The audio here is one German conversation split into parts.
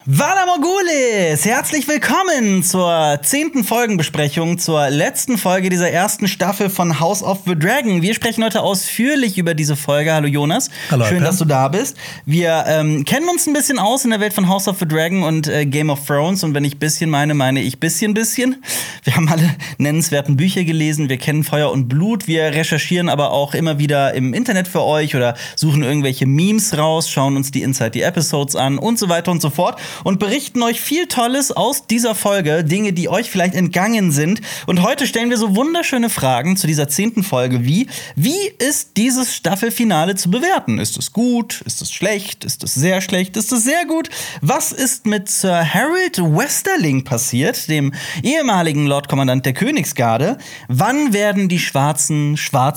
Vala Morgulis, herzlich willkommen zur 10. Folgenbesprechung, zur letzten Folge dieser ersten Staffel von House of the Dragon. Wir sprechen heute ausführlich über diese Folge. Hallo Jonas, hallo, schön, dass du da bist. Wir kennen uns ein bisschen aus in der Welt von House of the Dragon und Game of Thrones. Und wenn ich bisschen meine ich bisschen. Wir haben alle nennenswerten Bücher gelesen, wir kennen Feuer und Blut. Wir recherchieren aber auch immer wieder im Internet für euch oder suchen irgendwelche Memes raus, schauen uns die Inside the Episodes an und so weiter und so fort. Und berichten euch viel Tolles aus dieser Folge, Dinge, die euch vielleicht entgangen sind. Und heute stellen wir so wunderschöne Fragen zu dieser 10. Folge wie ist dieses Staffelfinale zu bewerten? Ist es gut? Ist es schlecht? Ist es sehr schlecht? Ist es sehr gut? Was ist mit Sir Harold Westerling passiert, dem ehemaligen Lordkommandant der Königsgarde? Wann werden die Schwarze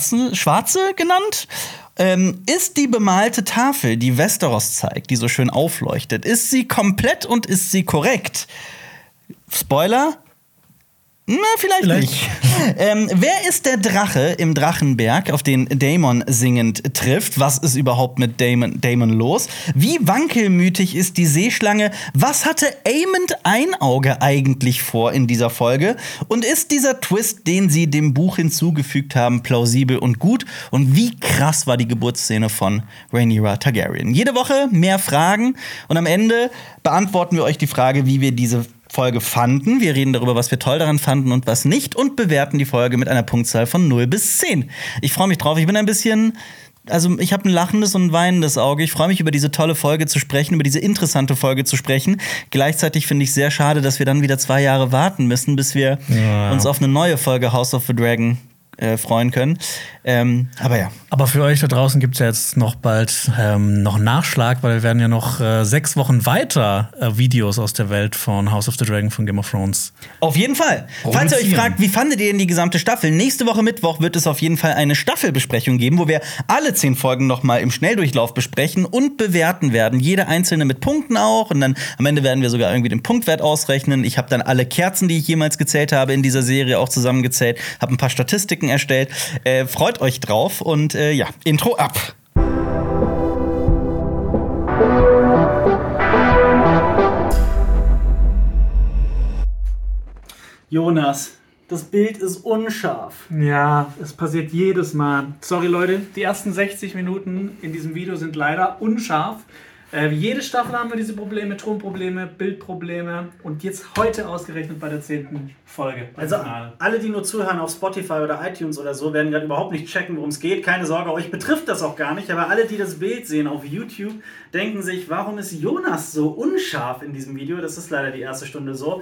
genannt? Ist die bemalte Tafel, die Westeros zeigt, die so schön aufleuchtet, ist sie komplett und ist sie korrekt? Spoiler? Na, vielleicht nicht. Wer ist der Drache im Drachenberg, auf den Daemon singend trifft? Was ist überhaupt mit Daemon los? Wie wankelmütig ist die Seeschlange? Was hatte Aemond Einauge eigentlich vor in dieser Folge? Und ist dieser Twist, den sie dem Buch hinzugefügt haben, plausibel und gut? Und wie krass war die Geburtsszene von Rhaenyra Targaryen? Jede Woche mehr Fragen und am Ende beantworten wir euch die Frage, wie wir diese Folge fanden. Wir reden darüber, was wir toll daran fanden und was nicht und bewerten die Folge mit einer Punktzahl von 0 bis 10. Ich freue mich drauf. Ich bin ein bisschen, ich habe ein lachendes und ein weinendes Auge. Ich freue mich, über diese tolle Folge zu sprechen, über diese interessante Folge zu sprechen. Gleichzeitig finde ich sehr schade, dass wir dann wieder 2 Jahre warten müssen, bis wir uns auf eine neue Folge House of the Dragon freuen können. Aber ja. Aber für euch da draußen gibt es ja jetzt noch bald noch Nachschlag, weil wir werden ja noch 6 Wochen weiter Videos aus der Welt von House of the Dragon von Game of Thrones. Auf jeden Fall. Falls ihr euch fragt, wie fandet ihr denn die gesamte Staffel? Nächste Woche Mittwoch wird es auf jeden Fall eine Staffelbesprechung geben, wo wir alle 10 Folgen noch mal im Schnelldurchlauf besprechen und bewerten werden. Jede einzelne mit Punkten auch. Und dann am Ende werden wir sogar irgendwie den Punktwert ausrechnen. Ich habe dann alle Kerzen, die ich jemals gezählt habe in dieser Serie, auch zusammengezählt. Habe ein paar Statistiken erstellt. Freut euch drauf und ja, Intro ab. Jonas, das Bild ist unscharf. Ja, es passiert jedes Mal. Sorry Leute, die ersten 60 Minuten in diesem Video sind leider unscharf. Jede Staffel haben wir diese Probleme, Tonprobleme, Bildprobleme und jetzt heute ausgerechnet bei der 10. Folge. Also alle, die nur zuhören auf Spotify oder iTunes oder so, werden gerade überhaupt nicht checken, worum es geht. Keine Sorge, euch betrifft das auch gar nicht. Aber alle, die das Bild sehen auf YouTube, denken sich, warum ist Jonas so unscharf in diesem Video? Das ist leider die erste Stunde so.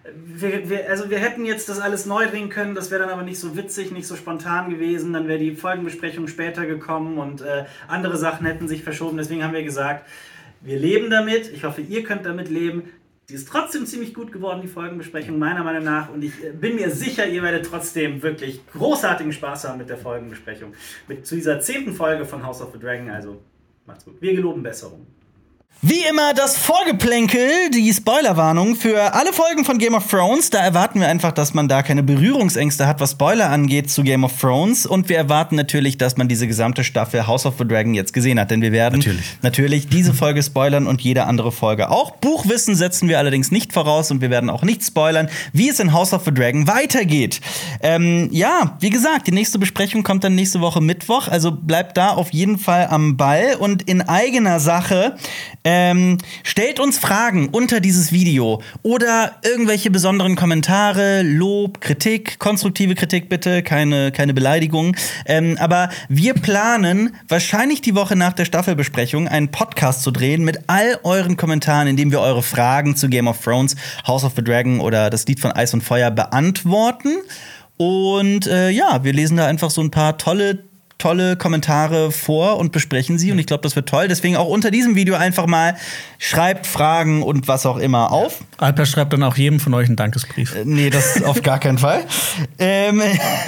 Wir hätten jetzt das alles neu drehen können, das wäre dann aber nicht so witzig, nicht so spontan gewesen. Dann wäre die Folgenbesprechung später gekommen und andere Sachen hätten sich verschoben. Deswegen haben wir gesagt, wir leben damit. Ich hoffe, ihr könnt damit leben. Die ist trotzdem ziemlich gut geworden, die Folgenbesprechung, meiner Meinung nach. Und ich bin mir sicher, ihr werdet trotzdem wirklich großartigen Spaß haben mit der Folgenbesprechung. Zu dieser 10. Folge von House of the Dragon. Also, macht's gut. Wir geloben Besserung. Wie immer das Vorgeplänkel, die Spoilerwarnung für alle Folgen von Game of Thrones. Da erwarten wir einfach, dass man da keine Berührungsängste hat, was Spoiler angeht zu Game of Thrones. Und wir erwarten natürlich, dass man diese gesamte Staffel House of the Dragon jetzt gesehen hat. Denn wir werden natürlich diese Folge spoilern und jede andere Folge auch. Buchwissen setzen wir allerdings nicht voraus und wir werden auch nicht spoilern, wie es in House of the Dragon weitergeht. Ja, wie gesagt, die nächste Besprechung kommt dann nächste Woche Mittwoch. Also bleibt da auf jeden Fall am Ball und in eigener Sache. Stellt uns Fragen unter dieses Video oder irgendwelche besonderen Kommentare, Lob, Kritik, konstruktive Kritik bitte, keine Beleidigungen. Aber wir planen wahrscheinlich die Woche nach der Staffelbesprechung einen Podcast zu drehen mit all euren Kommentaren, in dem wir eure Fragen zu Game of Thrones, House of the Dragon oder das Lied von Eis und Feuer beantworten. Und ja, wir lesen da einfach so ein paar tolle Kommentare vor und besprechen sie. Und ich glaube, das wird toll. Deswegen auch unter diesem Video einfach mal schreibt Fragen und was auch immer auf. Alper schreibt dann auch jedem von euch einen Dankesbrief. Nee, das auf gar keinen Fall. Wenn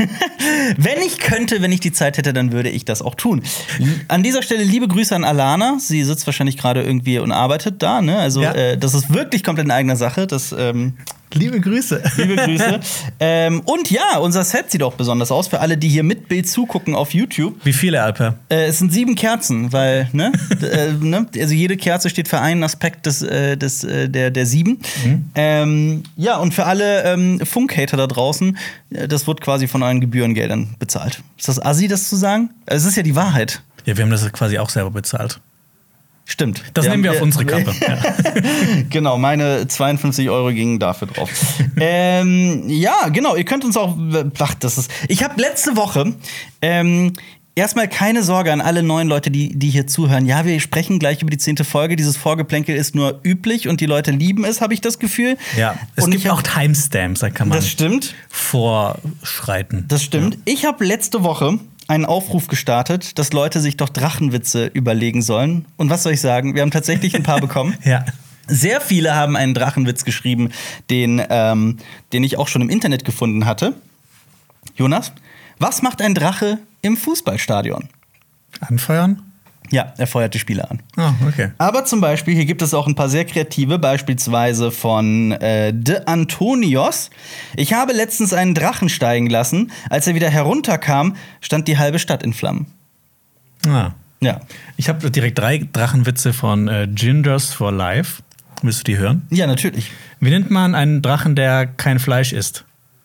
ich die Zeit hätte, dann würde ich das auch tun. An dieser Stelle liebe Grüße an Alana. Sie sitzt wahrscheinlich gerade irgendwie und arbeitet da. Ne? Also das ist wirklich komplett in eigener Sache. Das Liebe Grüße. Liebe Grüße. Und ja, unser Set sieht auch besonders aus für alle, die hier mit Bild zugucken auf YouTube. Wie viele, Alper? Es sind 7 Kerzen, weil, also jede Kerze steht für einen Aspekt der 7. Ja, und für alle Funkhater da draußen, das wird quasi von euren Gebührengeldern bezahlt. Ist das assi, das zu sagen? Es ist ja die Wahrheit. Ja, wir haben das quasi auch selber bezahlt. Stimmt. Das nehmen wir auf unsere Kappe. Ja. Genau, meine 52 € gingen dafür drauf. Ja, genau, ihr könnt uns auch. Ich habe letzte Woche. Erstmal keine Sorge an alle neuen Leute, die hier zuhören. Ja, wir sprechen gleich über die 10. Folge. Dieses Vorgeplänkel ist nur üblich und die Leute lieben es, habe ich das Gefühl. Ja, es gibt auch Timestamps, da kann man das stimmt. vorschreiten. Das stimmt. Ja. Ich habe letzte Woche einen Aufruf gestartet, dass Leute sich doch Drachenwitze überlegen sollen. Und was soll ich sagen? Wir haben tatsächlich ein paar bekommen. Ja. Sehr viele haben einen Drachenwitz geschrieben, den ich auch schon im Internet gefunden hatte. Jonas, was macht ein Drache im Fußballstadion? Anfeuern? Ja, er feuert die Spieler an. Ah, okay. Aber zum Beispiel, hier gibt es auch ein paar sehr kreative, beispielsweise von De Antonios. Ich habe letztens einen Drachen steigen lassen. Als er wieder herunterkam, stand die halbe Stadt in Flammen. Ah. Ja. Ich habe direkt 3 Drachenwitze von Gingers for Life. Willst du die hören? Ja, natürlich. Wie nennt man einen Drachen, der kein Fleisch isst?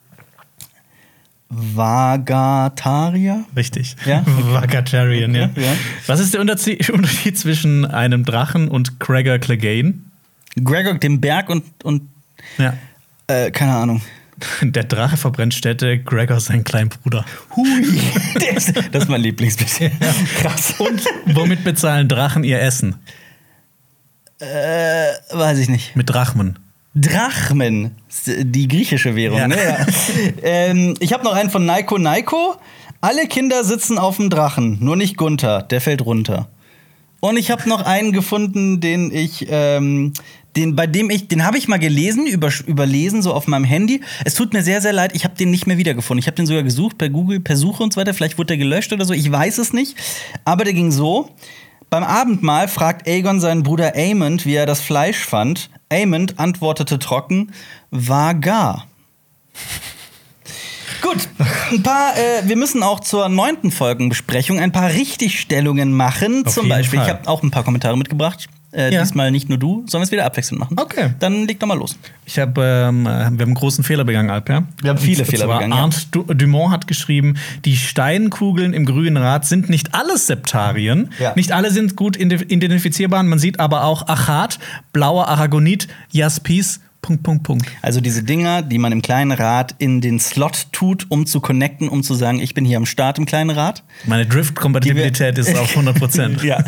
Vagatarier? Richtig. Ja? Vagatarian, ja. Ja. Was ist der Unterschied zwischen einem Drachen und Gregor Clegane? Gregor, dem Berg und Ja. Keine Ahnung. Der Drache verbrennt Städte, Gregor sein Kleinbruder. Hui. Das ist mein Lieblingsbild. Krass. Und womit bezahlen Drachen ihr Essen? Weiß ich nicht. Mit Drachmen. Drachmen, die griechische Währung. Ja. Ne? Ja. Ich habe noch einen von Naiko Naiko. Alle Kinder sitzen auf dem Drachen, nur nicht Gunther, der fällt runter. Und ich habe noch einen gefunden, den habe ich mal gelesen, überlesen, so auf meinem Handy. Es tut mir sehr, sehr leid, ich habe den nicht mehr wiedergefunden. Ich habe den sogar gesucht per Google, per Suche und so weiter. Vielleicht wurde der gelöscht oder so, ich weiß es nicht. Aber der ging so: Beim Abendmahl fragt Aegon seinen Bruder Aemond, wie er das Fleisch fand. Aemond antwortete trocken: war gar. Gut, wir müssen auch zur 9. Folgenbesprechung ein paar Richtigstellungen machen. Auf Zum jeden Beispiel, Fall. ich habe auch ein paar Kommentare mitgebracht. Diesmal nicht nur du, sollen wir es wieder abwechselnd machen? Okay. Dann leg doch mal los. Wir haben einen großen Fehler begangen, Alper. Wir haben viele Fehler begangen, ja. Arndt Dumont hat geschrieben, die Steinkugeln im Grünen Rat sind nicht alles Septarien. Ja. Nicht alle sind gut identifizierbar. Man sieht aber auch Achat, blauer Aragonit, Jaspis, .. Also diese Dinger, die man im kleinen Rad in den Slot tut, um zu connecten, um zu sagen, ich bin hier am Start im kleinen Rad. Meine Drift-Kompatibilität ist auf 100%. Ja,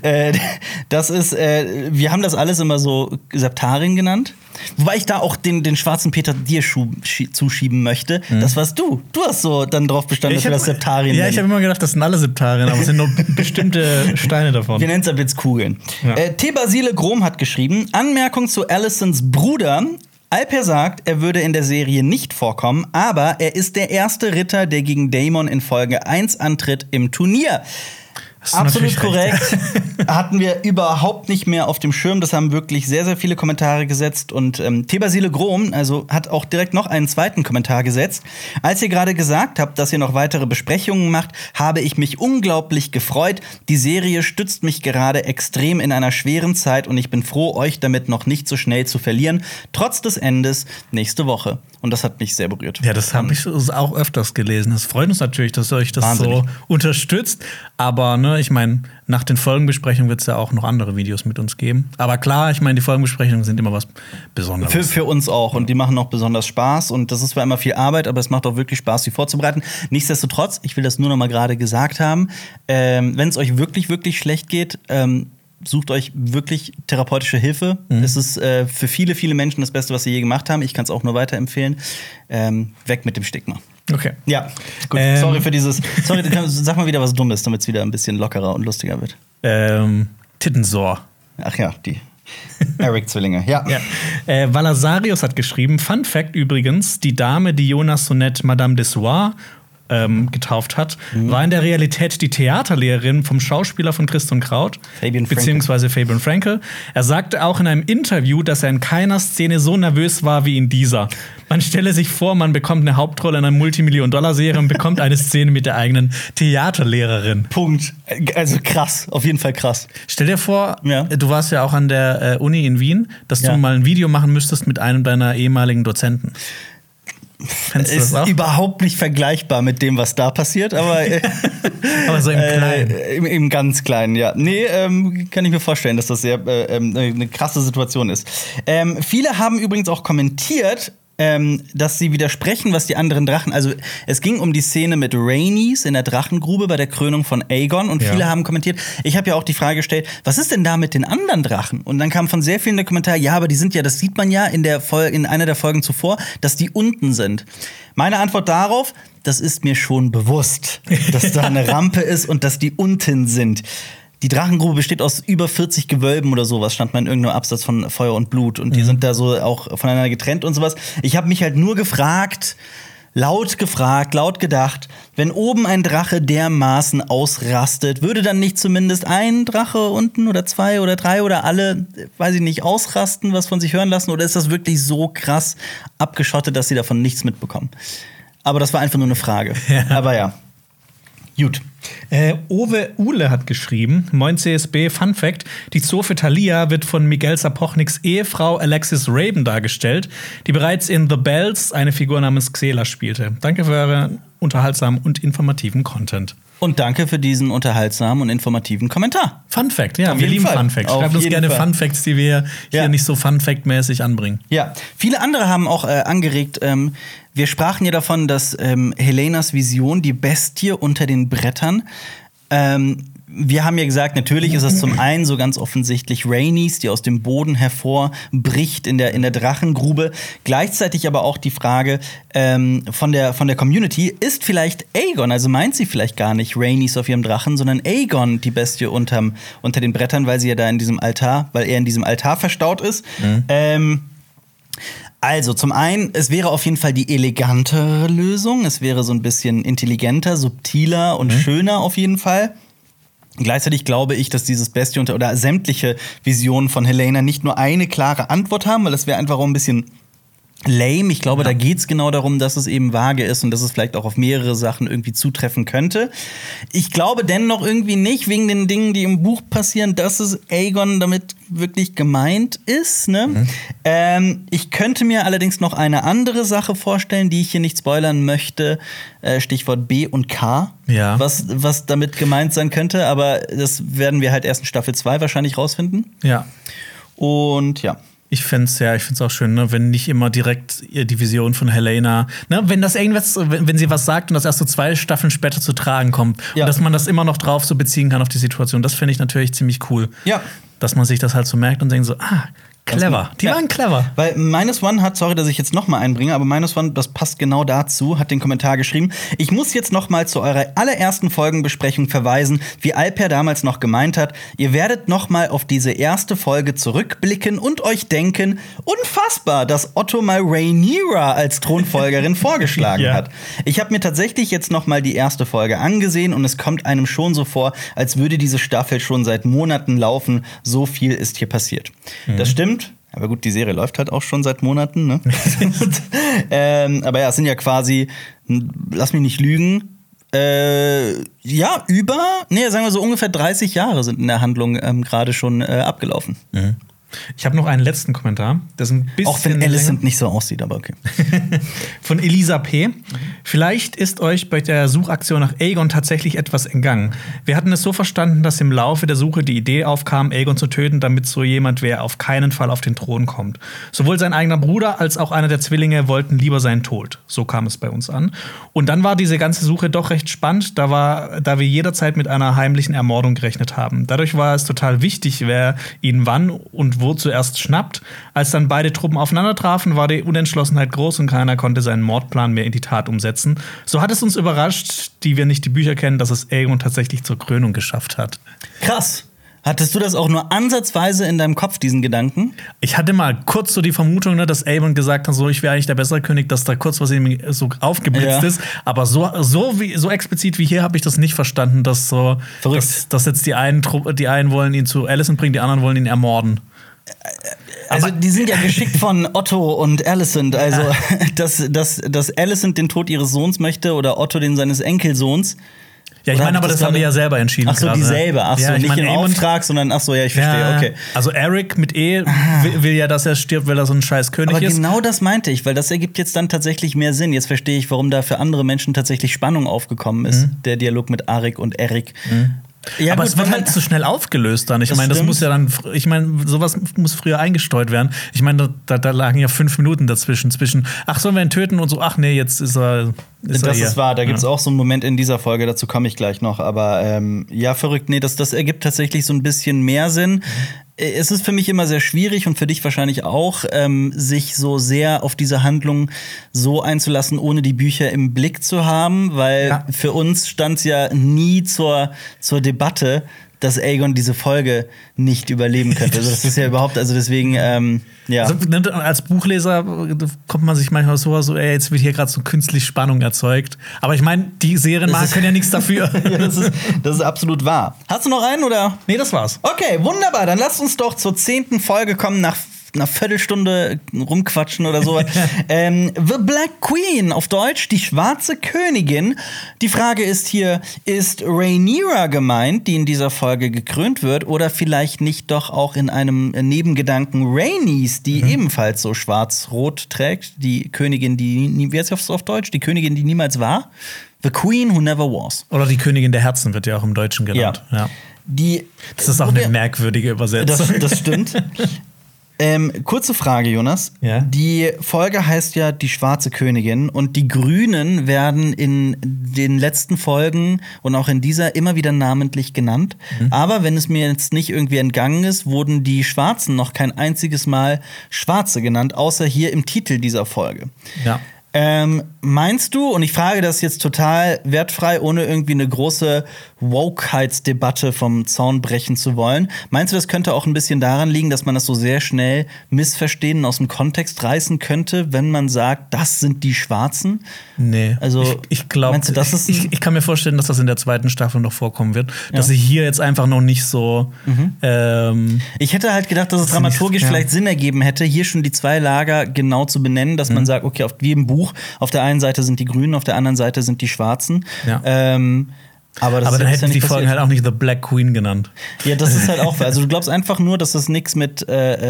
das ist, wir haben das alles immer so Septarien genannt. Wobei ich da auch den schwarzen Peter dir zuschieben möchte. Das warst du. Du hast so dann drauf bestanden, dass wir das Septarien Ja, ich habe immer gedacht, das sind alle Septarien, aber es sind nur bestimmte Steine davon. Wir nennen es ab jetzt Kugeln. Ja. T. Basile Grom hat geschrieben: Anmerkung zu Alicents Bruder. Alper sagt, er würde in der Serie nicht vorkommen, aber er ist der erste Ritter, der gegen Daemon in Folge 1 antritt im Turnier. Absolut korrekt. Hatten wir überhaupt nicht mehr auf dem Schirm. Das haben wirklich sehr, sehr viele Kommentare gesetzt. Und Tebasile Grom hat auch direkt noch einen zweiten Kommentar gesetzt. Als ihr gerade gesagt habt, dass ihr noch weitere Besprechungen macht, habe ich mich unglaublich gefreut. Die Serie stützt mich gerade extrem in einer schweren Zeit und ich bin froh, euch damit noch nicht so schnell zu verlieren. Trotz des Endes nächste Woche. Und das hat mich sehr berührt. Ja, das habe ich auch öfters gelesen. Es freut uns natürlich, dass ihr euch das Wahnsinnig so unterstützt. Aber ne, ich meine, nach den Folgenbesprechungen wird es ja auch noch andere Videos mit uns geben. Aber klar, ich meine, die Folgenbesprechungen sind immer was Besonderes. Für uns auch. Und die machen auch besonders Spaß. Und das ist zwar immer viel Arbeit, aber es macht auch wirklich Spaß, sie vorzubereiten. Nichtsdestotrotz, ich will das nur noch mal gerade gesagt haben, wenn es euch wirklich, wirklich schlecht geht, sucht euch wirklich therapeutische Hilfe. Es ist für viele, viele Menschen das Beste, was sie je gemacht haben. Ich kann es auch nur weiterempfehlen. Weg mit dem Stigma. Okay. Ja, gut. Sorry für dieses. Sorry, sag mal wieder was Dummes, damit es wieder ein bisschen lockerer und lustiger wird. Tittensor. Ach ja, die Eric-Zwillinge. Ja. Valasarius hat geschrieben, Fun Fact übrigens, die Dame, die Jonas so nett Madame de Soir getauft hat, war in der Realität die Theaterlehrerin vom Schauspieler von Christ und Kraut, beziehungsweise Fabian Frankel. Er sagte auch in einem Interview, dass er in keiner Szene so nervös war wie in dieser. Man stelle sich vor, man bekommt eine Hauptrolle in einer Multimillion-Dollar-Serie und bekommt eine Szene mit der eigenen Theaterlehrerin. Punkt. Also krass, auf jeden Fall krass. Stell dir vor, du warst ja auch an der Uni in Wien, dass du mal ein Video machen müsstest mit einem deiner ehemaligen Dozenten. Ist überhaupt nicht vergleichbar mit dem, was da passiert, aber, aber so im Kleinen. Im ganz Kleinen, ja. Nee, kann ich mir vorstellen, dass das sehr eine krasse Situation ist. Viele haben übrigens auch kommentiert, dass sie widersprechen, was die anderen Drachen. Also es ging um die Szene mit Rhaenys in der Drachengrube bei der Krönung von Aegon und viele haben kommentiert. Ich habe ja auch die Frage gestellt, was ist denn da mit den anderen Drachen? Und dann kam von sehr vielen der Kommentar, ja, aber die sind ja, das sieht man ja in einer der Folgen zuvor, dass die unten sind. Meine Antwort darauf: Das ist mir schon bewusst, dass da eine Rampe ist und dass die unten sind. Die Drachengrube besteht aus über 40 Gewölben oder sowas, stand mal in irgendeinem Absatz von Feuer und Blut. Und die sind da so auch voneinander getrennt und sowas. Ich habe mich halt nur laut gedacht, wenn oben ein Drache dermaßen ausrastet, würde dann nicht zumindest ein Drache unten oder 2 oder 3 oder alle, weiß ich nicht, ausrasten, was von sich hören lassen? Oder ist das wirklich so krass abgeschottet, dass sie davon nichts mitbekommen? Aber das war einfach nur eine Frage. Ja. Aber ja. Gut. Owe Uhle hat geschrieben, Moin CSB, Fun Fact: Die Zofe Thalia wird von Miguel Sapochniks Ehefrau Alexis Raven dargestellt, die bereits in The Bells eine Figur namens Xela spielte. Danke für euren unterhaltsamen und informativen Content. Und danke für diesen unterhaltsamen und informativen Kommentar. Fun Fact, ja, wir lieben Fun Facts. Schreibt uns gerne Fun Facts, die wir hier nicht so Fun Fact-mäßig anbringen. Ja, viele andere haben auch angeregt, wir sprachen ja davon, dass Helenas Vision, die Bestie unter den Brettern, wir haben ja gesagt, natürlich ist es zum einen so ganz offensichtlich Rhaenys, die aus dem Boden hervorbricht in der Drachengrube. Gleichzeitig aber auch die Frage von der Community, ist vielleicht Aegon, also meint sie vielleicht gar nicht Rhaenys auf ihrem Drachen, sondern Aegon die Bestie unter den Brettern, weil er in diesem Altar verstaut ist. Also, zum einen, es wäre auf jeden Fall die elegantere Lösung. Es wäre so ein bisschen intelligenter, subtiler und schöner auf jeden Fall. Gleichzeitig glaube ich, dass dieses Bestie oder sämtliche Visionen von Helaena nicht nur eine klare Antwort haben, weil das wäre einfach auch ein bisschen lame. Ich glaube, da geht's genau darum, dass es eben vage ist und dass es vielleicht auch auf mehrere Sachen irgendwie zutreffen könnte. Ich glaube dennoch irgendwie nicht, wegen den Dingen, die im Buch passieren, dass es Aegon damit wirklich gemeint ist. Ne? Ich könnte mir allerdings noch eine andere Sache vorstellen, die ich hier nicht spoilern möchte. Stichwort B und K, was damit gemeint sein könnte. Aber das werden wir halt erst in Staffel 2 wahrscheinlich rausfinden. Ja. Und ja. Ich find's auch schön, ne, wenn nicht immer direkt die Vision von Helaena, ne, wenn sie was sagt und das erst so 2 Staffeln später zu tragen kommt und dass man das immer noch drauf so beziehen kann auf die Situation, das finde ich natürlich ziemlich cool. Ja. Dass man sich das halt so merkt und denkt so, clever. Die waren clever. Weil -1 hat, sorry, dass ich jetzt noch mal einbringe, aber -1, das passt genau dazu, hat den Kommentar geschrieben: Ich muss jetzt noch mal zu eurer allerersten Folgenbesprechung verweisen, wie Alper damals noch gemeint hat, ihr werdet noch mal auf diese erste Folge zurückblicken und euch denken, unfassbar, dass Otto mal Rhaenyra als Thronfolgerin vorgeschlagen hat. Ich habe mir tatsächlich jetzt noch mal die erste Folge angesehen und es kommt einem schon so vor, als würde diese Staffel schon seit Monaten laufen. So viel ist hier passiert. Das stimmt. Aber gut, die Serie läuft halt auch schon seit Monaten, ne? Aber ja, es sind ja quasi, lass mich nicht lügen, sagen wir so ungefähr 30 Jahre sind in der Handlung gerade schon abgelaufen. Mhm. Ich habe noch einen letzten Kommentar. Das ist ein bisschen auch wenn Alicent nicht so aussieht, aber okay. Von Elisa P. Vielleicht ist euch bei der Suchaktion nach Aegon tatsächlich etwas entgangen. Wir hatten es so verstanden, dass im Laufe der Suche die Idee aufkam, Aegon zu töten, damit so jemand wer auf keinen Fall auf den Thron kommt. Sowohl sein eigener Bruder als auch einer der Zwillinge wollten lieber seinen Tod. So kam es bei uns an. Und dann war diese ganze Suche doch recht spannend, da wir jederzeit mit einer heimlichen Ermordung gerechnet haben. Dadurch war es total wichtig, wer ihn wann und wo zuerst schnappt. Als dann beide Truppen aufeinander trafen, war die Unentschlossenheit groß und keiner konnte seinen Mordplan mehr in die Tat umsetzen. So hat es uns überrascht, die wir nicht die Bücher kennen, dass es Aegon tatsächlich zur Krönung geschafft hat. Krass. Hattest du das auch nur ansatzweise in deinem Kopf, diesen Gedanken? Ich hatte mal kurz so die Vermutung, ne, dass Aemon gesagt hat, so ich wäre eigentlich der bessere König, dass da kurz was ihm so aufgeblitzt ist. Aber so explizit wie hier habe ich das nicht verstanden, dass so dass jetzt die einen wollen ihn zu Alicent bringen, die anderen wollen ihn ermorden. Also die sind ja geschickt von Otto und Alicent. Also dass Alicent den Tod ihres Sohns möchte oder Otto den seines Enkelsohns. Ja, ich meine, aber das haben die ja selber entschieden. Ach so, die selber. Ach so, ja, nicht im Auftrag, sondern ach so, ja, ich verstehe, okay. Also Eric mit will ja, dass er stirbt, weil er so ein scheiß König ist. Aber genau das meinte ich, weil das ergibt jetzt dann tatsächlich mehr Sinn. Jetzt verstehe ich, warum da für andere Menschen tatsächlich Spannung aufgekommen ist, der Dialog mit Arik und Eric. Ja, aber gut, es wird halt zu schnell aufgelöst dann. Ich meine, das muss ja dann, sowas muss früher eingestreut werden. Ich meine, da lagen ja 5 Minuten dazwischen. Ach, sollen wir ihn töten und so, ach nee, jetzt ist er. Das ist wahr, da gibt es auch so einen Moment in dieser Folge, dazu komme ich gleich noch. Aber ja, verrückt, nee, das ergibt tatsächlich so ein bisschen mehr Sinn. Es ist für mich immer sehr schwierig und für dich wahrscheinlich auch, sich so sehr auf diese Handlung so einzulassen, ohne die Bücher im Blick zu haben, weil für uns stand es ja nie zur Debatte, dass Aegon diese Folge nicht überleben könnte. Also das ist ja überhaupt, also deswegen, ja. Also, als Buchleser kommt man sich manchmal so, ey, jetzt wird hier gerade so künstlich Spannung erzeugt. Aber ich meine, die Serienmacher können ja nichts dafür. Ja, das ist absolut wahr. Hast du noch einen, oder? Nee, das war's. Okay, wunderbar. Dann lasst uns doch zur 10. Folge kommen, nach einer Viertelstunde rumquatschen oder so. The Black Queen, auf Deutsch die schwarze Königin. Die Frage ist hier, ist Rhaenyra gemeint, die in dieser Folge gekrönt wird, oder vielleicht nicht doch auch in einem Nebengedanken Rhaenys, die ebenfalls so schwarz-rot trägt, die Königin, die, wie heißt das auf Deutsch? Die Königin, die niemals war? The Queen who never was. Oder die Königin der Herzen wird ja auch im Deutschen genannt. Ja. Das ist auch eine merkwürdige Übersetzung. Das stimmt. Kurze Frage, Jonas. Ja? Die Folge heißt ja Die schwarze Königin und die Grünen werden in den letzten Folgen und auch in dieser immer wieder namentlich genannt. Aber wenn es mir jetzt nicht irgendwie entgangen ist, wurden die Schwarzen noch kein einziges Mal Schwarze genannt, außer hier im Titel dieser Folge. Ja. Meinst du, und ich frage das jetzt total wertfrei, ohne irgendwie eine große Wokeheitsdebatte vom Zaun brechen zu wollen, meinst du, das könnte auch ein bisschen daran liegen, dass man das so sehr schnell missverstehen und aus dem Kontext reißen könnte, wenn man sagt, das sind die Schwarzen? Nee, also ich glaube, ich kann mir vorstellen, dass das in der 2. Staffel noch vorkommen wird, dass sie hier jetzt einfach noch nicht so ich hätte halt gedacht, dass es dramaturgisch vielleicht Sinn ergeben hätte, hier schon die 2 Lager genau zu benennen, dass man sagt, okay, wie im Buch, auf der einen Seite sind die Grünen, auf der anderen Seite sind die Schwarzen. Ja. Aber dann hätten die Folgen halt auch nicht The Black Queen genannt. Ja, das ist halt auch. Also du glaubst einfach nur, dass das nichts mit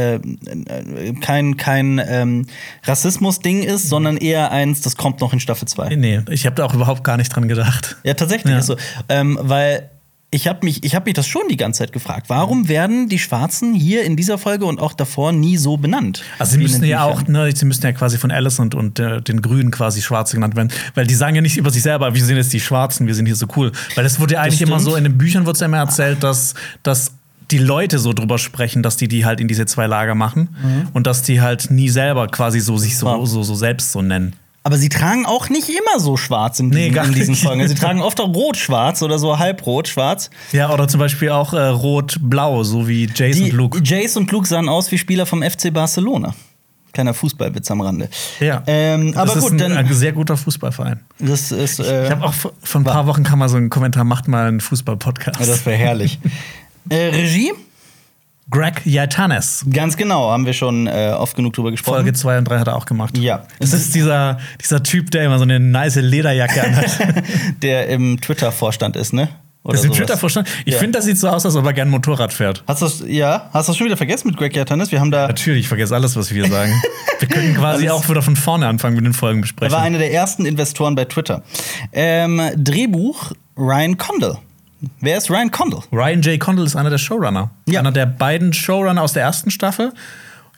kein Rassismus-Ding ist, sondern eher eins, das kommt noch in Staffel 2. Nee, ich habe da auch überhaupt gar nicht dran gedacht. Ja, tatsächlich ist so. Weil ich hab mich das schon die ganze Zeit gefragt. Warum werden die Schwarzen hier in dieser Folge und auch davor nie so benannt? Also sie müssen ja auch, sie müssen ja quasi von Alicent und den Grünen quasi Schwarze genannt werden. Weil die sagen ja nicht über sich selber, wir sind jetzt die Schwarzen, wir sind hier so cool. Weil das wurde ja eigentlich immer so, in den Büchern wird es ja immer erzählt, dass die Leute so drüber sprechen, dass die halt in diese 2 Lager machen. Und dass die halt nie selber quasi sich so selbst so nennen. Aber sie tragen auch nicht immer so schwarz in diesen Folgen. Sie tragen oft auch rot-schwarz oder so halbrot-schwarz. Ja, oder zum Beispiel auch rot-blau, so wie Jace und Luke. Jace und Luke sahen aus wie Spieler vom FC Barcelona. Kleiner Fußballwitz am Rande. Ja, aber das ist ein sehr guter Fußballverein. Das ist, ich habe auch vor ein paar Wochen kam mal so ein Kommentar, macht mal einen Fußball-Podcast. Ja, das wäre herrlich. Regie? Greg Yaitanes. Ganz genau, haben wir schon oft genug drüber gesprochen. Folge 2 und 3 hat er auch gemacht. Ja. Es ist dieser Typ, der immer so eine nice Lederjacke anhat. Der im Twitter-Vorstand ist, ne? Oder das ist im Twitter-Vorstand? Ich finde, das sieht so aus, als ob er gern Motorrad fährt. Hast du das schon wieder vergessen mit Greg Yaitanes? Wir haben da Natürlich, ich vergesse alles, was wir sagen. Wir können quasi auch wieder von vorne anfangen mit den Folgen besprechen. Er war einer der ersten Investoren bei Twitter. Drehbuch Ryan Condal. Wer ist Ryan Condal? Ryan J. Condal ist einer der Showrunner. Ja. Einer der beiden Showrunner aus der 1. Staffel. Ja.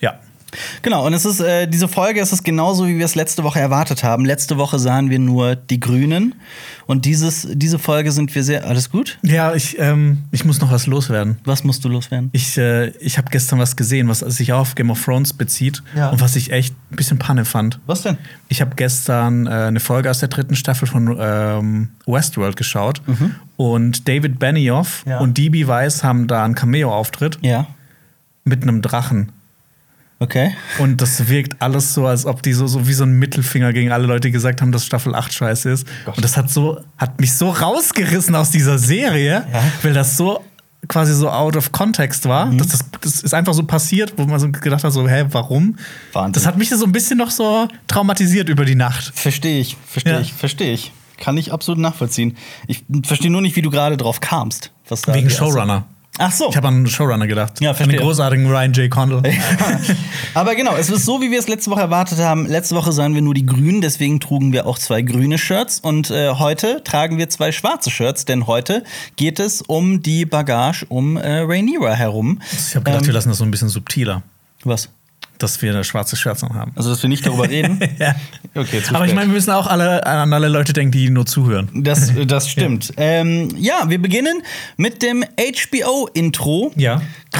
Genau, und es ist diese Folge, es ist genauso, wie wir es letzte Woche erwartet haben. Letzte Woche sahen wir nur die Grünen und diese Folge sind wir sehr. Alles gut? Ja, ich muss noch was loswerden. Was musst du loswerden? Ich habe gestern was gesehen, was sich auch auf Game of Thrones bezieht und was ich echt ein bisschen Panne fand. Was denn? Ich habe gestern eine Folge aus der 3. Staffel von Westworld geschaut und David Benioff und D.B. Weiss haben da einen Cameo-Auftritt mit einem Drachen. Okay. Und das wirkt alles so, als ob die so wie so ein Mittelfinger gegen alle Leute gesagt haben, dass Staffel 8 scheiße ist. Und das hat mich so rausgerissen aus dieser Serie, weil das so quasi so out of context war. Das ist einfach so passiert, wo man so gedacht hat, so, hä, warum? Wahnsinn. Das hat mich so ein bisschen noch so traumatisiert über die Nacht. Verstehe ich. Kann ich absolut nachvollziehen. Ich verstehe nur nicht, wie du gerade drauf kamst. Was da Wegen Showrunner. Ach so. Ich habe an einen Showrunner gedacht. Ja, verstehe. An den großartigen Ryan J. Condal. Aber genau, es ist so, wie wir es letzte Woche erwartet haben. Letzte Woche sahen wir nur die Grünen, deswegen trugen wir auch 2 grüne Shirts. Und heute tragen wir 2 schwarze Shirts, denn heute geht es um die Bagage um Rhaenyra herum. Ich habe gedacht, wir lassen das so ein bisschen subtiler. Was? Dass wir eine schwarze Shirts haben. Also, dass wir nicht darüber reden? Ja. Okay, aber ich meine, wir müssen auch an alle Leute denken, die nur zuhören. Das stimmt. Wir beginnen mit dem HBO-Intro. Ja.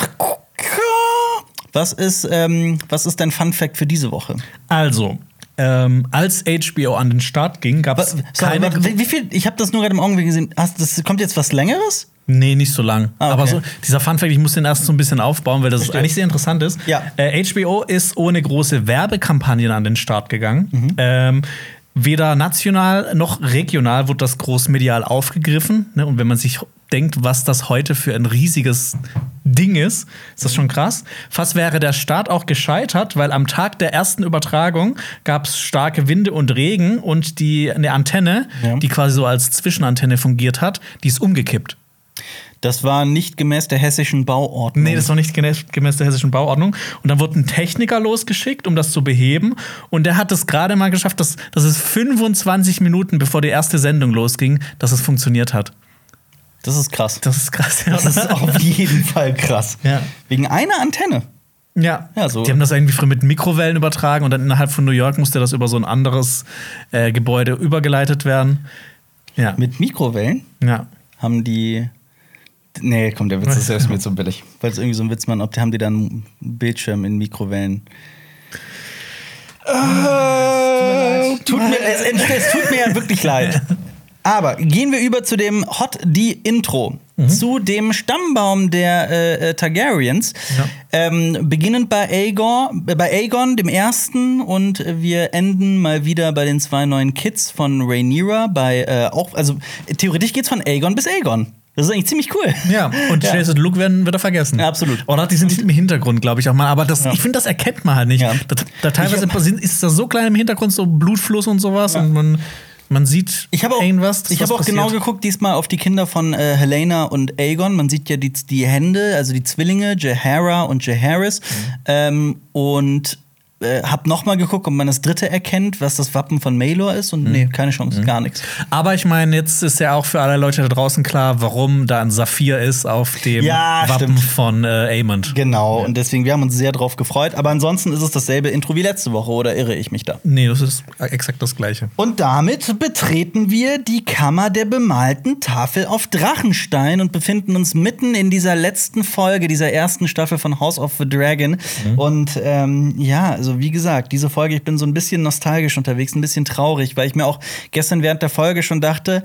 Was ist dein Fun-Fact für diese Woche? Also, als HBO an den Start ging, gab es keine. Wie viel? Ich habe das nur gerade im Augenblick gesehen. Kommt jetzt was Längeres? Nee, nicht so lang. Okay. Aber so, dieser Funfact, ich muss den erst so ein bisschen aufbauen, weil das eigentlich sehr interessant ist. Ja. HBO ist ohne große Werbekampagnen an den Start gegangen. Weder national noch regional wird das groß medial aufgegriffen. Ne? Und wenn man sich denkt, was das heute für ein riesiges Ding ist das schon krass. Fast wäre der Start auch gescheitert, weil am Tag der ersten Übertragung gab es starke Winde und Regen und eine Antenne, die quasi so als Zwischenantenne fungiert hat, die ist umgekippt. Das war nicht gemäß der hessischen Bauordnung. Nee, das war nicht gemäß der hessischen Bauordnung. Und dann wurde ein Techniker losgeschickt, um das zu beheben. Und der hat es gerade mal geschafft, dass es 25 Minuten, bevor die erste Sendung losging, dass es funktioniert hat. Das ist krass. Das ist krass, ja. Das ist auf jeden Fall krass. Ja. Wegen einer Antenne. Ja, so. Die haben das irgendwie früher mit Mikrowellen übertragen und dann innerhalb von New York musste das über so ein anderes Gebäude übergeleitet werden. Ja. Mit Mikrowellen? Ja. Haben die. Nee, komm, der Witz ist selbst mir zu billig. Weil es irgendwie so ein Witz, haben die dann einen Bildschirm in Mikrowellen? Es tut mir ja wirklich leid. Aber gehen wir über zu dem Hot-D-Intro. Zu dem Stammbaum der Targaryens. Ja. Beginnend bei Aegon, dem Ersten. Und wir enden mal wieder bei den 2 neuen Kids von Rhaenyra. Also theoretisch geht's von Aegon bis Aegon. Das ist eigentlich ziemlich cool. Ja, und Chase und Luke wird er vergessen. Ja, absolut. Oder die sind im Hintergrund, glaube ich auch mal. Aber ich finde, das erkennt man halt nicht. Ja. Da teilweise ist das so klein im Hintergrund, so Blutfluss und sowas. Ja. Und man sieht irgendwas. Ich habe auch genau geguckt, diesmal auf die Kinder von Helena und Aegon. Man sieht ja die Hände, also die Zwillinge, Jaehaera und Jaehaerys. Und hab noch mal geguckt, ob man das dritte erkennt, was das Wappen von Maelor ist. Und nee, keine Chance, gar nichts. Aber ich meine, jetzt ist ja auch für alle Leute da draußen klar, warum da ein Saphir ist auf dem Wappen von Aemond. Genau, und deswegen, wir haben uns sehr drauf gefreut. Aber ansonsten ist es dasselbe Intro wie letzte Woche, oder irre ich mich da? Nee, das ist exakt das Gleiche. Und damit betreten wir die Kammer der bemalten Tafel auf Drachenstein und befinden uns mitten in dieser letzten Folge dieser ersten Staffel von House of the Dragon. Und also wie gesagt, diese Folge, ich bin so ein bisschen nostalgisch unterwegs, ein bisschen traurig, weil ich mir auch gestern während der Folge schon dachte,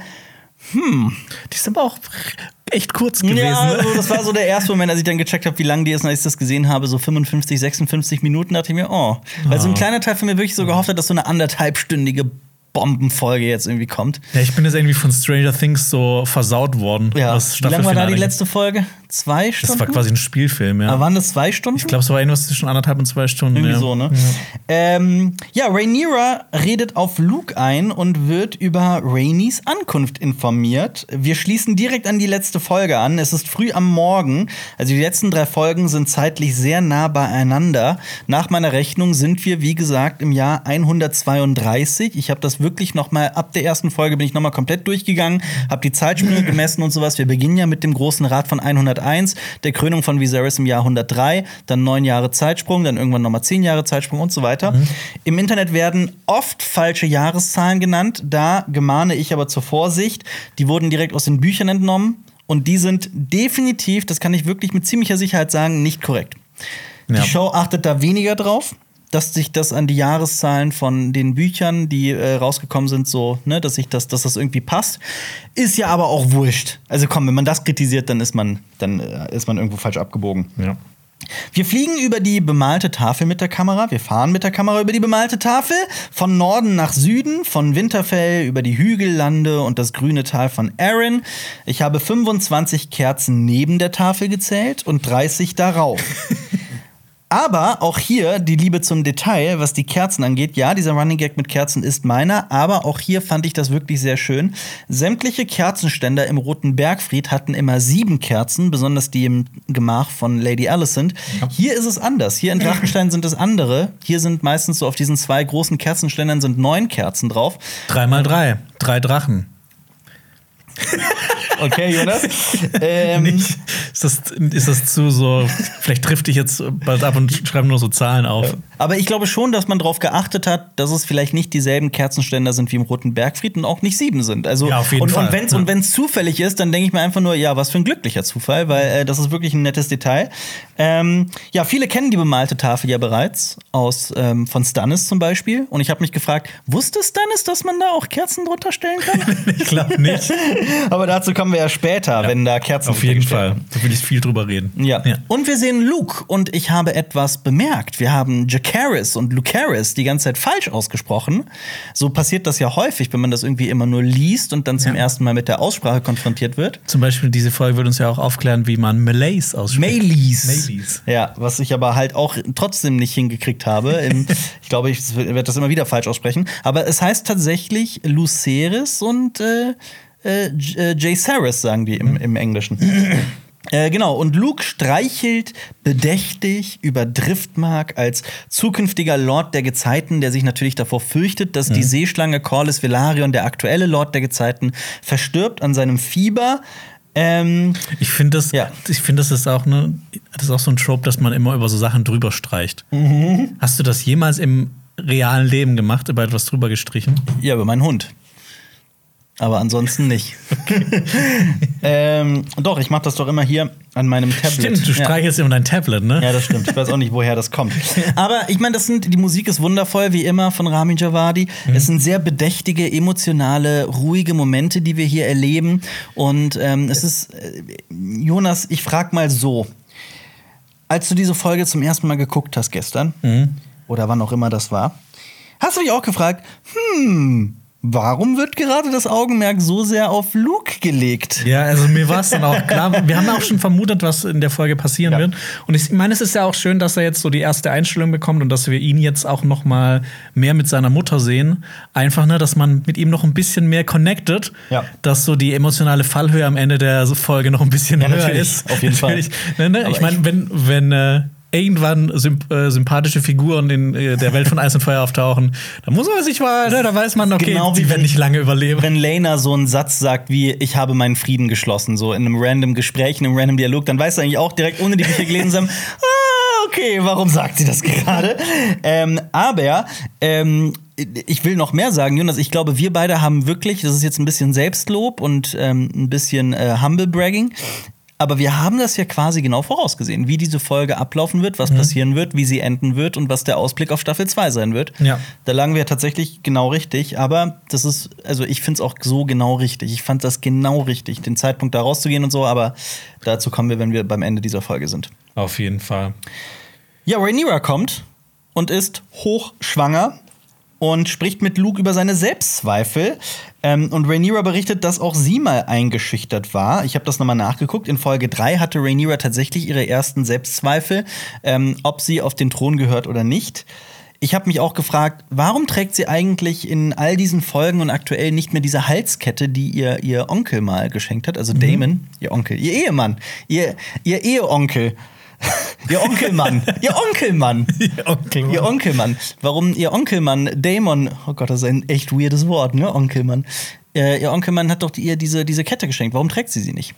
die ist aber auch echt kurz gewesen. Ja, also das war so der erste Moment, als ich dann gecheckt habe, wie lang die ist, und als ich das gesehen habe, so 55, 56 Minuten, dachte ich mir, weil so ein kleiner Teil von mir wirklich so gehofft hat, dass so eine 1,5-stündige Bombenfolge jetzt irgendwie kommt. Ja, ich bin jetzt irgendwie von Stranger Things so versaut worden. Ja. Wie lang war da die letzte Folge? 2 Stunden? Das war quasi ein Spielfilm, ja. Aber waren das 2 Stunden? Ich glaube, es war irgendwas zwischen 1,5 und 2 Stunden. Irgendwie so, ne? Ja. Rhaenyra redet auf Luke ein und wird über Rhaenys Ankunft informiert. Wir schließen direkt an die letzte Folge an. Es ist früh am Morgen. Also die letzten 3 Folgen sind zeitlich sehr nah beieinander. Nach meiner Rechnung sind wir, wie gesagt, im Jahr 132. Ich habe das wirklich noch mal, ab der ersten Folge bin ich noch mal komplett durchgegangen, habe die Zeitsprünge gemessen und sowas. Wir beginnen ja mit dem großen Rat von 108. 101, der Krönung von Viserys im Jahr 103, dann 9 Jahre Zeitsprung, dann irgendwann nochmal 10 Jahre Zeitsprung und so weiter. Im Internet werden oft falsche Jahreszahlen genannt, da gemahne ich aber zur Vorsicht. Die wurden direkt aus den Büchern entnommen und die sind definitiv, das kann ich wirklich mit ziemlicher Sicherheit sagen, nicht korrekt. Ja. Die Show achtet da weniger drauf, dass sich das an die Jahreszahlen von den Büchern, die rausgekommen sind, so, ne, dass das irgendwie passt. Ist ja aber auch wurscht. Also komm, wenn man das kritisiert, dann ist man irgendwo falsch abgebogen. Ja. Wir fliegen über die bemalte Tafel mit der Kamera. Wir fahren mit der Kamera über die bemalte Tafel. Von Norden nach Süden, von Winterfell über die Hügellande und das grüne Tal von Arryn. Ich habe 25 Kerzen neben der Tafel gezählt und 30 darauf. Aber auch hier die Liebe zum Detail, was die Kerzen angeht. Ja, dieser Running Gag mit Kerzen ist meiner, aber auch hier fand ich das wirklich sehr schön. Sämtliche Kerzenständer im Roten Bergfried hatten immer 7 Kerzen, besonders die im Gemach von Lady Alicent. Ja. Hier ist es anders. Hier in Drachenstein sind es andere. Hier sind meistens so auf diesen 2 großen Kerzenständern sind 9 Kerzen drauf. 3x3. 3 Drachen. Okay, Jonas. Ist das zu so, vielleicht trifft dich jetzt bald ab und schreibe nur so Zahlen auf. Aber ich glaube schon, dass man darauf geachtet hat, dass es vielleicht nicht dieselben Kerzenständer sind wie im Roten Bergfried und auch nicht 7 sind. Also, ja, auf jeden Fall. Und wenn es zufällig ist, dann denke ich mir einfach nur, ja, was für ein glücklicher Zufall, weil das ist wirklich ein nettes Detail. Ja, viele kennen die bemalte Tafel ja bereits von Stannis zum Beispiel. Und ich habe mich gefragt, wusste Stannis, dass man da auch Kerzen drunter stellen kann? Ich glaube nicht. Aber dazu kommen wir ja später, wenn da Kerzen auf jeden Fall. Da will ich viel drüber reden. Ja. Und wir sehen Luke und ich habe etwas bemerkt. Wir haben Jacaerys und Lucerys die ganze Zeit falsch ausgesprochen. So passiert das ja häufig, wenn man das irgendwie immer nur liest und dann zum ersten Mal mit der Aussprache konfrontiert wird. Zum Beispiel diese Folge wird uns ja auch aufklären, wie man Malays ausspricht. Malays. Ja, was ich aber halt auch trotzdem nicht hingekriegt habe. Ich glaube, ich werde das immer wieder falsch aussprechen. Aber es heißt tatsächlich Lucerys und Jacaerys, sagen die im Englischen. Genau, und Luke streichelt bedächtig über Driftmark als zukünftiger Lord der Gezeiten, der sich natürlich davor fürchtet, dass die Seeschlange Corlys Velaryon, der aktuelle Lord der Gezeiten, verstirbt an seinem Fieber. Ich finde, das ist auch so ein Trope, dass man immer über so Sachen drüber streicht. Hast du das jemals im realen Leben gemacht, über etwas drüber gestrichen? Ja, über meinen Hund. Aber ansonsten nicht. Doch, ich mache das doch immer hier an meinem Tablet. Stimmt, du streichelst immer dein Tablet, ne? Ja, das stimmt. Ich weiß auch nicht, woher das kommt. Aber ich meine, die Musik ist wundervoll, wie immer, von Ramin Djawadi. Es sind sehr bedächtige, emotionale, ruhige Momente, die wir hier erleben. Und es ist, Jonas, ich frag mal so. Als du diese Folge zum ersten Mal geguckt hast gestern, oder wann auch immer das war, hast du dich auch gefragt, warum wird gerade das Augenmerk so sehr auf Luke gelegt? Ja, also mir war es dann auch klar. Wir haben auch schon vermutet, was in der Folge passieren wird. Und ich meine, es ist ja auch schön, dass er jetzt so die erste Einstellung bekommt und dass wir ihn jetzt auch noch mal mehr mit seiner Mutter sehen. Einfach, ne, dass man mit ihm noch ein bisschen mehr connected. Ja. Dass so die emotionale Fallhöhe am Ende der Folge noch ein bisschen höher ist. Auf jeden Fall. Ne? Ich meine, wenn irgendwann sympathische Figuren in der Welt von Eis und Feuer auftauchen, da muss man sich mal, da weiß man, okay, genau, die werden nicht lange überleben. Wenn Laena so einen Satz sagt wie, ich habe meinen Frieden geschlossen, so in einem random Gespräch, in einem random Dialog, dann weißt du eigentlich auch direkt, ohne die Bücher gelesen zu haben, okay, warum sagt sie das gerade? Aber ich will noch mehr sagen, Jonas, ich glaube, wir beide haben wirklich, das ist jetzt ein bisschen Selbstlob und ein bisschen Humble Bragging, aber wir haben das ja quasi genau vorausgesehen, wie diese Folge ablaufen wird, was passieren wird, wie sie enden wird und was der Ausblick auf Staffel 2 sein wird. Ja. Da lagen wir tatsächlich genau richtig, aber das ist, also ich finde es auch so genau richtig. Ich fand das genau richtig, den Zeitpunkt da rauszugehen und so, aber dazu kommen wir, wenn wir beim Ende dieser Folge sind. Auf jeden Fall. Ja, Rhaenyra kommt und ist hochschwanger und spricht mit Luke über seine Selbstzweifel. Und Rhaenyra berichtet, dass auch sie mal eingeschüchtert war. Ich habe das nochmal nachgeguckt. In Folge 3 hatte Rhaenyra tatsächlich ihre ersten Selbstzweifel, ob sie auf den Thron gehört oder nicht. Ich habe mich auch gefragt, warum trägt sie eigentlich in all diesen Folgen und aktuell nicht mehr diese Halskette, die ihr Onkel mal geschenkt hat? Also Daemon, ihr Onkel, ihr Ehemann, ihr Eheonkel. Ihr Onkelmann. Ihr Onkelmann. Warum ihr Onkelmann, Daemon, oh Gott, das ist ein echt weirdes Wort, ne, Onkelmann. Ihr Onkelmann hat doch ihr diese Kette geschenkt. Warum trägt sie nicht?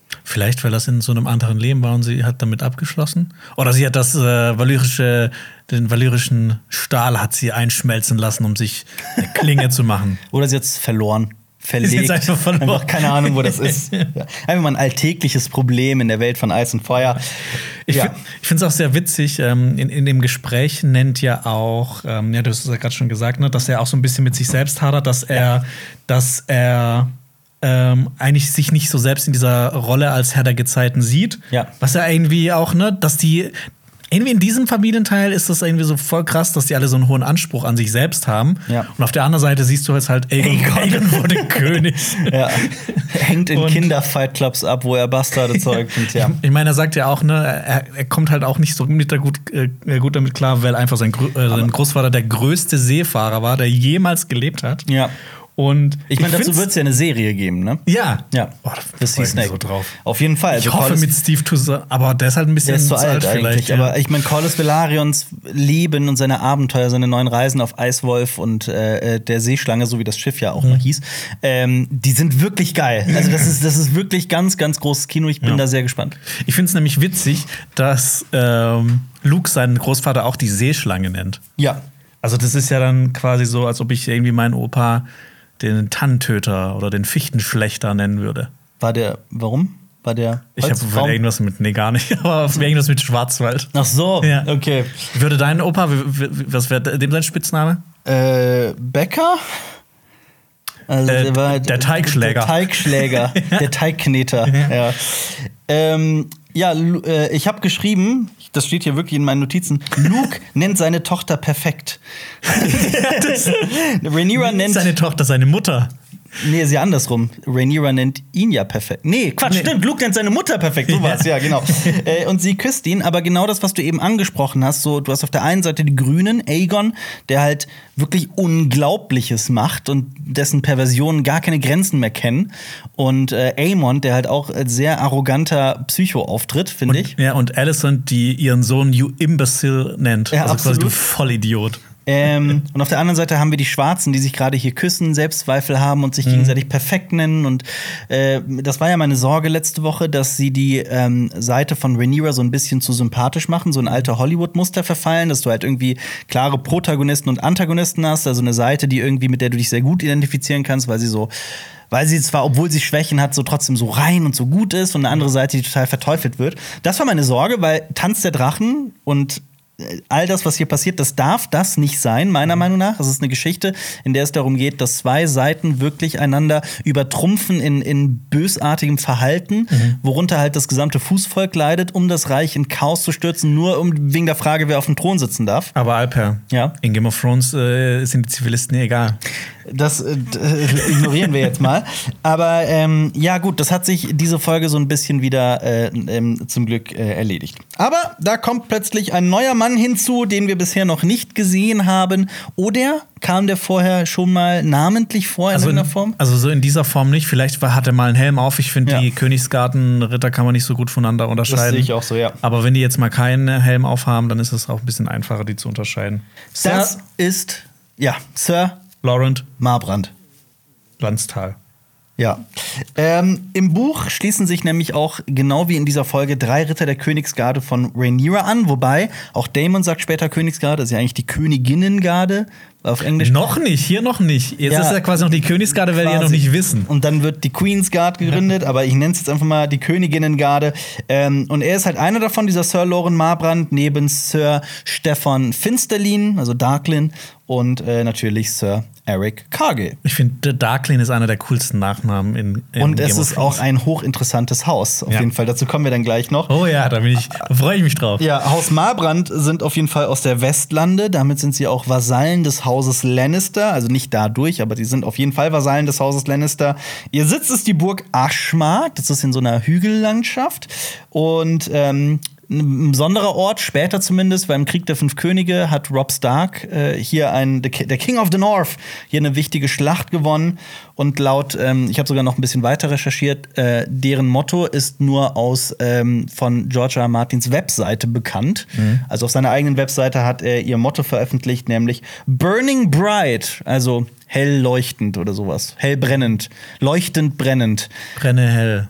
Vielleicht, weil das in so einem anderen Leben war und sie hat damit abgeschlossen. Oder sie hat den valyrischen Stahl hat sie einschmelzen lassen, um sich eine Klinge zu machen. Oder sie hat es verloren. Verlegt. Ist jetzt einfach verloren. Einfach keine Ahnung, wo das ist. Ja. Einfach mal ein alltägliches Problem in der Welt von Eis und Feuer. Ich finde es auch sehr witzig. In dem Gespräch nennt ja auch, du hast es ja gerade schon gesagt, ne, dass er auch so ein bisschen mit sich selbst hadert, dass er eigentlich sich nicht so selbst in dieser Rolle als Herr der Gezeiten sieht. Ja. Was er irgendwie auch, ne, dass die irgendwie in diesem Familienteil ist das irgendwie so voll krass, dass die alle so einen hohen Anspruch an sich selbst haben. Ja. Und auf der anderen Seite siehst du jetzt halt Aegon wurde König. Ja. Hängt in Kinderfight-Clubs ab, wo er Bastarde zeugt. Und, ja. Ich meine, er sagt ja auch, ne, er kommt halt auch nicht so gut damit klar, weil einfach sein Großvater der größte Seefahrer war, der jemals gelebt hat. Ja. Und ich meine, dazu wird es ja eine Serie geben, ne? Ja. Oh, das ist so drauf. Auf jeden Fall. Ich hoffe mit Steve zusammen, aber der ist halt ein bisschen zu alt eigentlich. Vielleicht, ja. Aber ich meine, Corlys Velaryon Leben und seine Abenteuer, seine neuen Reisen auf Eiswolf und der Seeschlange, so wie das Schiff ja auch mal hieß, die sind wirklich geil. Also das ist wirklich ganz, ganz großes Kino. Ich bin da sehr gespannt. Ich finde es nämlich witzig, dass Luke seinen Großvater auch die Seeschlange nennt. Ja. Also das ist ja dann quasi so, als ob ich irgendwie meinen Opa den Tannentöter oder den Fichtenschlechter nennen würde. Warum? War der Ich habe irgendwas mit, nee, gar nicht, aber irgendwas mit Schwarzwald. Ach so, ja. Okay. Würde dein Opa, was wäre dem sein Spitzname? Bäcker? Also der Teigschläger. Der Teigschläger, der Teigkneter. Ja. Ich habe geschrieben, das steht hier wirklich in meinen Notizen, Luke nennt seine Tochter perfekt. Rhaenyra nennt seine Tochter seine Mutter. Nee, ist ja andersrum. Rhaenyra nennt ihn ja perfekt. Nee, Quatsch, stimmt. Luke nennt seine Mutter perfekt. So war's, ja, genau. Und sie küsst ihn. Aber genau das, was du eben angesprochen hast, so, du hast auf der einen Seite die Grünen, Aegon, der halt wirklich Unglaubliches macht und dessen Perversionen gar keine Grenzen mehr kennen. Und Aemond, der halt auch als sehr arroganter Psycho auftritt, finde ich. Ja, und Alicent, die ihren Sohn You Imbecile nennt. Ja, also absolut. quasi du Vollidiot. Und auf der anderen Seite haben wir die Schwarzen, die sich gerade hier küssen, Selbstzweifel haben und sich gegenseitig perfekt nennen. Und das war ja meine Sorge letzte Woche, dass sie die Seite von Rhaenyra so ein bisschen zu sympathisch machen, so ein alter Hollywood-Muster verfallen, dass du halt irgendwie klare Protagonisten und Antagonisten hast, also eine Seite, die irgendwie mit der du dich sehr gut identifizieren kannst, weil sie zwar, obwohl sie Schwächen hat, so trotzdem so rein und so gut ist, und eine andere Seite, die total verteufelt wird. Das war meine Sorge, weil Tanz der Drachen und all das, was hier passiert, das darf das nicht sein, meiner Meinung nach. Es ist eine Geschichte, in der es darum geht, dass zwei Seiten wirklich einander übertrumpfen in bösartigem Verhalten, worunter halt das gesamte Fußvolk leidet, um das Reich in Chaos zu stürzen, nur wegen der Frage, wer auf dem Thron sitzen darf. Aber Alper, ja? In Game of Thrones sind die Zivilisten egal. Das ignorieren wir jetzt mal. Aber ja gut, das hat sich diese Folge so ein bisschen wieder zum Glück erledigt. Aber da kommt plötzlich ein neuer Mann hinzu, den wir bisher noch nicht gesehen haben. Oder kam der vorher schon mal namentlich vor in irgendeiner Form? Also so in dieser Form nicht. Vielleicht hat er mal einen Helm auf. Ich finde, die Königsgarten-Ritter kann man nicht so gut voneinander unterscheiden. Das sehe ich auch so, ja. Aber wenn die jetzt mal keinen Helm aufhaben, dann ist es auch ein bisschen einfacher, die zu unterscheiden. Das ist, ja, Sir Laurent Marbrand. Landstal. Ja. Im Buch schließen sich nämlich auch, genau wie in dieser Folge, 3 Ritter der Königsgarde von Rhaenyra an. Wobei, auch Daemon sagt später Königsgarde, das ist ja eigentlich die Königinnengarde. Auf Englisch. Noch nicht, hier noch nicht. Jetzt ist ja quasi noch die Königsgarde, weil die ja noch nicht wissen. Und dann wird die Queen's Guard gegründet, aber ich nenne es jetzt einfach mal die Königinnengarde. Und er ist halt einer davon, dieser Sir Loren Marbrand, neben Sir Stefan Finsterlin, also Darklyn, und natürlich Sir Eric Cargill. Ich finde, Darklyn ist einer der coolsten Nachnamen in und es ist auch ein hochinteressantes Haus, auf jeden Fall. Dazu kommen wir dann gleich noch. Oh ja, da freue ich mich drauf. Ja, Haus Marbrand sind auf jeden Fall aus der Westlande. Damit sind sie auch Vasallen des Hauses Lannister. Also nicht dadurch, aber die sind auf jeden Fall Vasallen des Hauses Lannister. Ihr Sitz ist die Burg Ashmark. Das ist in so einer Hügellandschaft. Und ein besonderer Ort, später zumindest, beim Krieg der 5 Könige hat Robb Stark hier der King of the North hier eine wichtige Schlacht gewonnen. Und laut, ich habe sogar noch ein bisschen weiter recherchiert, deren Motto ist nur von George R. R. Martins Webseite bekannt. Also auf seiner eigenen Webseite hat er ihr Motto veröffentlicht, nämlich Burning Bright, also hell leuchtend oder sowas. Hell brennend, leuchtend brennend. Brenne hell.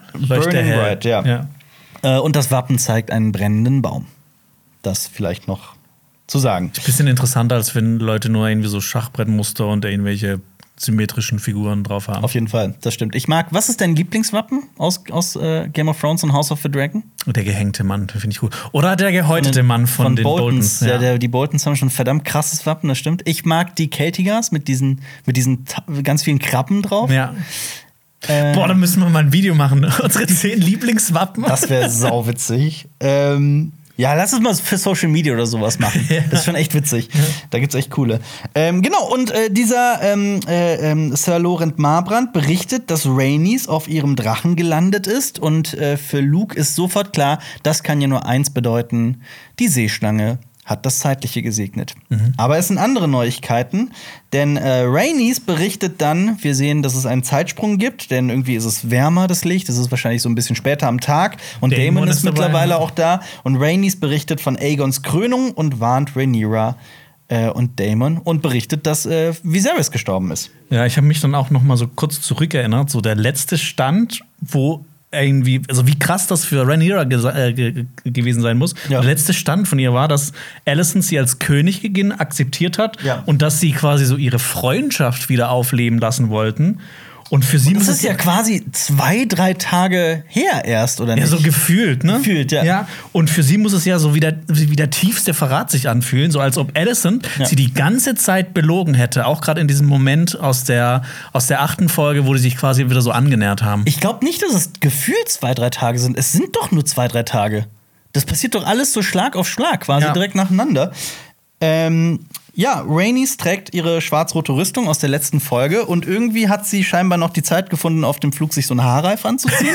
Leuchte hell. Bright, ja. Und das Wappen zeigt einen brennenden Baum. Das vielleicht noch zu sagen. Ist ein bisschen interessanter, als wenn Leute nur irgendwie so Schachbrettmuster und irgendwelche symmetrischen Figuren drauf haben. Auf jeden Fall, das stimmt. Was ist dein Lieblingswappen aus Game of Thrones und House of the Dragon? Der gehängte Mann, finde ich gut. Oder der gehäutete Mann von den Boltons. Ja. Die Boltons haben schon ein verdammt krasses Wappen, das stimmt. Ich mag die Celtigars mit diesen ganz vielen Krabben drauf. Ja. Boah, da müssen wir mal ein Video machen. Unsere 10 Lieblingswappen. Das wäre sauwitzig. Ja, lass uns mal für Social Media oder sowas machen. Ja. Das ist schon echt witzig. Ja. Da gibt's echt coole. Genau, und dieser Sir Laurent Marbrand berichtet, dass Rhaenys auf ihrem Drachen gelandet ist. Und für Luke ist sofort klar, das kann ja nur eins bedeuten: Die Seeschlange hat das Zeitliche gesegnet. Aber es sind andere Neuigkeiten, denn Rhaenys berichtet dann, wir sehen, dass es einen Zeitsprung gibt, denn irgendwie ist es wärmer, das Licht, es ist wahrscheinlich so ein bisschen später am Tag und Daemon ist mittlerweile auch da und Rhaenys berichtet von Aegons Krönung und warnt Rhaenyra und Daemon und berichtet, dass Viserys gestorben ist. Ja, ich habe mich dann auch noch mal so kurz zurückerinnert, so der letzte Stand, wo irgendwie, also wie krass das für Rhaenyra gewesen sein muss. Ja. Der letzte Stand von ihr war, dass Alicent sie als Königin akzeptiert hat und dass sie quasi so ihre Freundschaft wieder aufleben lassen wollten. Und für sie das ist ja quasi 2-3 Tage her erst, oder nicht? Ja, so gefühlt, ne? Gefühlt, ja. Und für sie muss es ja so wie der tiefste Verrat sich anfühlen, so als ob Alicent sie die ganze Zeit belogen hätte. Auch gerade in diesem Moment aus der 8. Folge, wo die sich quasi wieder so angenähert haben. Ich glaube nicht, dass es gefühlt 2-3 Tage sind. Es sind doch nur 2-3 Tage. Das passiert doch alles so Schlag auf Schlag, quasi direkt nacheinander. Ja, Rhaenys trägt ihre schwarz-rote Rüstung aus der letzten Folge und irgendwie hat sie scheinbar noch die Zeit gefunden, auf dem Flug sich so einen Haarreif anzuziehen.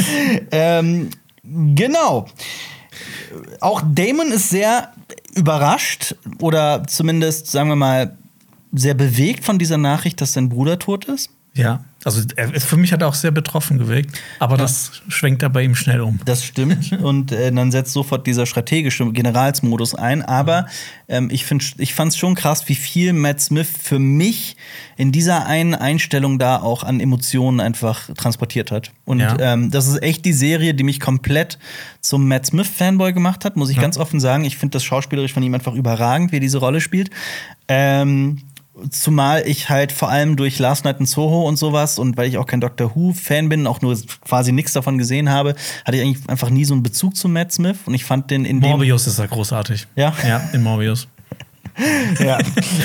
Genau. Auch Daemon ist sehr überrascht oder zumindest, sagen wir mal, sehr bewegt von dieser Nachricht, dass sein Bruder tot ist. Ja, also für mich hat er auch sehr betroffen gewirkt, aber das schwenkt er bei ihm schnell um. Das stimmt und dann setzt sofort dieser strategische Generalsmodus ein, aber ich fand es schon krass, wie viel Matt Smith für mich in dieser einen Einstellung da auch an Emotionen einfach transportiert hat. Und das ist echt die Serie, die mich komplett zum Matt Smith-Fanboy gemacht hat, muss ich ganz offen sagen. Ich finde das schauspielerisch von ihm einfach überragend, wie er diese Rolle spielt. Zumal ich halt vor allem durch Last Night in Soho und sowas und weil ich auch kein Doctor Who-Fan bin, auch nur quasi nichts davon gesehen habe, hatte ich eigentlich einfach nie so einen Bezug zu Matt Smith. Und ich fand den in Morbius ist ja großartig. Ja? Ja, in Morbius. Ja.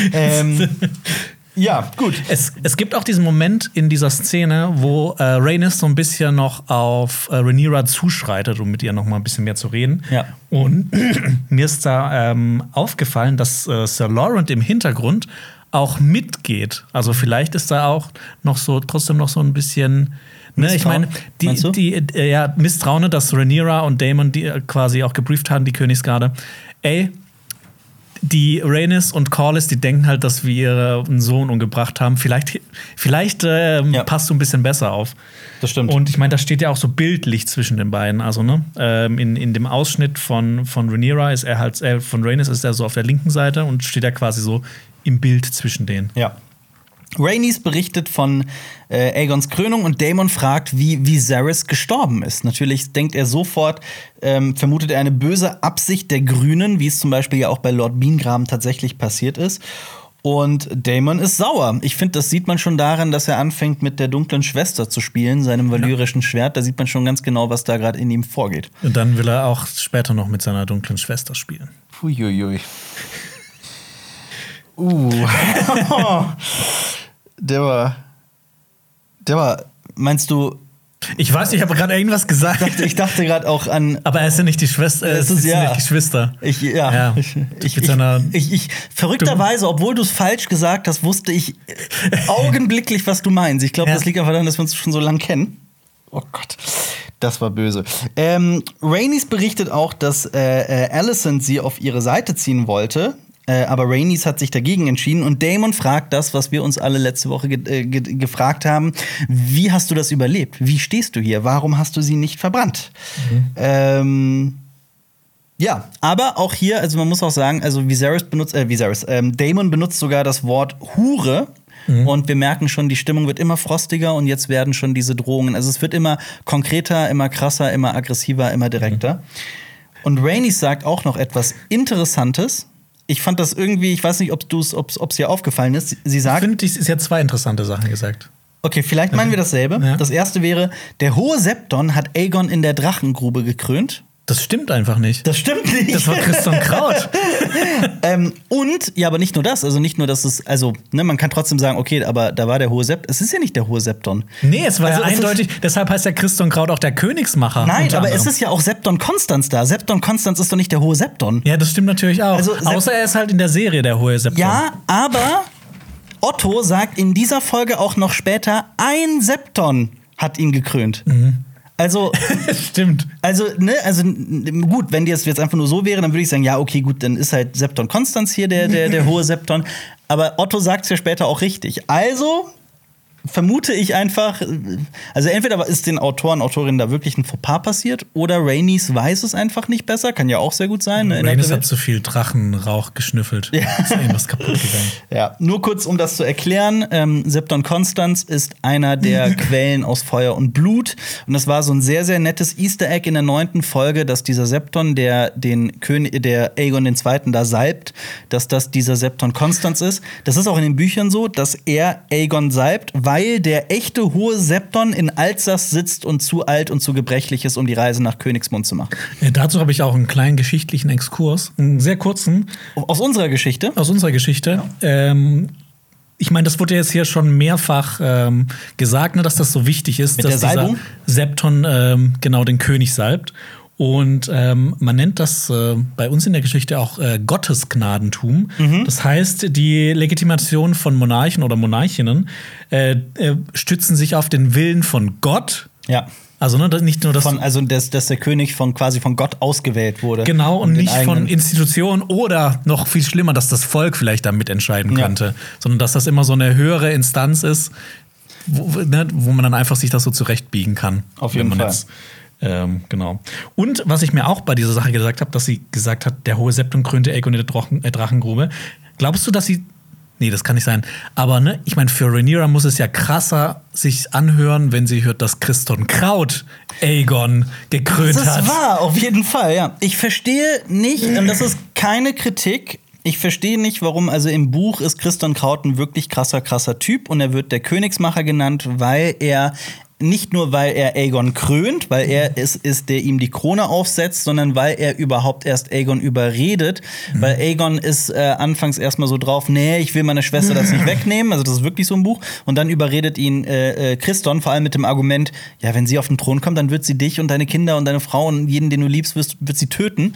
Ja, gut. Es gibt auch diesen Moment in dieser Szene, wo Rhaenys so ein bisschen noch auf Rhaenyra zuschreitet, um mit ihr noch mal ein bisschen mehr zu reden. Ja. Und mir ist da aufgefallen, dass Sir Laurent im Hintergrund auch mitgeht. Also vielleicht ist da auch noch so trotzdem noch so ein bisschen ich meine, die Misstrauen, dass Rhaenyra und Daemon die quasi auch gebrieft haben, die Königsgarde. Die Rhaenys und Corlys, die denken halt, dass wir ihren Sohn umgebracht haben. Vielleicht passt du ein bisschen besser auf. Das stimmt. Und ich meine, das steht ja auch so bildlich zwischen den beiden. Also, ne? In dem Ausschnitt von Rhaenyra ist er halt, von Rhaenys ist er so auf der linken Seite und steht er quasi so im Bild zwischen denen. Ja. Rhaenys berichtet von Aegons Krönung und Daemon fragt, wie Viserys gestorben ist. Natürlich denkt er sofort, vermutet er eine böse Absicht der Grünen, wie es zum Beispiel ja auch bei Lord Beangraben tatsächlich passiert ist. Und Daemon ist sauer. Ich finde, das sieht man schon daran, dass er anfängt, mit der dunklen Schwester zu spielen, seinem valyrischen Schwert. Da sieht man schon ganz genau, was da gerade in ihm vorgeht. Und dann will er auch später noch mit seiner dunklen Schwester spielen. Uiuiui. Der war, meinst du? Ich weiß, ich habe gerade irgendwas gesagt. Ich dachte gerade auch an. Aber er ist ja nicht die Schwester. Es ist ja nicht Geschwister. Verrückterweise, obwohl du es falsch gesagt hast, wusste ich augenblicklich, was du meinst. Ich glaube, das liegt einfach daran, dass wir uns schon so lange kennen. Oh Gott, das war böse. Rhaenys berichtet auch, dass Alicent sie auf ihre Seite ziehen wollte. Aber Rhaenys hat sich dagegen entschieden und Daemon fragt das, was wir uns alle letzte Woche gefragt haben. Wie hast du das überlebt? Wie stehst du hier? Warum hast du sie nicht verbrannt? Ja, aber auch hier, also man muss auch sagen, also Daemon benutzt sogar das Wort Hure und wir merken schon, die Stimmung wird immer frostiger und jetzt werden schon diese Drohungen. Also es wird immer konkreter, immer krasser, immer aggressiver, immer direkter. Und Rhaenys sagt auch noch etwas Interessantes. Ich fand das irgendwie, ich weiß nicht, ob es dir aufgefallen ist. Sie sagt, ich finde, sie hat 2 interessante Sachen gesagt. Okay, vielleicht meinen wir dasselbe. Ja. Das erste wäre, der hohe Septon hat Aegon in der Drachengrube gekrönt. Das stimmt einfach nicht. Das stimmt nicht. Das war Christian Kraut. Und, ja, aber nicht nur das. Also nicht nur, dass es, also, ne, man kann trotzdem sagen, okay, aber da war der hohe Septon. Es ist ja nicht der hohe Septon. Nee, es war Also, ja eindeutig. Deshalb heißt ja Christian Kraut auch der Königsmacher. Nein, aber es ist ja auch Septon Konstanz da. Septon Konstanz ist doch nicht der hohe Septon. Ja, das stimmt natürlich auch. Also, außer er ist halt in der Serie der hohe Septon. Ja, aber Otto sagt in dieser Folge auch noch später, ein Septon hat ihn gekrönt. Also, stimmt. Also gut, wenn die jetzt einfach nur so wäre, dann würde ich sagen, ja, okay, gut, dann ist halt Septon Konstanz hier der hohe Septon. Aber Otto sagt es ja später auch richtig. Also vermute ich einfach, also entweder ist den Autoren, Autorinnen da wirklich ein Fauxpas passiert oder Rhaenys weiß es einfach nicht besser. Kann ja auch sehr gut sein. Rhaenys hat zu viel Drachenrauch geschnüffelt. Ja. Ist irgendwas kaputt gegangen. Ja, nur kurz, um das zu erklären. Septon Konstanz ist einer der Quellen aus Feuer und Blut. Und das war so ein sehr, sehr nettes Easter Egg in der 9. Folge, dass dieser Septon, der Aegon II. Da salbt, dass das dieser Septon Konstanz ist. Das ist auch in den Büchern so, dass er Aegon salbt, weil der echte hohe Septon in Alsace sitzt und zu alt und zu gebrechlich ist, um die Reise nach Königsmund zu machen. Dazu habe ich auch einen kleinen geschichtlichen Exkurs, einen sehr kurzen. Aus unserer Geschichte? Aus unserer Geschichte. Ja. Ich meine, das wurde jetzt hier schon mehrfach gesagt, ne, dass das so wichtig ist, Mit dass der dieser Septon genau den König salbt. Und man nennt das bei uns in der Geschichte auch Gottesgnadentum. Das heißt, die Legitimation von Monarchen oder Monarchinnen stützen sich auf den Willen von Gott. Ja. Also nicht nur, dass der König quasi von Gott ausgewählt wurde. Genau, und nicht von Institutionen oder noch viel schlimmer, dass das Volk vielleicht da mitentscheiden könnte. Sondern dass das immer so eine höhere Instanz ist, wo man dann einfach sich das so zurechtbiegen kann. Auf jeden Fall. Genau. Und was ich mir auch bei dieser Sache gesagt habe, dass sie gesagt hat, der hohe Septon krönte Aegon in der Drachengrube. Glaubst du, dass sie Nee, das kann nicht sein. Aber ne, ich meine, für Rhaenyra muss es ja krasser sich anhören, wenn sie hört, dass Christian Kraut Aegon gekrönt hat. Das war auf jeden Fall, ja. Ich verstehe nicht, und das ist keine Kritik, ich verstehe nicht, warum, also im Buch ist Christian Kraut ein wirklich krasser Typ und er wird der Königsmacher genannt, weil er nicht nur, weil er Aegon krönt, weil er es ist, der ihm die Krone aufsetzt, sondern weil er überhaupt erst Aegon überredet. Weil Aegon ist anfangs erstmal so drauf, nee, ich will meiner Schwester das nicht wegnehmen. Also das ist wirklich so ein Buch. Und dann überredet ihn Christian, vor allem mit dem Argument, ja, wenn sie auf den Thron kommt, dann wird sie dich und deine Kinder und deine Frau und jeden, den du liebst, wird sie töten.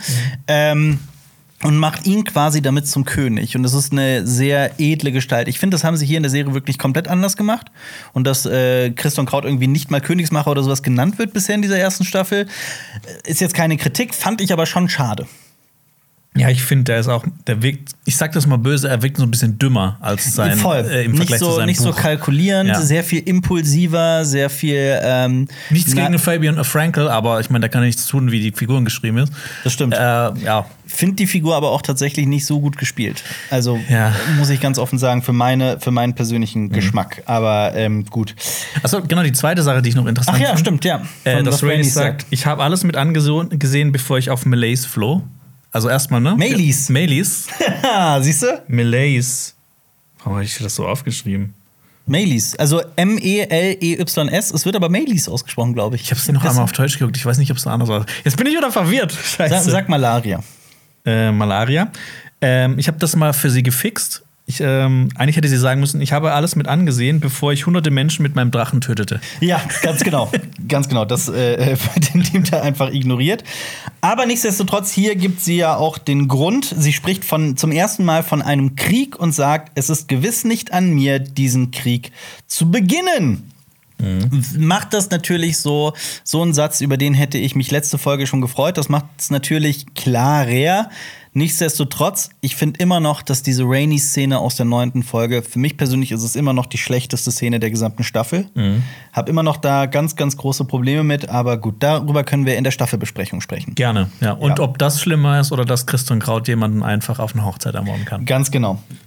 Und macht ihn quasi damit zum König. Und das ist eine sehr edle Gestalt. Ich finde, das haben sie hier in der Serie wirklich komplett anders gemacht. Und dass Christian Kraut irgendwie nicht mal Königsmacher oder sowas genannt wird bisher in dieser ersten Staffel, ist jetzt keine Kritik, fand ich aber schon schade. Ja, ich finde, der wirkt, ich sag das mal böse, er wirkt so ein bisschen dümmer als sein im Vergleich zu seinem nicht Buch. So kalkulierend, ja. Sehr viel impulsiver, sehr viel nichts gegen Fabian Frankel, aber ich meine, da kann nichts tun, wie die Figuren geschrieben ist. Das stimmt. Ja. Finde die Figur aber auch tatsächlich nicht so gut gespielt. Also muss ich ganz offen sagen, für meinen persönlichen Geschmack. Aber gut. Achso, genau, die zweite Sache, die ich noch interessant finde. Ach ja, stimmt, ja. Dass Rhaenys sagt, ich habe alles mit angesehen, bevor ich auf Meleys floh. Also erstmal, ne? Meleys. Siehst du? Meleys. Warum habe ich das so aufgeschrieben? Meleys. Also M-E-L-E-Y-S. Es wird aber Meleys ausgesprochen, glaube ich. Ich habe es noch einmal auf Deutsch geguckt. Ich weiß nicht, ob es so anders war. Jetzt bin ich wieder verwirrt. Scheiße. Sag Malaria. Malaria. Ich habe das mal für sie gefixt. Eigentlich hätte sie sagen müssen, ich habe alles mit angesehen, bevor ich hunderte Menschen mit meinem Drachen tötete. Ja, ganz genau. Ganz genau. Das wird in dem Teil einfach ignoriert. Aber nichtsdestotrotz, hier gibt sie ja auch den Grund. Sie spricht zum ersten Mal von einem Krieg und sagt, es ist gewiss nicht an mir, diesen Krieg zu beginnen. Macht das natürlich so ein Satz, über den hätte ich mich letzte Folge schon gefreut. Das macht es natürlich klarer. Nichtsdestotrotz, ich finde immer noch, dass diese Rhaenys-Szene aus der 9. Folge, für mich persönlich ist es immer noch die schlechteste Szene der gesamten Staffel. Hab immer noch da ganz, ganz große Probleme mit, aber gut, darüber können wir in der Staffelbesprechung sprechen. Gerne, ja. Und ob das schlimmer ist oder dass Christian Kraut jemanden einfach auf eine Hochzeit ermorden kann. Ganz genau.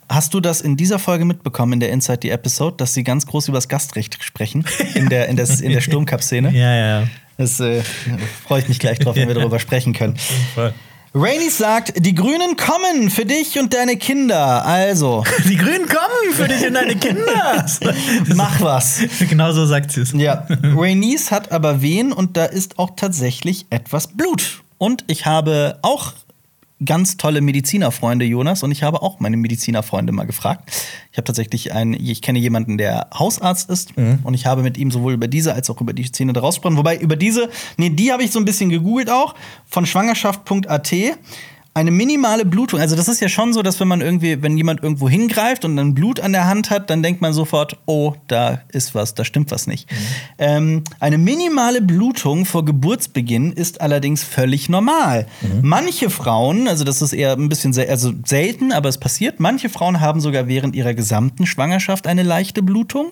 hast du das in dieser Folge mitbekommen, in der Inside the Episode, dass sie ganz groß über das Gastrecht sprechen? In der Sturmcup-Szene? Ja. Das freue ich mich gleich drauf, wenn wir darüber sprechen können. Rhaenys sagt, die Grünen kommen für dich und deine Kinder. Also. Die Grünen kommen für dich und deine Kinder. Mach was. Genau so sagt sie es. Ja. Rhaenys hat aber Wehen und da ist auch tatsächlich etwas Blut. Und ich habe auch ganz tolle Medizinerfreunde, Jonas, und ich habe auch meine Medizinerfreunde mal gefragt. Ich habe tatsächlich ich kenne jemanden, der Hausarzt ist, und ich habe mit ihm sowohl über diese als auch über die Szene daraus gesprochen. Wobei über die habe ich so ein bisschen gegoogelt auch, von schwangerschaft.at. Eine minimale Blutung, also das ist ja schon so, dass wenn jemand irgendwo hingreift und dann Blut an der Hand hat, dann denkt man sofort, oh, da ist was, da stimmt was nicht. Eine minimale Blutung vor Geburtsbeginn ist allerdings völlig normal. Manche Frauen, also das ist eher ein bisschen selten, aber es passiert, manche Frauen haben sogar während ihrer gesamten Schwangerschaft eine leichte Blutung.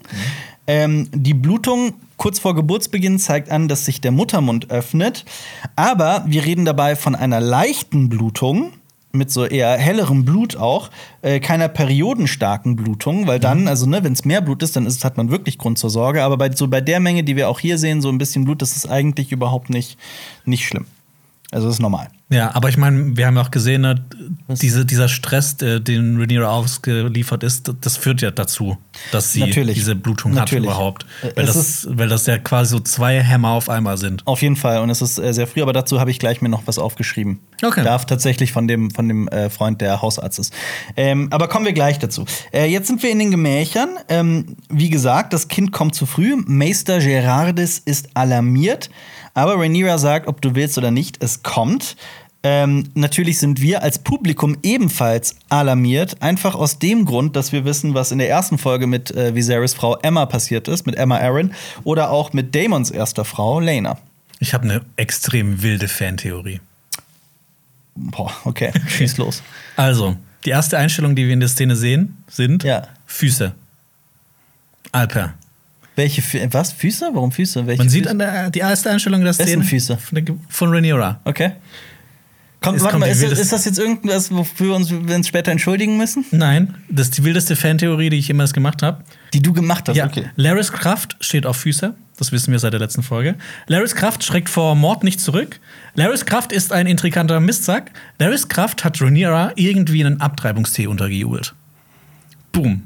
Die Blutung kurz vor Geburtsbeginn zeigt an, dass sich der Muttermund öffnet. Aber wir reden dabei von einer leichten Blutung, mit so eher hellerem Blut auch, keiner periodenstarken Blutung, weil dann, wenn es mehr Blut ist, dann hat man wirklich Grund zur Sorge. Aber bei der Menge, die wir auch hier sehen, so ein bisschen Blut, das ist eigentlich überhaupt nicht schlimm. Also das ist normal. Ja, aber ich meine, wir haben ja auch gesehen, ne, dieser Stress, den Rhaenyra ausgeliefert ist, das führt ja dazu, dass sie diese Blutung hat überhaupt. Weil das ja quasi so zwei Hämmer auf einmal sind. Auf jeden Fall. Und es ist sehr früh, aber dazu habe ich gleich mir noch was aufgeschrieben. Okay. Darf tatsächlich von dem Freund der Hausarzt ist. Aber kommen wir gleich dazu. Jetzt sind wir in den Gemächern. Wie gesagt, das Kind kommt zu früh. Maester Gerardis ist alarmiert. Aber Rhaenyra sagt, ob du willst oder nicht, es kommt. Natürlich sind wir als Publikum ebenfalls alarmiert. Einfach aus dem Grund, dass wir wissen, was in der ersten Folge mit Viserys Frau Emma passiert ist, mit Emma Arryn. Oder auch mit Daemons erster Frau, Laena. Ich habe eine extrem wilde Fantheorie. Boah, okay, schieß los. Also, die erste Einstellung, die wir in der Szene sehen, sind Füße. Alper. Welche was? Füße? Warum Füße? Welche Man sieht Füße? die erste Einstellung der Szene. Füße? Von Rhaenyra. Okay. Warte mal, ist das jetzt irgendwas, wofür wir uns später entschuldigen müssen? Nein, das ist die wildeste Fantheorie, die ich jemals gemacht habe. Die du gemacht hast, ja. Okay. Larys Kraft steht auf Füße. Das wissen wir seit der letzten Folge. Larys Kraft schreckt vor Mord nicht zurück. Larys Kraft ist ein intrikanter Mistsack. Larys Kraft hat Rhaenyra irgendwie einen Abtreibungstee untergejubelt. Boom.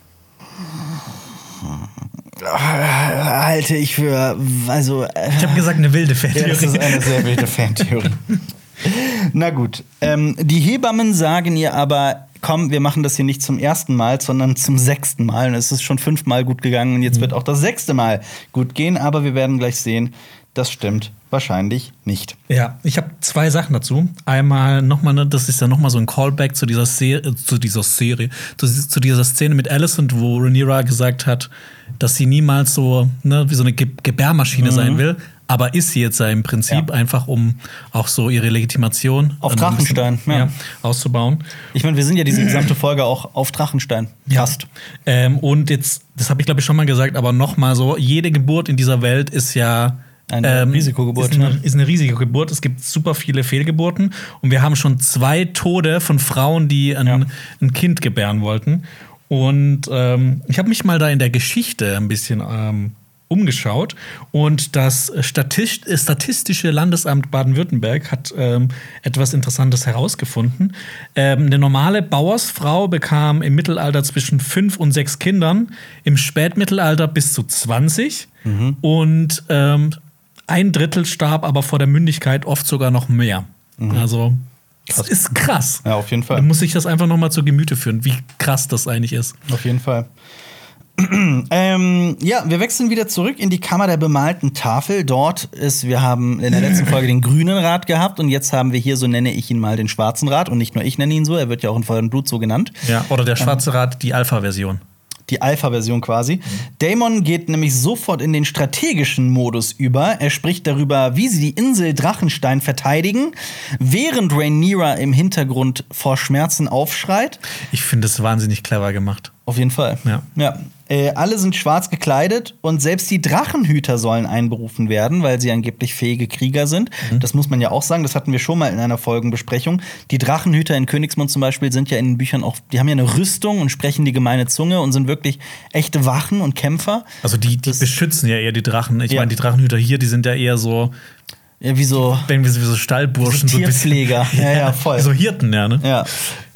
Halte ich für, ich habe gesagt, eine wilde Fantheorie. Das ist eine sehr wilde Fantheorie. Na gut. Die Hebammen sagen ihr aber, komm, wir machen das hier nicht zum ersten Mal, sondern zum 6. Mal. Und es ist schon 5 Mal gut gegangen und jetzt wird auch das 6. Mal gut gehen. Aber wir werden gleich sehen, das stimmt wahrscheinlich nicht. Ja, ich habe 2 Sachen dazu. Einmal nochmal, das ist ja nochmal so ein Callback zu dieser Szene mit Alicent, wo Rhaenyra gesagt hat, dass sie niemals so wie so eine Gebärmaschine sein will. Aber ist sie jetzt ja im Prinzip einfach, um auch so ihre Legitimation auf Drachenstein auszubauen. Ich meine, wir sind ja diese gesamte Folge auch auf Drachenstein. Fast. Und jetzt, das habe ich glaube ich schon mal gesagt, aber noch mal so, jede Geburt in dieser Welt ist ja eine Risikogeburt. Ist eine Risikogeburt. Es gibt super viele Fehlgeburten. Und wir haben schon 2 Tode von Frauen, die ein Kind gebären wollten. Und ich habe mich mal da in der Geschichte ein bisschen umgeschaut. Und das Statistische Landesamt Baden-Württemberg hat etwas Interessantes herausgefunden. Eine normale Bauersfrau bekam im Mittelalter zwischen 5 und 6 Kindern, im Spätmittelalter bis zu 20. Und 1/3 starb aber vor der Mündigkeit, oft sogar noch mehr. Also das ist krass. Ja, auf jeden Fall. Man muss sich das einfach noch mal zu Gemüte führen, wie krass das eigentlich ist. Auf jeden Fall. Wir wechseln wieder zurück in die Kammer der bemalten Tafel. Wir haben in der letzten Folge den grünen Rat gehabt und jetzt haben wir hier, so nenne ich ihn mal, den schwarzen Rat. Und nicht nur ich nenne ihn so, er wird ja auch in Feuer und Blut so genannt. Ja, oder der schwarze Rat, die Alpha-Version. Die Alpha-Version quasi. Daemon geht nämlich sofort in den strategischen Modus über. Er spricht darüber, wie sie die Insel Drachenstein verteidigen, während Rhaenyra im Hintergrund vor Schmerzen aufschreit. Ich finde es wahnsinnig clever gemacht. Auf jeden Fall. Ja. Alle sind schwarz gekleidet und selbst die Drachenhüter sollen einberufen werden, weil sie angeblich fähige Krieger sind. Das muss man ja auch sagen, das hatten wir schon mal in einer Folgenbesprechung. Die Drachenhüter in Königsmund zum Beispiel sind ja in den Büchern auch, die haben ja eine Rüstung und sprechen die gemeine Zunge und sind wirklich echte Wachen und Kämpfer. Also die beschützen ja eher die Drachen. Ich meine, die Drachenhüter hier, die sind ja eher so wie so Stallburschen, so Tierpfleger. Ja, voll. So Hirten, ja, ne? Ja.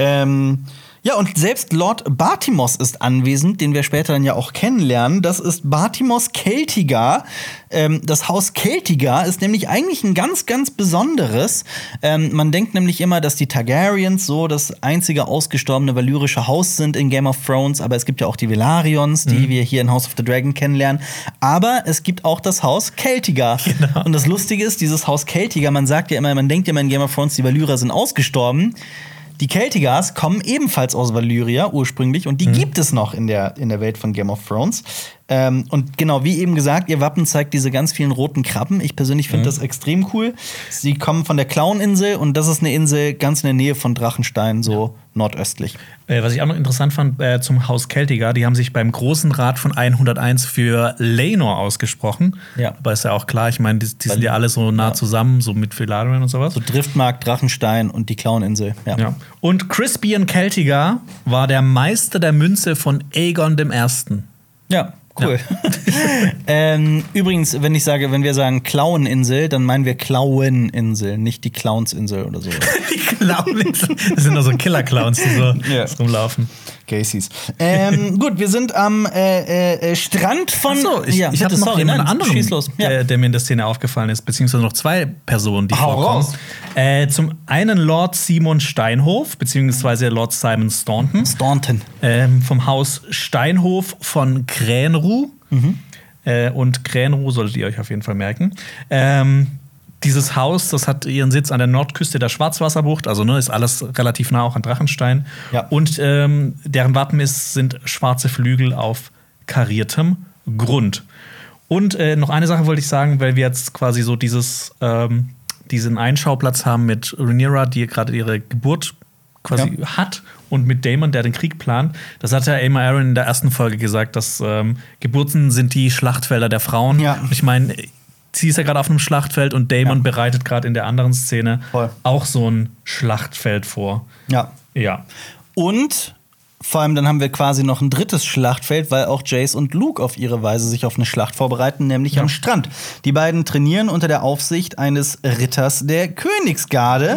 Ja, und selbst Lord Bartimos ist anwesend, den wir später dann ja auch kennenlernen. Das ist Bartimos Celtigar. Das Haus Celtigar ist nämlich eigentlich ein ganz, ganz besonderes. Man denkt nämlich immer, dass die Targaryens so das einzige ausgestorbene valyrische Haus sind in Game of Thrones. Aber es gibt ja auch die Velaryons, die wir hier in House of the Dragon kennenlernen. Aber es gibt auch das Haus Celtigar. Genau. Und das Lustige ist, dieses Haus Celtigar, man denkt ja immer in Game of Thrones, die Valyrer sind ausgestorben. Die Celtigars kommen ebenfalls aus Valyria ursprünglich und die gibt es noch in der Welt von Game of Thrones. Und genau, wie eben gesagt, ihr Wappen zeigt diese ganz vielen roten Krabben. Ich persönlich finde das extrem cool. Sie kommen von der Clown-Insel und das ist eine Insel ganz in der Nähe von Drachenstein, so nordöstlich. Was ich auch noch interessant fand zum Haus Celtigar, die haben sich beim Großen Rat von 101 für Laenor ausgesprochen. Ja. Aber ist ja auch klar, ich meine, die sind ja alle so nah zusammen, so mit Velaryon und sowas. So Driftmark, Drachenstein und die Clown-Insel. Ja. Und Crispian Celtigar war der Meister der Münze von Aegon I. Ja. Cool. Ja. Übrigens, wenn wir sagen Clown-Insel, dann meinen wir Clown-Insel, nicht die Clowns-Insel oder so. Die Clown-Insel. Das sind doch so Killer-Clowns, die so rumlaufen. Gacy's. Gut, wir sind am Strand von. Achso, ich hatte noch jemanden anderen, der mir in der Szene aufgefallen ist, beziehungsweise noch zwei Personen, die vorkommen. Zum einen Lord Simon Steinhof, beziehungsweise Lord Simon Staunton. Vom Haus Steinhof von Kränruh. Und Kränruh solltet ihr euch auf jeden Fall merken. Dieses Haus, das hat ihren Sitz an der Nordküste der Schwarzwasserbucht, also ist alles relativ nah auch an Drachenstein. Ja. Und deren Wappen sind schwarze Flügel auf kariertem Grund. Und noch eine Sache wollte ich sagen, weil wir jetzt quasi so diesen Einschauplatz haben mit Rhaenyra, die gerade ihre Geburt quasi hat, und mit Daemon, der den Krieg plant. Das hat ja Aemma Arryn in der ersten Folge gesagt, dass Geburten sind die Schlachtfelder der Frauen. Ja. Ich meine, sie ist ja gerade auf einem Schlachtfeld und Daemon bereitet gerade in der anderen Szene auch so ein Schlachtfeld vor. Ja. Und vor allem dann haben wir quasi noch ein drittes Schlachtfeld, weil auch Jace und Luke auf ihre Weise sich auf eine Schlacht vorbereiten, nämlich am Strand. Die beiden trainieren unter der Aufsicht eines Ritters der Königsgarde.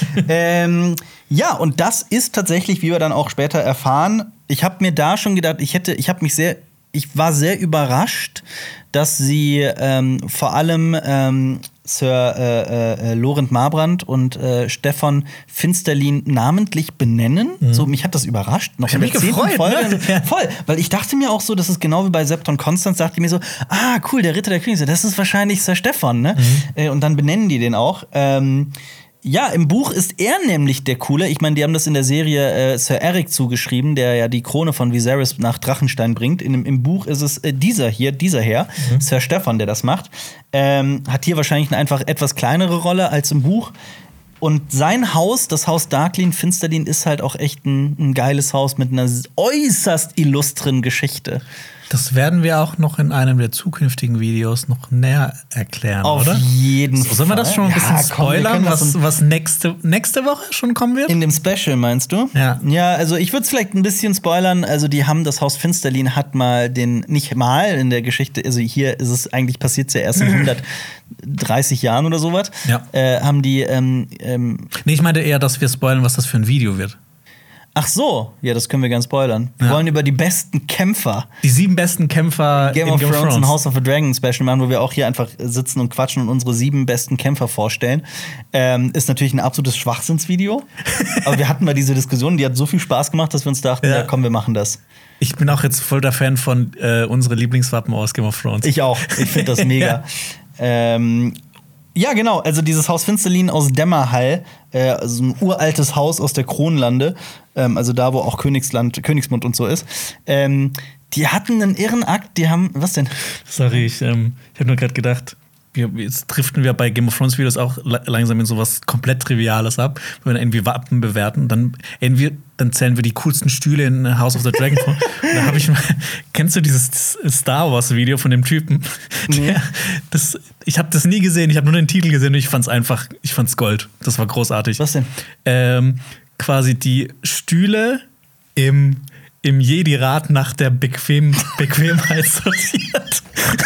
Ja, und das ist tatsächlich, wie wir dann auch später erfahren, ich habe mir da schon gedacht, ich war sehr überrascht, dass sie vor allem Sir Lorent Marbrand und Stefan Finsterlin namentlich benennen. So, mich hat das überrascht. Noch ich habe mich gefreut. Folge. Ne? Voll, weil ich dachte mir auch so, das ist genau wie bei Septon Constance, dachte ich mir so, cool, der Ritter der Könige, das ist wahrscheinlich Sir Stefan, ne? Und dann benennen die den auch. Ja, im Buch ist er nämlich der Coole. Ich meine, die haben das in der Serie Sir Eric zugeschrieben, der ja die Krone von Viserys nach Drachenstein bringt. Im Buch ist es dieser Herr, Sir Stefan, der das macht. Hat hier wahrscheinlich eine einfach etwas kleinere Rolle als im Buch. Und sein Haus, das Haus Darklin Finsterlin, ist halt auch echt ein geiles Haus mit einer äußerst illustren Geschichte. Das werden wir auch noch in einem der zukünftigen Videos noch näher erklären, oder? Auf jeden Fall. Sollen wir das schon ein bisschen spoilern, was nächste Woche schon kommen wird? In dem Special, meinst du? Ja. Ja, also ich würde es vielleicht ein bisschen spoilern. Also die haben, das Haus Finsterlin hat mal nicht mal in der Geschichte, also hier ist es eigentlich passiert ja erst in 130 Jahren oder sowas. Ja. Haben die Nee, ich meinte eher, dass wir spoilern, was das für ein Video wird. Ach so, ja, das können wir gerne spoilern. Wir wollen über die besten Kämpfer. Die 7 besten Kämpfer Game of Thrones und House of the Dragon Special machen, wo wir auch hier einfach sitzen und quatschen und unsere 7 besten Kämpfer vorstellen. Ist natürlich ein absolutes Schwachsinnsvideo. Aber wir hatten mal diese Diskussion, die hat so viel Spaß gemacht, dass wir uns dachten, ja komm, wir machen das. Ich bin auch jetzt voll der Fan von unsere Lieblingswappen aus Game of Thrones. Ich auch. Ich finde das mega. Ja, genau. Also dieses Haus Finsterlin aus Dämmerhall, also ein uraltes Haus aus der Kronlande, also da, wo auch Königsmund und so ist. Die hatten einen irren Akt. Die haben, was denn? Sorry, ich habe nur gerade gedacht, jetzt driften wir bei Game of Thrones Videos auch langsam in sowas komplett Triviales ab, wenn wir irgendwie Wappen bewerten, dann zählen wir die coolsten Stühle in House of the Dragon vor. Und da habe ich mal, kennst du dieses Star Wars Video von dem Typen? Nee. Ich habe das nie gesehen, ich habe nur den Titel gesehen und ich fand's Gold. Das war großartig. Was denn? Quasi die Stühle im Jedi-Rat nach der Bequemheit sortiert.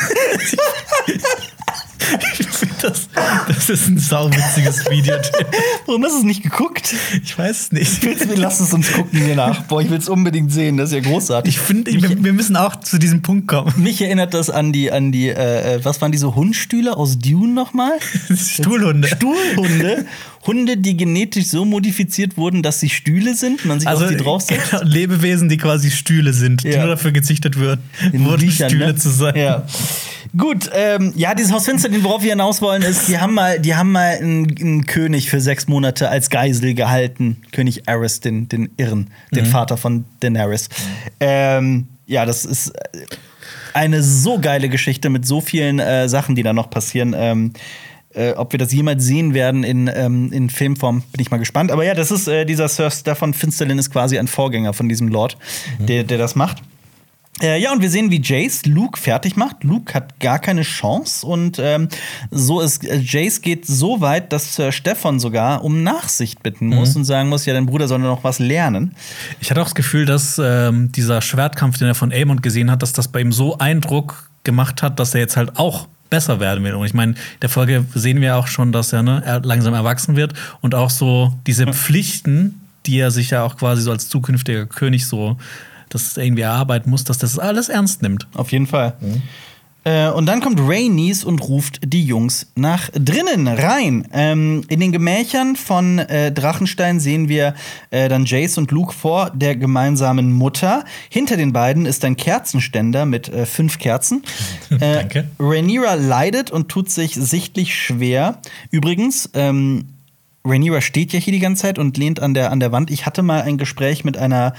Ich finde, das ist ein sauwitziges Video. Warum hast du es nicht geguckt? Ich weiß es nicht. Lass es uns gucken hier nach. Boah, ich will es unbedingt sehen, das ist ja großartig. Ich finde, wir müssen auch zu diesem Punkt kommen. Mich erinnert das an die was waren diese Hundstühle aus Dune nochmal? Stuhlhunde. Stuhlhunde. Hunde, die genetisch so modifiziert wurden, dass sie Stühle sind, man sich auf sie draufsetzt. Genau, Lebewesen, die quasi Stühle sind, die nur dafür gezüchtet wurden, Stühle zu sein. Ja. Gut, dieses Haus Finsterling, worauf wir hinaus wollen, ist, die haben mal einen König für 6 Monate als Geisel gehalten. König Aerys, den Irren, den Vater von Daenerys. Das ist eine so geile Geschichte mit so vielen Sachen, die da noch passieren. Ob wir das jemals sehen werden in Filmform, bin ich mal gespannt. Aber ja, das ist dieser Sir Stefan Finsterling ist quasi ein Vorgänger von diesem Lord, der das macht. Und wir sehen, wie Jace Luke fertig macht. Luke hat gar keine Chance und Jace geht so weit, dass Sir Stefan sogar um Nachsicht bitten muss und sagen muss, ja, dein Bruder soll noch was lernen. Ich hatte auch das Gefühl, dass dieser Schwertkampf, den er von Aemond gesehen hat, dass das bei ihm so Eindruck gemacht hat, dass er jetzt halt auch besser werden will. Und ich meine, in der Folge sehen wir auch schon, dass er langsam erwachsen wird und auch so diese Pflichten, die er sich ja auch quasi so als zukünftiger König so das irgendwie erarbeiten muss, dass das alles ernst nimmt. Auf jeden Fall. Und dann kommt Rhaenys und ruft die Jungs nach drinnen rein. In den Gemächern von Drachenstein sehen wir dann Jace und Luke vor der gemeinsamen Mutter. Hinter den beiden ist ein Kerzenständer mit 5 Kerzen. Danke. Rhaenyra leidet und tut sich sichtlich schwer. Übrigens, Rhaenyra steht ja hier die ganze Zeit und lehnt an der Wand. Ich hatte mal ein Gespräch mit einer,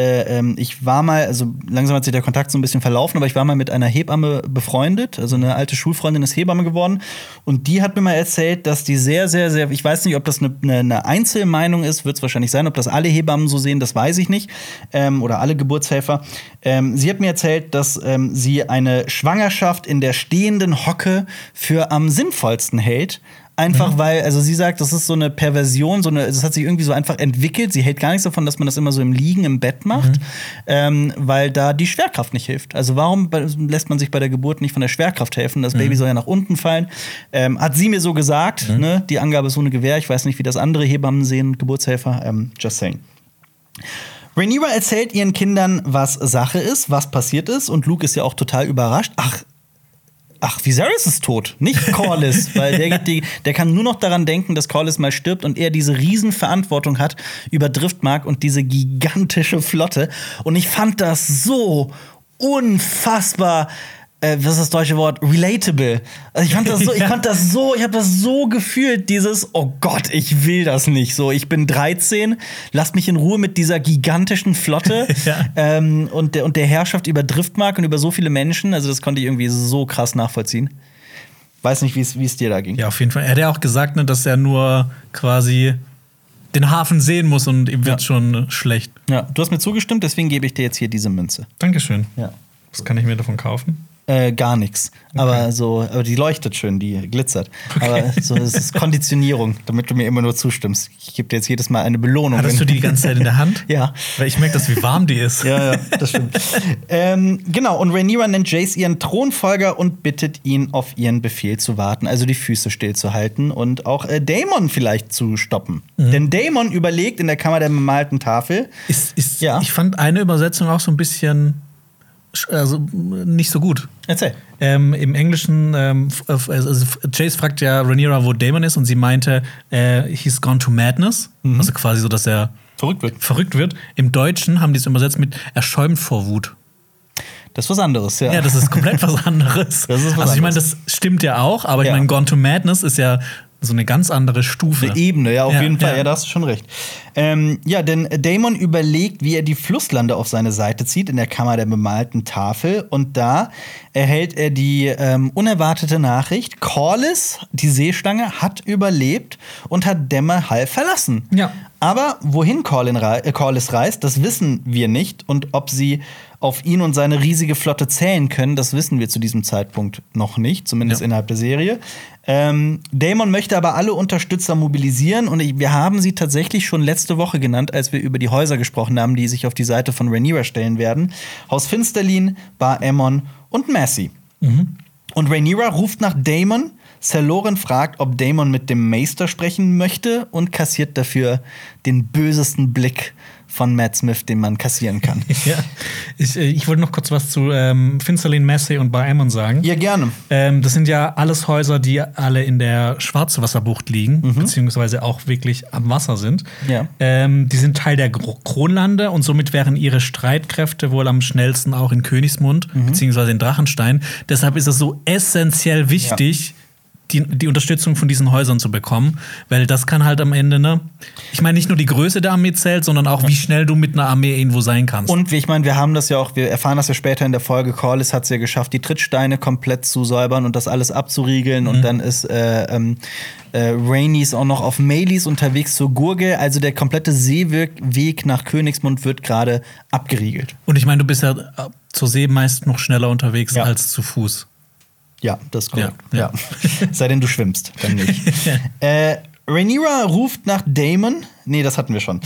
also langsam hat sich der Kontakt so ein bisschen verlaufen, aber ich war mal mit einer Hebamme befreundet, also eine alte Schulfreundin ist Hebamme geworden. Und die hat mir mal erzählt, dass die sehr, sehr, sehr, ich weiß nicht, ob das eine Einzelmeinung ist, wird es wahrscheinlich sein, ob das alle Hebammen so sehen, das weiß ich nicht. Oder alle Geburtshelfer. Sie hat mir erzählt, dass sie eine Schwangerschaft in der stehenden Hocke für am sinnvollsten hält. Einfach weil, also sie sagt, das ist so eine Perversion, das hat sich irgendwie so einfach entwickelt. Sie hält gar nichts davon, dass man das immer so im Liegen im Bett macht, weil da die Schwerkraft nicht hilft. Also warum lässt man sich bei der Geburt nicht von der Schwerkraft helfen? Das Baby soll ja nach unten fallen. Hat sie mir so gesagt, ne? Die Angabe ist ohne Gewähr. Ich weiß nicht, wie das andere Hebammen sehen, Geburtshelfer. Just saying. Rhaenyra erzählt ihren Kindern, was Sache ist, was passiert ist. Und Luke ist ja auch total überrascht. Ach, Viserys ist tot, nicht Corlys, weil der kann nur noch daran denken, dass Corlys mal stirbt und er diese Riesenverantwortung hat über Driftmark und diese gigantische Flotte. Und ich fand das so unfassbar, was ist das deutsche Wort? Relatable. Also ich habe das so gefühlt, dieses, oh Gott, ich will das nicht. So, ich bin 13, lasst mich in Ruhe mit dieser gigantischen Flotte und der Herrschaft über Driftmark und über so viele Menschen. Also das konnte ich irgendwie so krass nachvollziehen. Weiß nicht, wie es dir da ging. Ja, auf jeden Fall. Er hat ja auch gesagt, ne, dass er nur quasi den Hafen sehen muss und ihm wird schon schlecht. Ja, du hast mir zugestimmt, deswegen gebe ich dir jetzt hier diese Münze. Dankeschön. Ja. Was kann ich mir davon kaufen? Gar nichts. Okay. Aber die leuchtet schön, die glitzert. Okay. Aber so, das ist Konditionierung, damit du mir immer nur zustimmst. Ich gebe dir jetzt jedes Mal eine Belohnung. Hattest du die ganze Zeit in der Hand? Ja. Weil ich merke, dass wie warm die ist. Ja, das stimmt. Genau, und Rhaenyra nennt Jace ihren Thronfolger und bittet ihn, auf ihren Befehl zu warten, also die Füße stillzuhalten und auch Daemon vielleicht zu stoppen. Denn Daemon überlegt in der Kammer der bemalten Tafel. Ich fand eine Übersetzung auch so ein bisschen nicht so gut. Erzähl. Im Englischen, Jace fragt ja Rhaenyra, wo Daemon ist, und sie meinte, he's gone to madness. Also quasi so, dass er verrückt wird. Im Deutschen haben die es übersetzt mit, er schäumt vor Wut. Das ist was anderes, ja. Ja, das ist komplett was anderes. Ich meine, das stimmt ja auch, aber ich meine, gone to madness ist ja so eine ganz andere Stufe. Eine Ebene, ja, auf Ja, jeden Fall. ja. Ja, da hast du schon recht. Ja, denn Damon überlegt, wie er die Flusslande auf seine Seite zieht, in der Kammer der bemalten Tafel. Und da erhält er die unerwartete Nachricht: Corlys, die Seeschlange, hat überlebt und hat Dämmerhall verlassen. Ja. Aber wohin Corlys reist, das wissen wir nicht. Und ob sie auf ihn und seine riesige Flotte zählen können, das wissen wir zu diesem Zeitpunkt noch nicht, zumindest innerhalb der Serie. Daemon möchte aber alle Unterstützer mobilisieren und wir haben sie tatsächlich schon letzte Woche genannt, als wir über die Häuser gesprochen haben, die sich auf die Seite von Rhaenyra stellen werden. Haus Finsterlin, Bar Aemon und Massey. Und Rhaenyra ruft nach Daemon. Sir Loren fragt, ob Daemon mit dem Maester sprechen möchte und kassiert dafür den bösesten Blick von Matt Smith, den man kassieren kann. Ja. Ich wollte noch kurz was zu Finsterlin, Massey und Bar Aemon sagen. Ja, gerne. Das sind ja alles Häuser, die alle in der Schwarzwasserbucht liegen, beziehungsweise auch wirklich am Wasser sind. Ja. Die sind Teil der Kronlande und somit wären ihre Streitkräfte wohl am schnellsten auch in Königsmund, beziehungsweise in Drachenstein. Deshalb ist es so essentiell wichtig, die Unterstützung von diesen Häusern zu bekommen, weil das kann halt am Ende, ne? Ich meine, nicht nur die Größe der Armee zählt, sondern auch, wie schnell du mit einer Armee irgendwo sein kannst. Und ich meine, wir haben das ja auch, wir erfahren das ja später in der Folge, Corlys hat es ja geschafft, die Trittsteine komplett zu säubern und das alles abzuriegeln. Und dann ist Rhaenys auch noch auf Meleys unterwegs zur Gurgel. Also der komplette Seeweg nach Königsmund wird gerade abgeriegelt. Und ich meine, du bist ja zur See meist noch schneller unterwegs als zu Fuß. Ja, das ist korrekt. Ja. Sei denn, du schwimmst, dann nicht. Rhaenyra ruft nach Daemon. Nee, das hatten wir schon.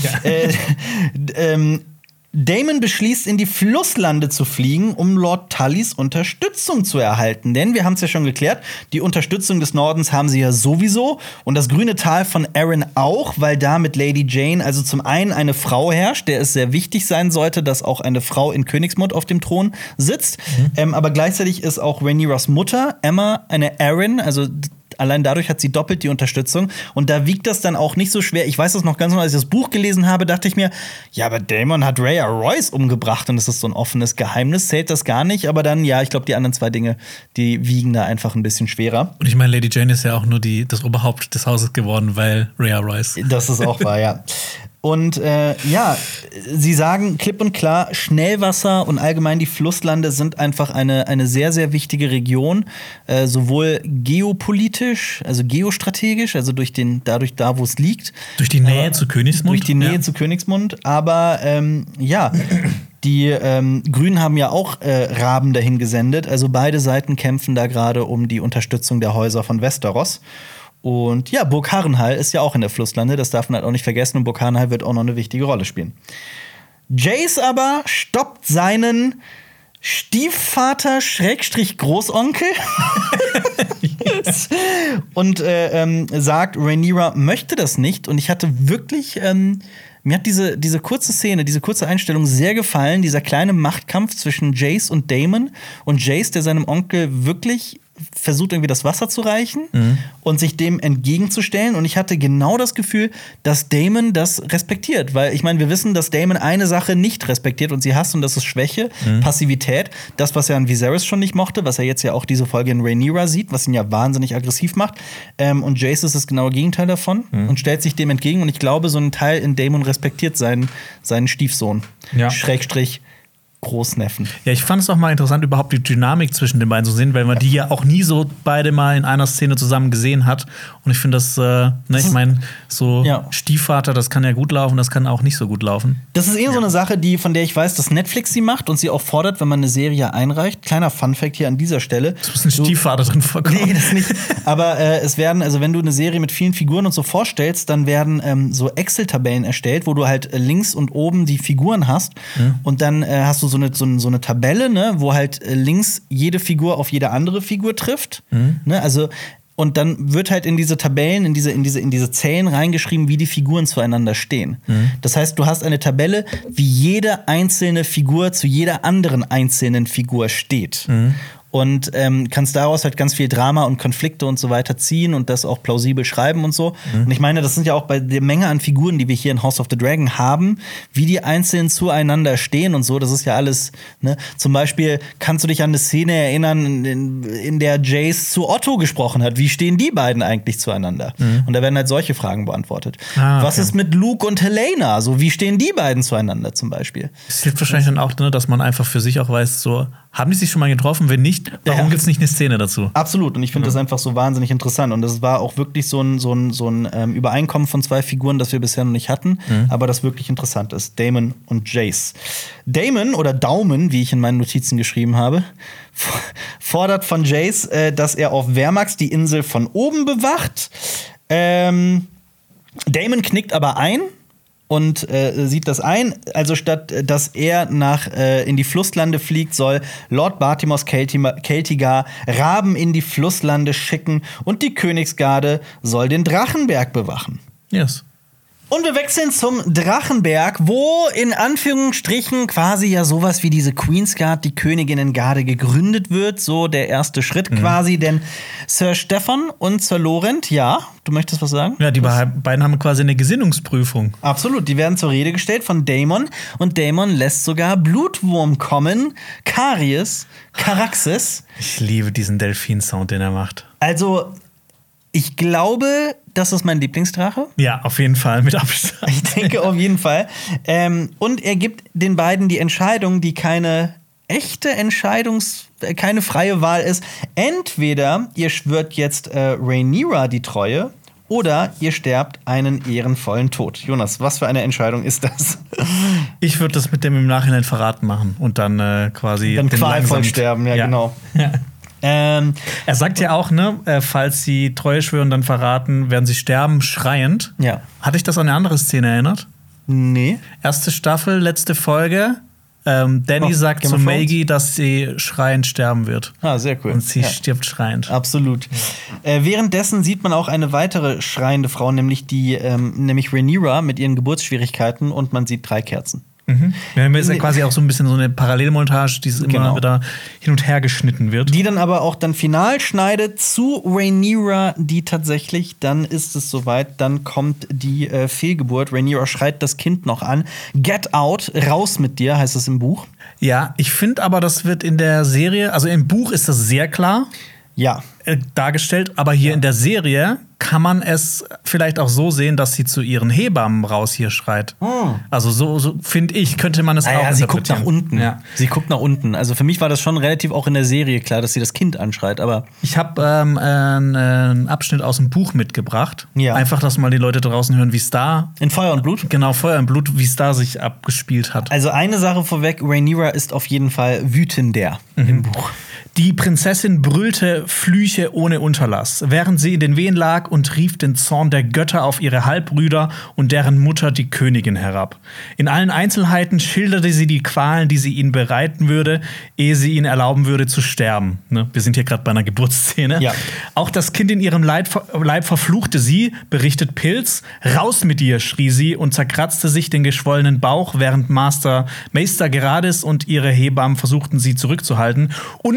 Ja. Daemon beschließt, in die Flusslande zu fliegen, um Lord Tullys Unterstützung zu erhalten. Denn wir haben es ja schon geklärt, die Unterstützung des Nordens haben sie ja sowieso. Und das grüne Tal von Arryn auch, weil da mit Lady Jane also zum einen eine Frau herrscht, der es sehr wichtig sein sollte, dass auch eine Frau in Königsmund auf dem Thron sitzt. Aber gleichzeitig ist auch Rhaenyras Mutter, Emma, eine Arryn, also allein dadurch hat sie doppelt die Unterstützung. Und da wiegt das dann auch nicht so schwer. Ich weiß das noch ganz genau, als ich das Buch gelesen habe, dachte ich mir, ja, aber Daemon hat Rhea Royce umgebracht und das ist so ein offenes Geheimnis, zählt das gar nicht. Aber dann, ja, ich glaube, die anderen zwei Dinge, die wiegen da einfach ein bisschen schwerer. Und ich meine, Lady Jane ist ja auch nur das Oberhaupt des Hauses geworden, weil Rhea Royce. Das ist auch wahr, ja. Und ja, sie sagen klipp und klar, Schnellwasser und allgemein die Flusslande sind einfach eine sehr, sehr wichtige Region. Sowohl geopolitisch, also geostrategisch, also dadurch da, wo es liegt. Durch die Nähe zu Königsmund? Durch die Nähe zu Königsmund. Aber ja, die Grünen haben ja auch Raben dahin gesendet. Also beide Seiten kämpfen da gerade um die Unterstützung der Häuser von Westeros. Und ja, Burg Harrenhal ist ja auch in der Flusslande, das darf man halt auch nicht vergessen. Und Burg Harrenhal wird auch noch eine wichtige Rolle spielen. Jace aber stoppt seinen Stiefvater Großonkel und sagt, Rhaenyra möchte das nicht. Und ich hatte wirklich mir hat diese kurze Szene, diese kurze Einstellung sehr gefallen. Dieser kleine Machtkampf zwischen Jace und Daemon. Und Jace, der seinem Onkel wirklich versucht, irgendwie das Wasser zu reichen und sich dem entgegenzustellen. Und ich hatte genau das Gefühl, dass Daemon das respektiert. Weil ich meine, wir wissen, dass Daemon eine Sache nicht respektiert und sie hasst, und das ist Schwäche, Passivität. Das, was er an Viserys schon nicht mochte, was er jetzt ja auch diese Folge in Rhaenyra sieht, was ihn ja wahnsinnig aggressiv macht. Und Jace ist das genaue Gegenteil davon und stellt sich dem entgegen. Und ich glaube, so ein Teil in Daemon respektiert seinen Stiefsohn. Ja. Schrägstrich Großneffen. Ja, ich fand es auch mal interessant, überhaupt die Dynamik zwischen den beiden zu sehen, weil man die ja auch nie so beide mal in einer Szene zusammen gesehen hat. Und ich finde das, ich meine, so Stiefvater, das kann ja gut laufen, das kann auch nicht so gut laufen. Das ist so eine Sache, von der ich weiß, dass Netflix sie macht und sie auch fordert, wenn man eine Serie einreicht. Kleiner Funfact hier an dieser Stelle. Es muss ein Stiefvater drin vorkommen. Nee, das nicht. Aber es werden, also wenn du eine Serie mit vielen Figuren und so vorstellst, dann werden so Excel-Tabellen erstellt, wo du halt links und oben die Figuren hast. Und dann hast du so eine Tabelle, ne, wo halt links jede Figur auf jede andere Figur trifft. Ne, also und dann wird halt in diese Tabellen, in diese Zellen reingeschrieben, wie die Figuren zueinander stehen. Das heißt, du hast eine Tabelle, wie jede einzelne Figur zu jeder anderen einzelnen Figur steht. und kannst daraus halt ganz viel Drama und Konflikte und so weiter ziehen und das auch plausibel schreiben und so. Und ich meine, das sind ja auch bei der Menge an Figuren, die wir hier in House of the Dragon haben, wie die einzeln zueinander stehen und so. Das ist ja alles, ne? Zum Beispiel kannst du dich an eine Szene erinnern, in der Jace zu Otto gesprochen hat. Wie stehen die beiden eigentlich zueinander? Und da werden halt solche Fragen beantwortet. Okay. Was ist mit Luke und Helena? So, wie stehen die beiden zueinander zum Beispiel? Es hilft wahrscheinlich dann auch, ne, dass man einfach für sich auch weiß, so, haben die sich schon mal getroffen? Wenn nicht, warum gibt's nicht eine Szene dazu? Absolut. Und ich finde das einfach so wahnsinnig interessant. Und das war auch wirklich so ein Übereinkommen von zwei Figuren, das wir bisher noch nicht hatten, aber das wirklich interessant ist. Daemon und Jace. Daemon oder Daumen, wie ich in meinen Notizen geschrieben habe, fordert von Jace, dass er auf Vermax die Insel von oben bewacht. Daemon knickt aber ein und sieht das ein. Also statt dass er in die Flusslande fliegt, soll Lord Bartimos Celtigar Raben in die Flusslande schicken und die Königsgarde soll den Drachenberg bewachen. Yes. Und wir wechseln zum Drachenberg, wo in Anführungsstrichen quasi ja sowas wie diese Queensguard, die Königinnengarde, gegründet wird. So der erste Schritt quasi. Denn Sir Stefan und Sir Laurent, ja, du möchtest was sagen? Ja, die beiden haben quasi eine Gesinnungsprüfung. Absolut, die werden zur Rede gestellt von Daemon. Und Daemon lässt sogar Blutwurm kommen. Karies, Caraxes. Ich liebe diesen Delfin-Sound, den er macht. Also, ich glaube, das ist mein Lieblingsdrache. Ja, auf jeden Fall, mit Abstand. Ich denke auf jeden Fall. Und er gibt den beiden die Entscheidung, die keine echte keine freie Wahl ist. Entweder ihr schwört jetzt Rhaenyra die Treue oder ihr sterbt einen ehrenvollen Tod. Jonas, was für eine Entscheidung ist das? Ich würde das mit dem im Nachhinein verraten machen und dann quasi Dann den qualvoll langsam sterben, ja, genau. Ja. Er sagt ja auch, ne, falls sie Treue schwören, dann verraten, werden sie sterben, schreiend. Ja. Hatte ich das an eine andere Szene erinnert? Nee. Erste Staffel, letzte Folge. Dany sagt Game zu of Thrones? Maggie, dass sie schreiend sterben wird. Ah, sehr cool. Und sie Ja. stirbt schreiend. Absolut. Währenddessen sieht man auch eine weitere schreiende Frau, nämlich Rhaenyra mit ihren Geburtsschwierigkeiten, und man sieht 3 Kerzen. Ja, ist ja quasi auch so ein bisschen so eine Parallelmontage, die immer wieder hin und her geschnitten wird. Die dann aber auch final schneidet zu Rhaenyra, die tatsächlich, dann ist es soweit, dann kommt die Fehlgeburt. Rhaenyra schreit das Kind noch an. Get out, raus mit dir, heißt es im Buch. Ja, ich finde aber, das wird in der Serie, also im Buch ist das sehr klar Ja. dargestellt, aber hier in der Serie kann man es vielleicht auch so sehen, dass sie zu ihren Hebammen raus hier schreit. Also so finde ich, könnte man es auch Ja, sie guckt nach interpretieren. unten. Ja. Sie guckt nach unten. Also für mich war das schon relativ auch in der Serie klar, dass sie das Kind anschreit, aber Ich habe einen Abschnitt aus dem Buch mitgebracht. Ja. Einfach, dass mal die Leute draußen hören, wie es da, in Feuer und Blut. genau, Feuer und Blut, wie es da sich abgespielt hat. Also eine Sache vorweg, Rhaenyra ist auf jeden Fall wütender im Buch. Die Prinzessin brüllte Flüche ohne Unterlass, während sie in den Wehen lag, und rief den Zorn der Götter auf ihre Halbbrüder und deren Mutter, die Königin, herab. In allen Einzelheiten schilderte sie die Qualen, die sie ihnen bereiten würde, ehe sie ihnen erlauben würde zu sterben. Ne? Wir sind hier gerade bei einer Geburtsszene. Ja. Auch das Kind in ihrem Leib verfluchte sie, berichtet Pilz. Raus mit dir, schrie sie und zerkratzte sich den geschwollenen Bauch, während Meister Gerades und ihre Hebammen versuchten, sie zurückzuhalten.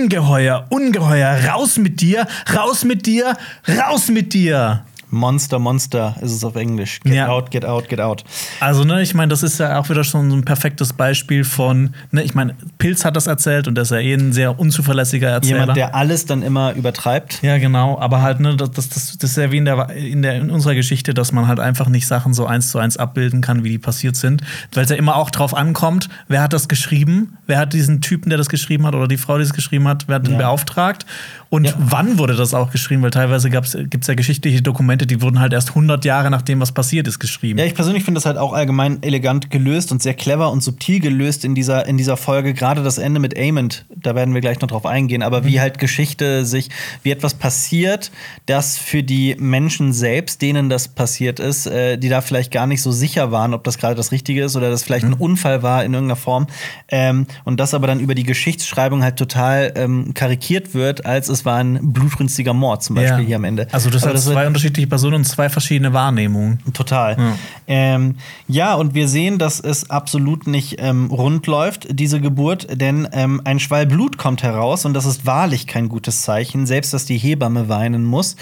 Ungeheuer, raus mit dir, raus mit dir, raus mit dir! Monster ist es auf Englisch. Get Ja. out, get out, get out. Also, ne, ich meine, das ist ja auch wieder schon so ein perfektes Beispiel von, ne, ich meine, Pilz hat das erzählt und der ist ja eh ein sehr unzuverlässiger Erzähler. Jemand, der alles dann immer übertreibt. Ja, genau, aber halt, ne, das ist ja wie in unserer Geschichte, dass man halt einfach nicht Sachen so 1:1 abbilden kann, wie die passiert sind. Weil es ja immer auch drauf ankommt, wer hat das geschrieben, wer hat diesen Typen, der das geschrieben hat, oder die Frau, die es geschrieben hat, wer hat den beauftragt und wann wurde das auch geschrieben, weil teilweise gibt's ja geschichtliche Dokumente, die wurden halt erst 100 Jahre nachdem was passiert ist geschrieben. Ja, ich persönlich finde das halt auch allgemein elegant gelöst und sehr clever und subtil gelöst in dieser Folge. Gerade das Ende mit Aemond, da werden wir gleich noch drauf eingehen. Aber wie halt Geschichte wie etwas passiert, das für die Menschen selbst, denen das passiert ist, die da vielleicht gar nicht so sicher waren, ob das gerade das Richtige ist oder das vielleicht ein Unfall war in irgendeiner Form. Und das aber dann über die Geschichtsschreibung halt total karikiert wird, als es war ein blutrünstiger Mord zum Beispiel hier am Ende. Also das hat zwei unterschiedliche Person und 2 verschiedene Wahrnehmungen. Total. Ja, und wir sehen, dass es absolut nicht rund läuft, diese Geburt, denn ein Schwall Blut kommt heraus und das ist wahrlich kein gutes Zeichen, selbst dass die Hebamme weinen muss.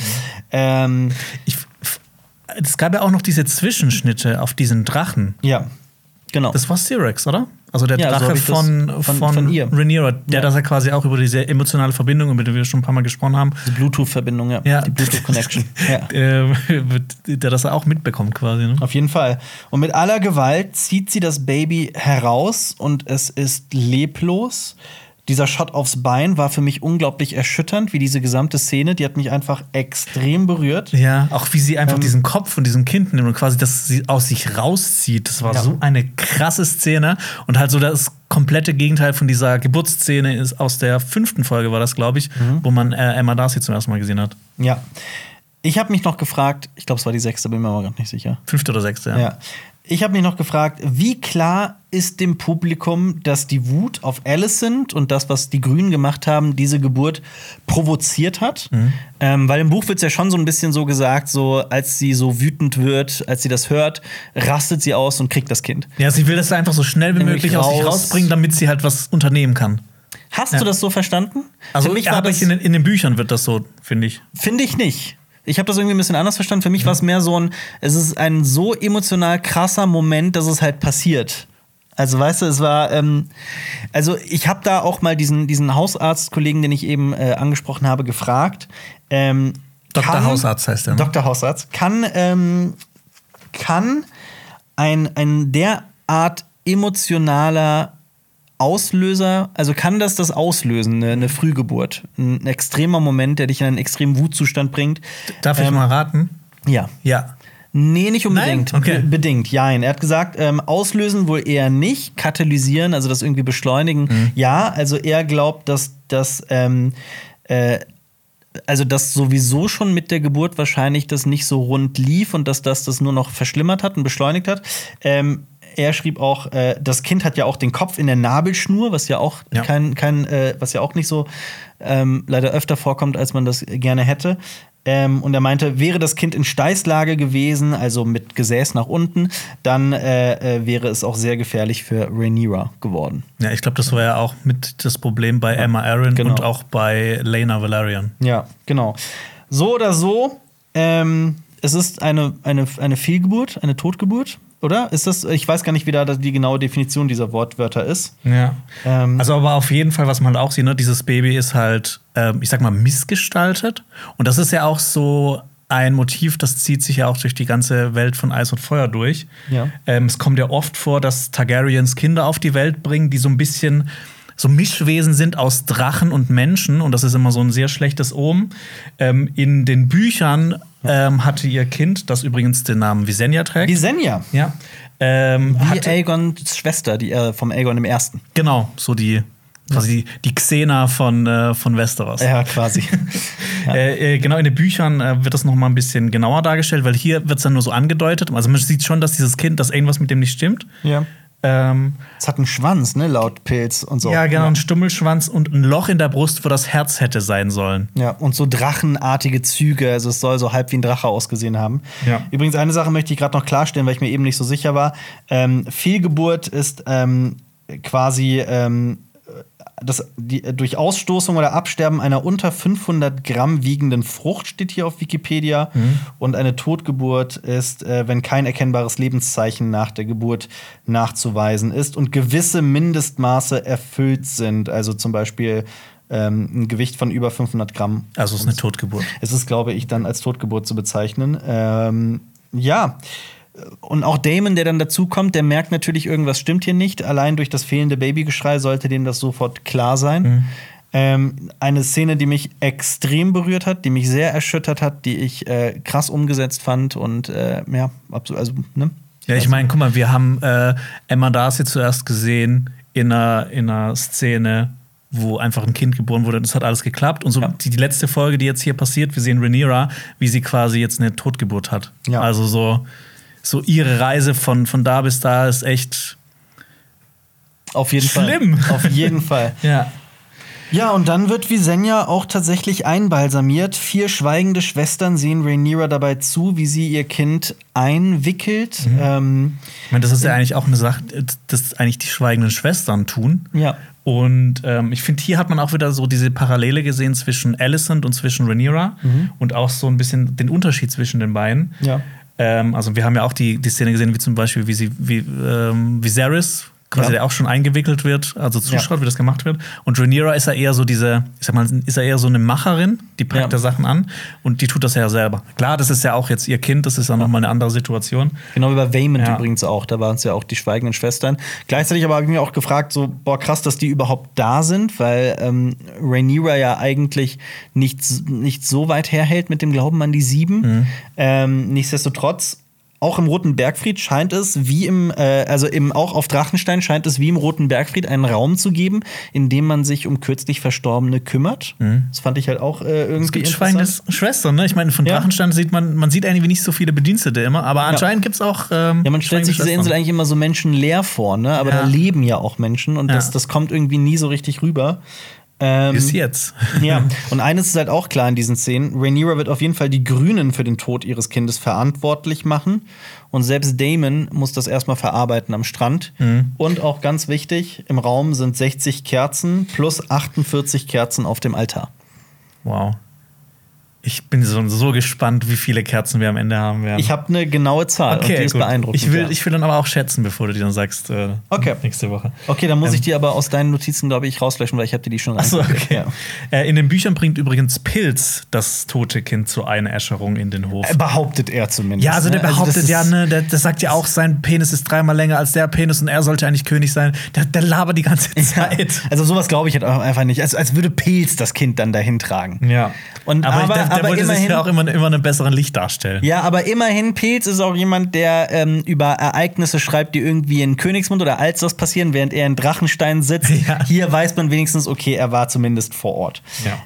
Es gab ja auch noch diese Zwischenschnitte auf diesen Drachen. Ja, genau. Das war Syrax, oder? Also der Ja, so Drache hab ich das von ihr. Rhaenyra, der das ja quasi auch über diese emotionale Verbindung, über die wir schon ein paar Mal gesprochen haben. Die Bluetooth-Verbindung, ja. Die Bluetooth-Connection. Ja. Der das auch mitbekommt quasi. Ne? Auf jeden Fall. Und mit aller Gewalt zieht sie das Baby heraus und es ist leblos. Dieser Shot aufs Bein war für mich unglaublich erschütternd, wie diese gesamte Szene. Die hat mich einfach extrem berührt. Ja, auch wie sie einfach diesen Kopf von diesem Kind nimmt und quasi das sie aus sich rauszieht. Das war so eine krasse Szene. Und halt so das komplette Gegenteil von dieser Geburtsszene ist aus der 5. Folge, war das, glaube ich, wo man Emma Darcy zum ersten Mal gesehen hat. Ja. Ich habe mich noch gefragt, ich glaube, es war die 6., bin mir aber gerade nicht sicher. 5. oder 6., ja. Ich habe mich noch gefragt, wie klar ist dem Publikum, dass die Wut auf Alicent und das, was die Grünen gemacht haben, diese Geburt provoziert hat? Weil im Buch wird es ja schon so ein bisschen so gesagt, so als sie so wütend wird, als sie das hört, rastet sie aus und kriegt das Kind. Ja, sie will das einfach so schnell wie möglich aus sich rausbringen, damit sie halt was unternehmen kann. Hast du das so verstanden? Also für mich war das in den Büchern wird das so, finde ich. Finde ich nicht. Ich habe das irgendwie ein bisschen anders verstanden. Für mich war es mehr so es ist ein so emotional krasser Moment, dass es halt passiert. Also, weißt du, es war, also ich habe da auch mal diesen Hausarztkollegen, den ich eben angesprochen habe, gefragt. Dr. Hausarzt heißt der, ne? Dr. Hausarzt. Kann ein derart emotionaler Auslöser, also kann das auslösen, eine Frühgeburt? Ein extremer Moment, der dich in einen extremen Wutzustand bringt. Darf ich mal raten? Ja. Ja. Nee, nicht unbedingt. Nein? Okay. Bedingt, ja. Er hat gesagt, auslösen wohl eher nicht, katalysieren, also das irgendwie beschleunigen. Ja, also er glaubt, dass dass sowieso schon mit der Geburt wahrscheinlich das nicht so rund lief und dass das nur noch verschlimmert hat und beschleunigt hat. Er schrieb auch, das Kind hat ja auch den Kopf in der Nabelschnur, was ja auch was ja auch nicht so leider öfter vorkommt, als man das gerne hätte. Und er meinte, wäre das Kind in Steißlage gewesen, also mit Gesäß nach unten, dann wäre es auch sehr gefährlich für Rhaenyra geworden. Ja, ich glaube, das war ja auch mit das Problem bei Emma Arryn und auch bei Laena Velaryon. Ja, genau. So oder so, es ist eine Fehlgeburt, eine Totgeburt. Oder? Ist das, ich weiß gar nicht, wie da die genaue Definition dieser Wortwörter ist. Ja. Also, aber auf jeden Fall, was man halt auch sieht, ne, dieses Baby ist halt, ich sag mal, missgestaltet. Und das ist ja auch so ein Motiv, das zieht sich ja auch durch die ganze Welt von Eis und Feuer durch. Ja. Es kommt ja oft vor, dass Targaryens Kinder auf die Welt bringen, die so ein bisschen so Mischwesen sind aus Drachen und Menschen. Und das ist immer so ein sehr schlechtes Omen. In den Büchern hatte ihr Kind, das übrigens den Namen Visenya trägt. Visenya? Ja. Wie Aegons Schwester, die vom Aegon im Ersten. Genau, so quasi die Xena von Westeros. Ja, quasi. Genau, in den Büchern wird das noch mal ein bisschen genauer dargestellt, weil hier wird es dann nur so angedeutet. Also man sieht schon, dass dieses Kind, dass irgendwas mit dem nicht stimmt. Ja. Es hat einen Schwanz, ne, laut Pilz und so. Ja, genau, einen Stummelschwanz und ein Loch in der Brust, wo das Herz hätte sein sollen. Ja, und so drachenartige Züge, also es soll so halb wie ein Drache ausgesehen haben. Ja. Übrigens, eine Sache möchte ich gerade noch klarstellen, weil ich mir eben nicht so sicher war. Fehlgeburt ist quasi durch Ausstoßung oder Absterben einer unter 500 Gramm wiegenden Frucht, steht hier auf Wikipedia. Und eine Totgeburt ist, wenn kein erkennbares Lebenszeichen nach der Geburt nachzuweisen ist und gewisse Mindestmaße erfüllt sind. Also zum Beispiel ein Gewicht von über 500 Gramm. Also es ist eine Totgeburt. Es ist, glaube ich, dann als Totgeburt zu bezeichnen. Ja. Und auch Daemon, der dann dazukommt, der merkt natürlich, irgendwas stimmt hier nicht. Allein durch das fehlende Babygeschrei sollte dem das sofort klar sein. Eine Szene, die mich extrem berührt hat, die mich sehr erschüttert hat, die ich krass umgesetzt fand. Und ja, absolut. Also, ne? Ja, ich meine, guck mal, wir haben Emma Darcy zuerst gesehen in einer Szene, wo einfach ein Kind geboren wurde. Das hat alles geklappt. Und so die letzte Folge, die jetzt hier passiert, wir sehen Rhaenyra, wie sie quasi jetzt eine Totgeburt hat. Ja. Also so ihre Reise von da bis da ist echt auf jeden schlimm. Fall. Auf jeden Fall. Ja. Ja, und dann wird Visenya auch tatsächlich einbalsamiert. 4 schweigende Schwestern sehen Rhaenyra dabei zu, wie sie ihr Kind einwickelt. Ich meine, das ist ja eigentlich auch eine Sache, das eigentlich die schweigenden Schwestern tun. Ja. Und ich finde, hier hat man auch wieder so diese Parallele gesehen zwischen Alicent und zwischen Rhaenyra und auch so ein bisschen den Unterschied zwischen den beiden. Ja. Also wir haben ja auch die Szene gesehen, wie zum Beispiel, wie Viserys quasi der auch schon eingewickelt wird, also zuschaut, wie das gemacht wird. Und Rhaenyra ist ja eher so diese, ich sag mal, ist ja eher so eine Macherin, die packt da Sachen an und die tut das ja selber. Klar, das ist ja auch jetzt ihr Kind, das ist ja noch mal eine andere Situation. Genau wie bei Waymond übrigens auch, da waren es ja auch die schweigenden Schwestern. Gleichzeitig aber habe ich mir auch gefragt, so, boah, krass, dass die überhaupt da sind, weil Rhaenyra ja eigentlich nicht so weit herhält mit dem Glauben an die 7. Nichtsdestotrotz, auch im Roten Bergfried scheint es wie auch auf Drachenstein scheint es wie im Roten Bergfried einen Raum zu geben, in dem man sich um kürzlich Verstorbene kümmert. Das fand ich halt auch irgendwie es gibt schweigende Schwestern, ne? Ich meine, von Drachenstein sieht man sieht eigentlich nicht so viele Bedienstete immer, aber anscheinend gibt's auch man stellt sich diese Insel eigentlich immer so menschenleer vor, ne? Aber da leben ja auch Menschen und das kommt irgendwie nie so richtig rüber. Bis jetzt. Ja, und eines ist halt auch klar in diesen Szenen: Rhaenyra wird auf jeden Fall die Grünen für den Tod ihres Kindes verantwortlich machen. Und selbst Daemon muss das erstmal verarbeiten am Strand. Und auch ganz wichtig: im Raum sind 60 Kerzen plus 48 Kerzen auf dem Altar. Wow. Ich bin so gespannt, wie viele Kerzen wir am Ende haben werden. Ich habe eine genaue Zahl und die ist beeindruckend. Ich will dann aber auch schätzen, bevor du die dann sagst nächste Woche. Okay, dann muss ich die aber aus deinen Notizen, glaube ich, rauslöschen, weil ich habe dir die schon reingeguckt. Okay. Ja. In den Büchern bringt übrigens Pilz das tote Kind zur Einäscherung in den Hof. Behauptet er zumindest. Ja, also der behauptet der sagt ja auch, sein Penis ist 3-mal länger als der Penis und er sollte eigentlich König sein. Der labert die ganze Zeit. Ja, also sowas glaube ich halt auch einfach nicht. Als würde Pilz das Kind dann dahin tragen. Ja. Der wollte sich ja auch immer einem besseren Licht darstellen. Ja, aber immerhin, Pilz ist auch jemand, der über Ereignisse schreibt, die irgendwie in Königsmund oder Alsos passieren, während er in Drachenstein sitzt. Ja. Hier weiß man wenigstens, okay, er war zumindest vor Ort.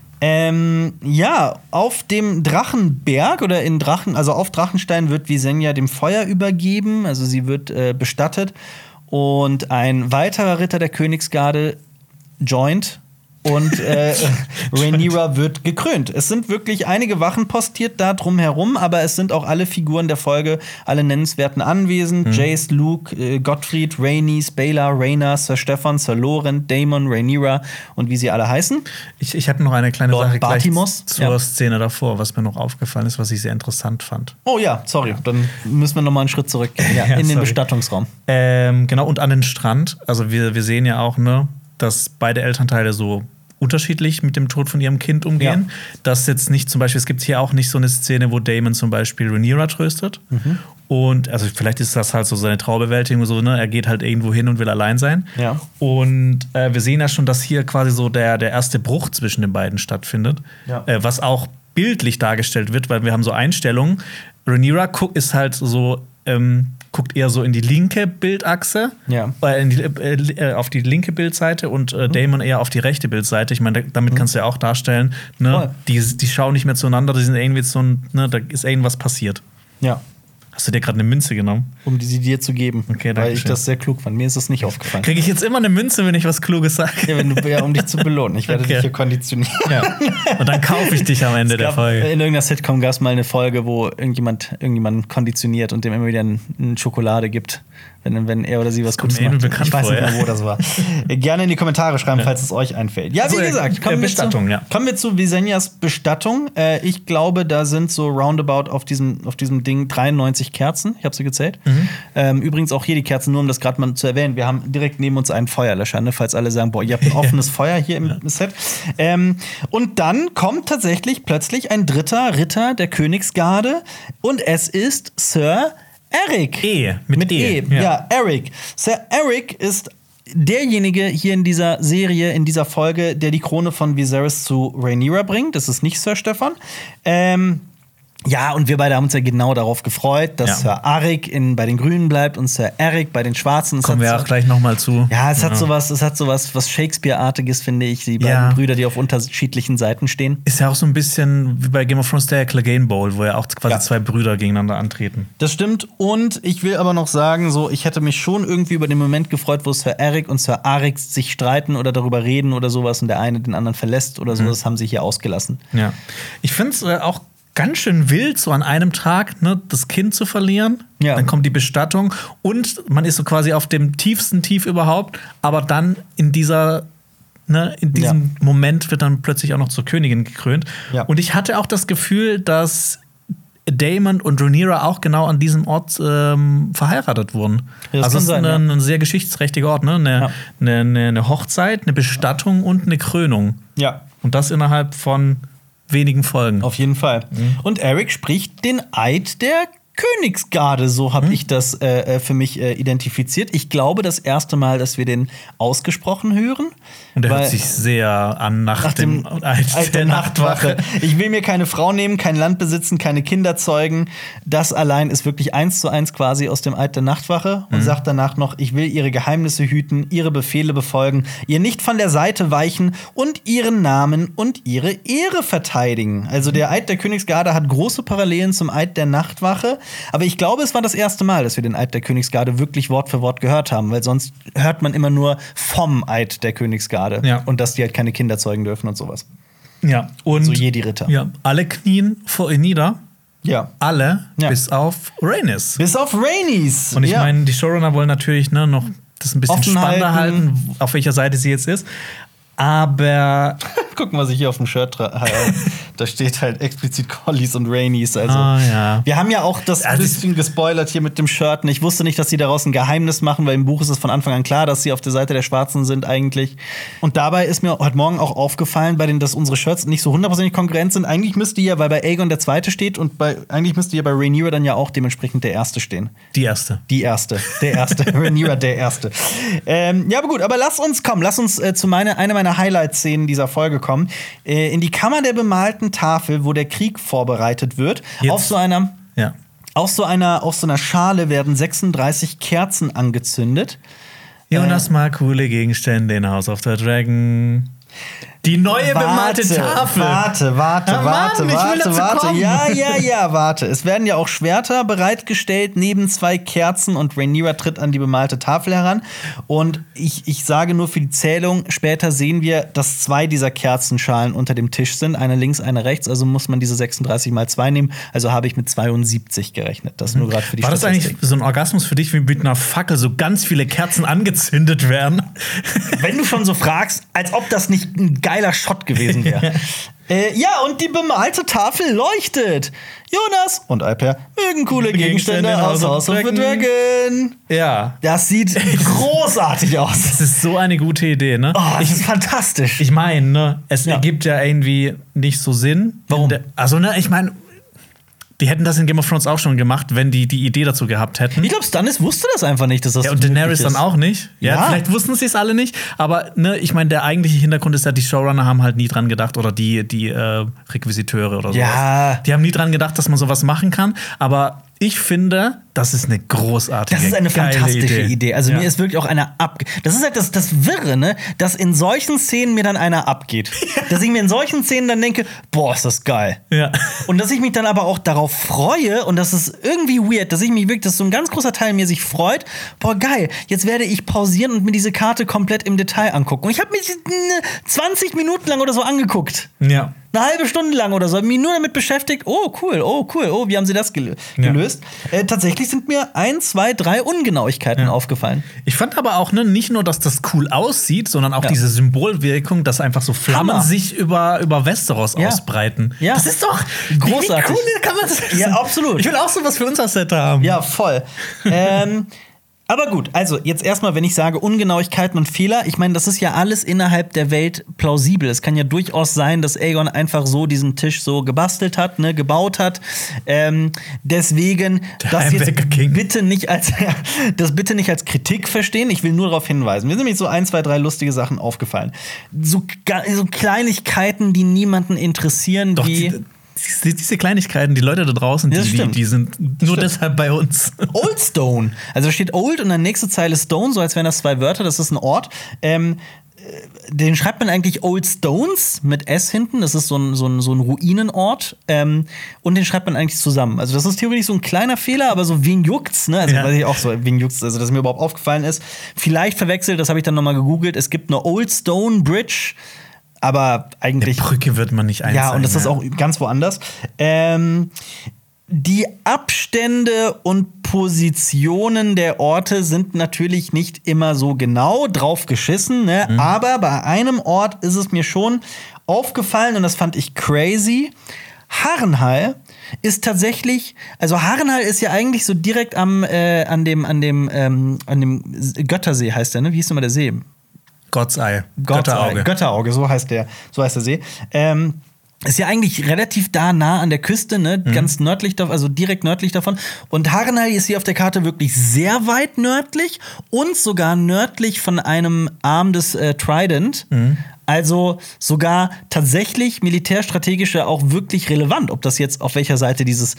Ja. Auf dem Drachenberg oder auf Drachenstein wird Visenya dem Feuer übergeben, also sie wird bestattet und ein weiterer Ritter der Königsgarde joint. Und Rhaenyra wird gekrönt. Es sind wirklich einige Wachen postiert da drumherum, aber es sind auch alle Figuren der Folge, alle Nennenswerten anwesend. Jace, Luke, Gottfried, Rhaenys, Baela, Rhaena, Sir Stefan, Sir Loren, Daemon, Rhaenyra und wie sie alle heißen. Ich habe noch eine kleine Lord Sache Bartimos zur Szene davor, was mir noch aufgefallen ist, was ich sehr interessant fand. Oh ja, sorry, dann müssen wir noch mal einen Schritt zurück in den Bestattungsraum. Genau, und an den Strand. Also wir sehen ja auch, ne, dass beide Elternteile so unterschiedlich mit dem Tod von ihrem Kind umgehen. Das jetzt nicht zum Beispiel, es gibt hier auch nicht so eine Szene, wo Daemon zum Beispiel Rhaenyra tröstet. Und also vielleicht ist das halt so seine Traubewältigung, so, ne? Er geht halt irgendwo hin und will allein sein. Ja. Und wir sehen ja schon, dass hier quasi so der erste Bruch zwischen den beiden stattfindet. Ja. Was auch bildlich dargestellt wird, weil wir haben so Einstellungen. Rhaenyra ist halt so guckt eher so in die linke Bildachse, auf die linke Bildseite und Daemon eher auf die rechte Bildseite. Ich meine, damit kannst du ja auch darstellen, ne? Die schauen nicht mehr zueinander, die sind irgendwie so da ist irgendwas passiert. Ja. Hast du dir gerade eine Münze genommen? Um sie dir zu geben, okay, weil ich das sehr klug fand. Mir ist das nicht aufgefallen. Kriege ich jetzt immer eine Münze, wenn ich was Kluges sage? Ja, um dich zu belohnen. Ich werde dich hier konditionieren. Ja. Und dann kaufe ich dich am Ende der Folge. In irgendeiner Sitcom gab es mal eine Folge, wo irgendjemand konditioniert und dem immer wieder eine Schokolade gibt, wenn er oder sie was Gutes macht. Ich weiß nicht mehr, wo das war. Gerne in die Kommentare schreiben, falls es euch einfällt. Ja, wie gesagt, kommen wir zu Visenyas Bestattung. Ich glaube, da sind so roundabout auf diesem Ding 93 Kerzen. Ich habe sie gezählt. Übrigens auch hier die Kerzen, nur um das gerade mal zu erwähnen. Wir haben direkt neben uns einen Feuerlöscher, ne? Falls alle sagen, boah, ihr habt ein offenes Feuer hier im Set. Und dann kommt tatsächlich plötzlich ein dritter Ritter der Königsgarde und es ist Sir Eric. Mit E. Ja, Eric. Sir Eric ist derjenige hier in dieser Serie, in dieser Folge, der die Krone von Viserys zu Rhaenyra bringt. Das ist nicht Sir Stefan. Ja, und wir beide haben uns ja genau darauf gefreut, dass Sir Arik bei den Grünen bleibt und Sir Eric bei den Schwarzen. Kommen wir auch gleich noch mal zu. Ja, es hat sowas was Shakespeare-artiges, finde ich. Die beiden Brüder, die auf unterschiedlichen Seiten stehen. Ist ja auch so ein bisschen wie bei Game of Thrones der Clegane Bowl, wo ja auch quasi zwei Brüder gegeneinander antreten. Das stimmt. Und ich will aber noch sagen, so, ich hätte mich schon irgendwie über den Moment gefreut, wo Sir Eric und Sir Arik sich streiten oder darüber reden oder sowas und der eine den anderen verlässt oder so. Das haben sie hier ausgelassen. Ja. Ich finde es auch ganz schön wild, so an einem Tag das Kind zu verlieren. Ja. Dann kommt die Bestattung und man ist so quasi auf dem tiefsten Tief überhaupt. Aber dann in diesem Moment wird dann plötzlich auch noch zur Königin gekrönt. Ja. Und ich hatte auch das Gefühl, dass Daemon und Rhaenyra auch genau an diesem Ort verheiratet wurden. Ja, das ist ein sehr geschichtsträchtiger Ort, ne? Eine Hochzeit, eine Bestattung und eine Krönung. Ja. Und das innerhalb von wenigen Folgen. Auf jeden Fall. Und Eric spricht den Eid der Königsgarde, so habe ich das für mich identifiziert. Ich glaube, das erste Mal, dass wir den ausgesprochen hören. Und der hört sich sehr an nach dem Eid der Nachtwache. Ich will mir keine Frau nehmen, kein Land besitzen, keine Kinder zeugen. Das allein ist wirklich 1:1 quasi aus dem Eid der Nachtwache. Und sagt danach noch, ich will ihre Geheimnisse hüten, ihre Befehle befolgen, ihr nicht von der Seite weichen und ihren Namen und ihre Ehre verteidigen. Also der Eid der Königsgarde hat große Parallelen zum Eid der Nachtwache. Aber ich glaube, es war das erste Mal, dass wir den Eid der Königsgarde wirklich Wort für Wort gehört haben, weil sonst hört man immer nur vom Eid der Königsgarde und dass die halt keine Kinder zeugen dürfen und sowas. Ja, und so Jedi-Ritter. Ja, alle knien vor ihr nieder. Ja. Alle, bis auf Rhaenys. Bis auf Rhaenys. Und ich meine, die Showrunner wollen natürlich noch das ein bisschen spannender halten, auf welcher Seite sie jetzt ist. Aber guck mal, was ich hier auf dem Shirt habe. Da steht halt explizit Collys und Rhaenys. Also, wir haben ja auch das bisschen gespoilert hier mit dem Shirt. Ich wusste nicht, dass sie daraus ein Geheimnis machen, weil im Buch ist es von Anfang an klar, dass sie auf der Seite der Schwarzen sind eigentlich. Und dabei ist mir heute Morgen auch aufgefallen, dass unsere Shirts nicht so hundertprozentig konkurrent sind. Eigentlich müsste ja, weil bei Aegon der Zweite steht und eigentlich müsste ja bei Rhaenyra dann ja auch dementsprechend der Erste stehen. Die Erste. Der Erste. Rhaenyra der Erste. Ja, aber gut, aber lass uns zu einer meiner Highlight-Szenen dieser Folge kommen. In die Kammer der bemalten Tafel, wo der Krieg vorbereitet wird. Auf so einer Schale werden 36 Kerzen angezündet. Jonas mag coole Gegenstände in House of the Dragon. Die neue bemalte Tafel. Warte. Ja, warte. Es werden ja auch Schwerter bereitgestellt neben 2 Kerzen und Rhaenyra tritt an die bemalte Tafel heran. Und ich sage nur für die Zählung, später sehen wir, dass 2 dieser Kerzenschalen unter dem Tisch sind. Eine links, eine rechts. Also muss man diese 36 mal 2 nehmen. Also habe ich mit 72 gerechnet. Das nur gerade für die War das eigentlich so ein Orgasmus für dich, wie mit einer Fackel so ganz viele Kerzen angezündet werden? Wenn du schon so fragst, als ob das nicht ein geiler Shot gewesen wäre. Ja, und die bemalte Tafel leuchtet. Jonas und Alper mögen coole Gegenstände aus House of the Dragon. Ja. Das sieht großartig aus. Das ist so eine gute Idee, ne? Oh, das ist fantastisch. Ich meine, ne, es ergibt ja irgendwie nicht so Sinn. Warum? Also, ne, ich meine, die hätten das in Game of Thrones auch schon gemacht, wenn die Idee dazu gehabt hätten. Ich glaube, Stannis wusste das einfach nicht, dass das und Daenerys dann auch nicht. Ja, vielleicht wussten sie es alle nicht. Aber ne, ich meine, der eigentliche Hintergrund ist ja, die Showrunner haben halt nie dran gedacht oder die Requisiteure oder so. Ja. Die haben nie dran gedacht, dass man sowas machen kann. Aber ich finde, das ist eine großartige, das ist eine fantastische Idee. Also mir ist wirklich auch einer Das ist halt das Wirre, ne? Dass in solchen Szenen mir dann einer abgeht. Dass ich mir in solchen Szenen dann denke, boah, ist das geil. Ja. Und dass ich mich dann aber auch darauf freue und das ist irgendwie weird, dass so ein ganz großer Teil mir sich freut, boah, geil, jetzt werde ich pausieren und mir diese Karte komplett im Detail angucken. Und ich habe mich 20 Minuten lang oder so angeguckt. Ja. Eine halbe Stunde lang oder so, mich nur damit beschäftigt, oh cool, wie haben sie das gelöst? Tatsächlich sind mir 1, 2, 3 Ungenauigkeiten aufgefallen. Ich fand aber auch, ne, nicht nur, dass das cool aussieht, sondern auch diese Symbolwirkung, dass einfach so Flammen sich über Westeros ausbreiten. Ja. Das ist doch großartig. Wie cool kann man das? Ja, absolut. Ich will auch sowas für unser Set haben. Ja, voll. Aber gut, also jetzt erstmal, wenn ich sage Ungenauigkeiten und Fehler, ich meine, das ist ja alles innerhalb der Welt plausibel. Es kann ja durchaus sein, dass Aegon einfach so diesen Tisch so gebastelt hat, ne, gebaut hat. Deswegen das jetzt bitte nicht als Kritik verstehen. Ich will nur darauf hinweisen. Mir sind nämlich so 1, 2, 3 lustige Sachen aufgefallen. So Kleinigkeiten, die niemanden interessieren, Doch, wie Diese Kleinigkeiten, die Leute da draußen, die sind nur deshalb bei uns. Old Stone. Also da steht Old und dann nächste Zeile Stone, so als wären das 2 Wörter. Das ist ein Ort. Den schreibt man eigentlich Old Stones mit S hinten. Das ist so ein Ruinenort. Und den schreibt man eigentlich zusammen. Also das ist theoretisch so ein kleiner Fehler, aber so wen juckt's, ne? Also weiß ich auch so, wen juckt's, also dass mir überhaupt aufgefallen ist. Vielleicht verwechselt, das habe ich dann noch mal gegoogelt. Es gibt eine Old Stone Bridge, aber eigentlich. Eine Brücke wird man nicht einsehen. Ja, und das ist auch ganz woanders. Die Abstände und Positionen der Orte sind natürlich nicht immer so genau drauf geschissen, ne? Aber bei einem Ort ist es mir schon aufgefallen und das fand ich crazy. Harrenhal ist tatsächlich, also Harrenhal ist ja eigentlich so direkt an dem Göttersee heißt der, ne? Wie hieß nochmal der See? Götterauge. Götterauge, so heißt der See. Ist ja eigentlich relativ nah an der Küste, ne? Ganz nördlich, also direkt nördlich davon. Und Harrenhal ist hier auf der Karte wirklich sehr weit nördlich und sogar nördlich von einem Arm des Trident. Also sogar tatsächlich militärstrategische auch wirklich relevant, ob das jetzt auf welcher Seite dieses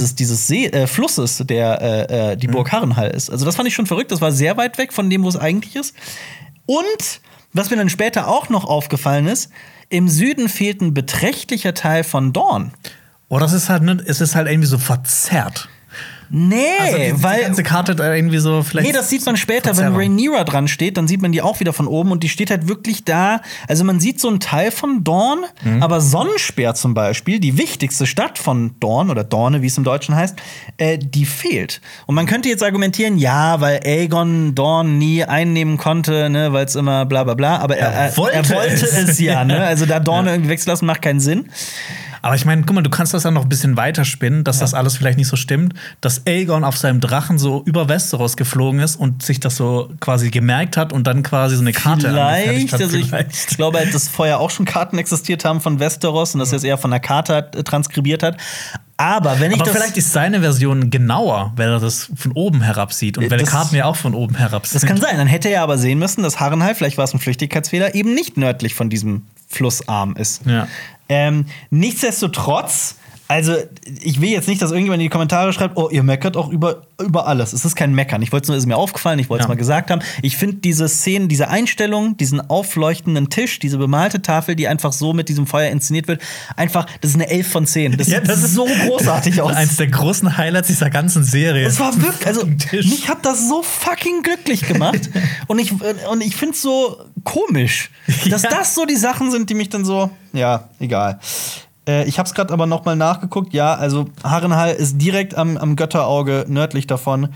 Flusses die Burg Harrenhal ist. Also das fand ich schon verrückt. Das war sehr weit weg von dem, wo es eigentlich ist. Und was mir dann später auch noch aufgefallen ist, im Süden fehlt ein beträchtlicher Teil von Dorn. Oh, es ist halt irgendwie so verzerrt. Nee, also weil die ganze Karte da irgendwie so vielleicht. Nee, das sieht man später, Verzerrung. wenn Rhaenyra dran steht, dann sieht man die auch wieder von oben und die steht halt wirklich da. Also man sieht so einen Teil von Dorn, aber Sonnenspeer zum Beispiel, die wichtigste Stadt von Dorn oder Dorne, wie es im Deutschen heißt, die fehlt. Und man könnte jetzt argumentieren, ja, weil Aegon Dorn nie einnehmen konnte, ne, weil es immer bla bla bla, aber er wollte es ja, ne? Also da Dorn irgendwie wechseln lassen, macht keinen Sinn. Aber ich meine, guck mal, du kannst das ja noch ein bisschen weiterspinnen, dass das alles vielleicht nicht so stimmt, dass Aegon auf seinem Drachen so über Westeros geflogen ist und sich das so quasi gemerkt hat und dann quasi so eine Karte angefertigt hat. Ich glaube halt, dass vorher auch schon Karten existiert haben von Westeros und dass er es eher von der Karte transkribiert hat. Aber vielleicht ist seine Version genauer, wenn er das von oben herab sieht und wenn die Karten ja auch von oben herab sind. Das kann sein. Dann hätte er aber sehen müssen, dass Harrenhal, vielleicht war es ein Flüchtigkeitsfehler, eben nicht nördlich von diesem Flussarm ist. Ja. Nichtsdestotrotz, also ich will jetzt nicht, dass irgendjemand in die Kommentare schreibt, oh, ihr meckert auch über alles. Es ist kein Meckern. Ich wollte es nur, ist mir aufgefallen, ich wollte es mal gesagt haben. Ich finde diese Szenen, diese Einstellung, diesen aufleuchtenden Tisch, diese bemalte Tafel, die einfach so mit diesem Feuer inszeniert wird, einfach, das ist eine 11 von 10. Das sieht so großartig aus. Eins der großen Highlights dieser ganzen Serie. Das war wirklich, also mich hat das so fucking glücklich gemacht. und ich finde es so komisch, dass das so die Sachen sind, die mich dann so, ja, egal. Ich habe es gerade aber noch mal nachgeguckt. Ja, also Harrenhal ist direkt am Götterauge nördlich davon.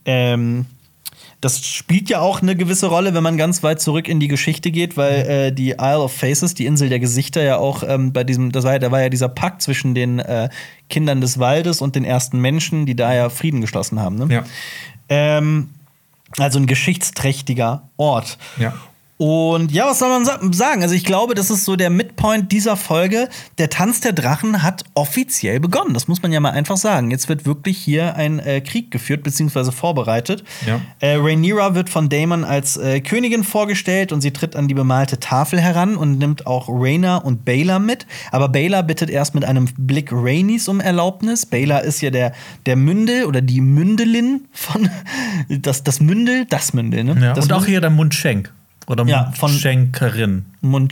Das spielt ja auch eine gewisse Rolle, wenn man ganz weit zurück in die Geschichte geht, weil die Isle of Faces, die Insel der Gesichter, ja auch bei diesem, da war ja dieser Pakt zwischen den Kindern des Waldes und den ersten Menschen, die da ja Frieden geschlossen haben. Ne? Ja. Also ein geschichtsträchtiger Ort. Ja. Und ja, was soll man sagen? Also ich glaube, das ist so der Midpoint dieser Folge. Der Tanz der Drachen hat offiziell begonnen. Das muss man ja mal einfach sagen. Jetzt wird wirklich hier ein Krieg geführt, beziehungsweise vorbereitet. Ja. Rhaenyra wird von Daemon als Königin vorgestellt und sie tritt an die bemalte Tafel heran und nimmt auch Rhaena und Baela mit. Aber Baela bittet erst mit einem Blick Rhaenys um Erlaubnis. Baela ist ja der Mündel oder die Mündelin von das Mündel, ne? Ja, das und auch hier der Mundschenk. Oder Mundschenkin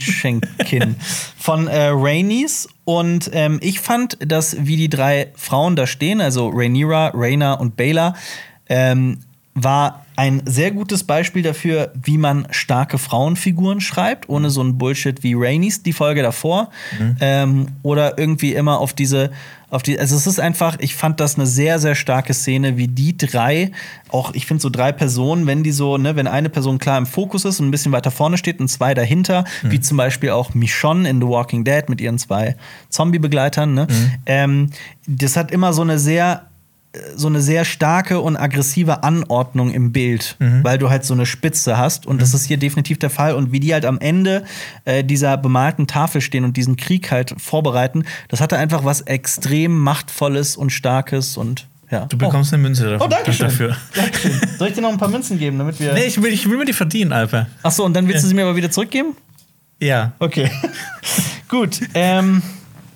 von Rhaenys. Und ich fand, dass wie die 3 Frauen da stehen, also Rhaenyra, Rhaena und Baela, war ein sehr gutes Beispiel dafür, wie man starke Frauenfiguren schreibt, ohne so ein Bullshit wie Rhaenys, die Folge davor. Oder irgendwie immer also es ist einfach, ich fand das eine sehr, sehr starke Szene, wie die 3, auch ich finde so 3 Personen, wenn die so, ne, wenn eine Person klar im Fokus ist und ein bisschen weiter vorne steht und 2 dahinter, wie zum Beispiel auch Michonne in The Walking Dead mit ihren 2 Zombie-Begleitern, ne? Das hat immer so eine sehr starke und aggressive Anordnung im Bild, weil du halt so eine Spitze hast. Und das ist hier definitiv der Fall. Und wie die halt am Ende dieser bemalten Tafel stehen und diesen Krieg halt vorbereiten, das hatte einfach was extrem Machtvolles und Starkes. Und ja. Du bekommst eine Münze dafür. Oh, Dankeschön. Soll ich dir noch ein paar Münzen geben, damit wir. Nee, ich will mir die verdienen, Alper. Ach so, und dann willst du sie mir aber wieder zurückgeben? Ja. Okay. Gut.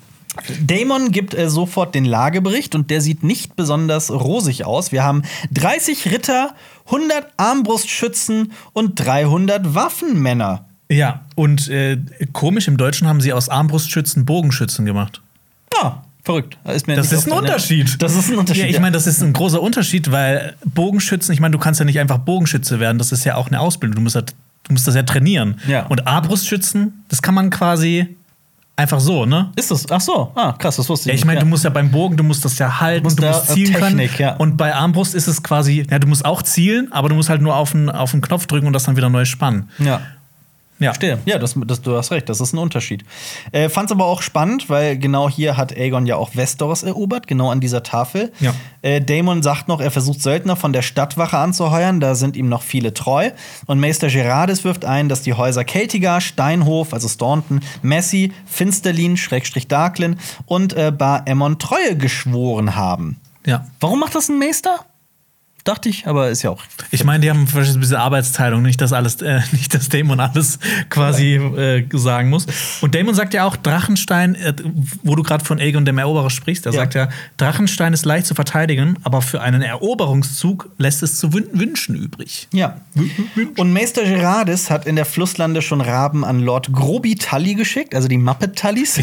Daemon gibt sofort den Lagebericht und der sieht nicht besonders rosig aus. Wir haben 30 Ritter, 100 Armbrustschützen und 300 Waffenmänner. Ja, und komisch, im Deutschen haben sie aus Armbrustschützen Bogenschützen gemacht. Ja, verrückt. Das ist ein Unterschied. Das ist ein Unterschied. Ja, ich meine, das ist ein großer Unterschied, weil Bogenschützen, ich meine, du kannst ja nicht einfach Bogenschütze werden, das ist ja auch eine Ausbildung, du musst das ja trainieren. Ja. Und Armbrustschützen, das kann man quasi einfach so, ne? Ist das? Ach so, krass, das wusste ich Ja, ich meine, nicht. du musst ja beim Bogen, du musst das ja halten, du musst zielen Technik, können. ja. Und bei Armbrust ist es quasi, ja, du musst auch zielen, aber du musst halt nur auf den Knopf drücken und das dann wieder neu spannen. Ja. Ja. Verstehe. Ja, du hast recht, das ist ein Unterschied. Fand's aber auch spannend, weil genau hier hat Aegon ja auch Westeros erobert, genau an dieser Tafel. Ja. Daemon sagt noch, er versucht Söldner von der Stadtwache anzuheuern, da sind ihm noch viele treu. Und Meister Gerardis wirft ein, dass die Häuser Celtigar, Steinhof, also Staunton, Massey, Finsterlin, Darklin und Bar Aemon Treue geschworen haben. Ja. Warum macht das ein Meister? Dachte ich, aber ist ja auch. Ich meine, die haben vielleicht ein bisschen Arbeitsteilung, nicht, dass Daemon alles quasi sagen muss. Und Daemon sagt ja auch, Drachenstein, wo du gerade von Aegon dem Eroberer sprichst, er sagt ja, Drachenstein ist leicht zu verteidigen, aber für einen Eroberungszug lässt es zu wünschen übrig. Ja. Und Meister Gerardis hat in der Flusslande schon Raben an Lord Groby Tully geschickt, also die Muppet-Tullys.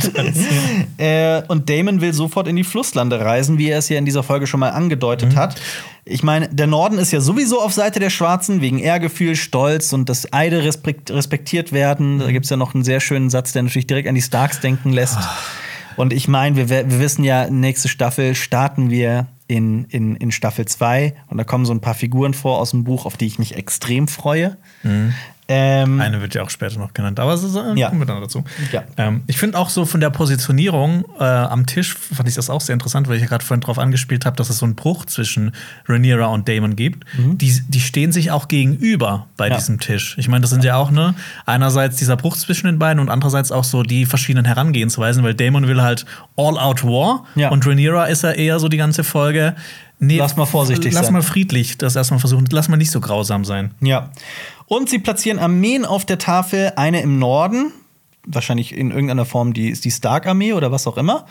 Und Daemon will sofort in die Flusslande reisen, wie er es ja in dieser Folge schon mal angedeutet hat. Ich meine, der Norden ist ja sowieso auf Seite der Schwarzen, wegen Ehrgefühl, Stolz und das Eide respektiert werden. Da gibt es ja noch einen sehr schönen Satz, der natürlich direkt an die Starks denken lässt. Und ich meine, wir wissen ja, nächste Staffel starten wir in Staffel 2. Und da kommen so ein paar Figuren vor aus dem Buch, auf die ich mich extrem freue. Eine wird ja auch später noch genannt, aber kommen wir dann dazu. Ja. Ich finde auch so von der Positionierung am Tisch fand ich das auch sehr interessant, weil ich ja gerade vorhin drauf angespielt habe, dass es so einen Bruch zwischen Rhaenyra und Daemon gibt. Die stehen sich auch gegenüber bei diesem Tisch. Ich meine, das sind ja auch einerseits dieser Bruch zwischen den beiden und andererseits auch so die verschiedenen Herangehensweisen, weil Daemon will halt All-Out War und Rhaenyra ist ja eher so die ganze Folge. Nee, lass mal vorsichtig sein. Lass mal friedlich das erstmal versuchen. Lass mal nicht so grausam sein. Ja. Und sie platzieren Armeen auf der Tafel, eine im Norden, wahrscheinlich in irgendeiner Form die Stark-Armee oder was auch immer.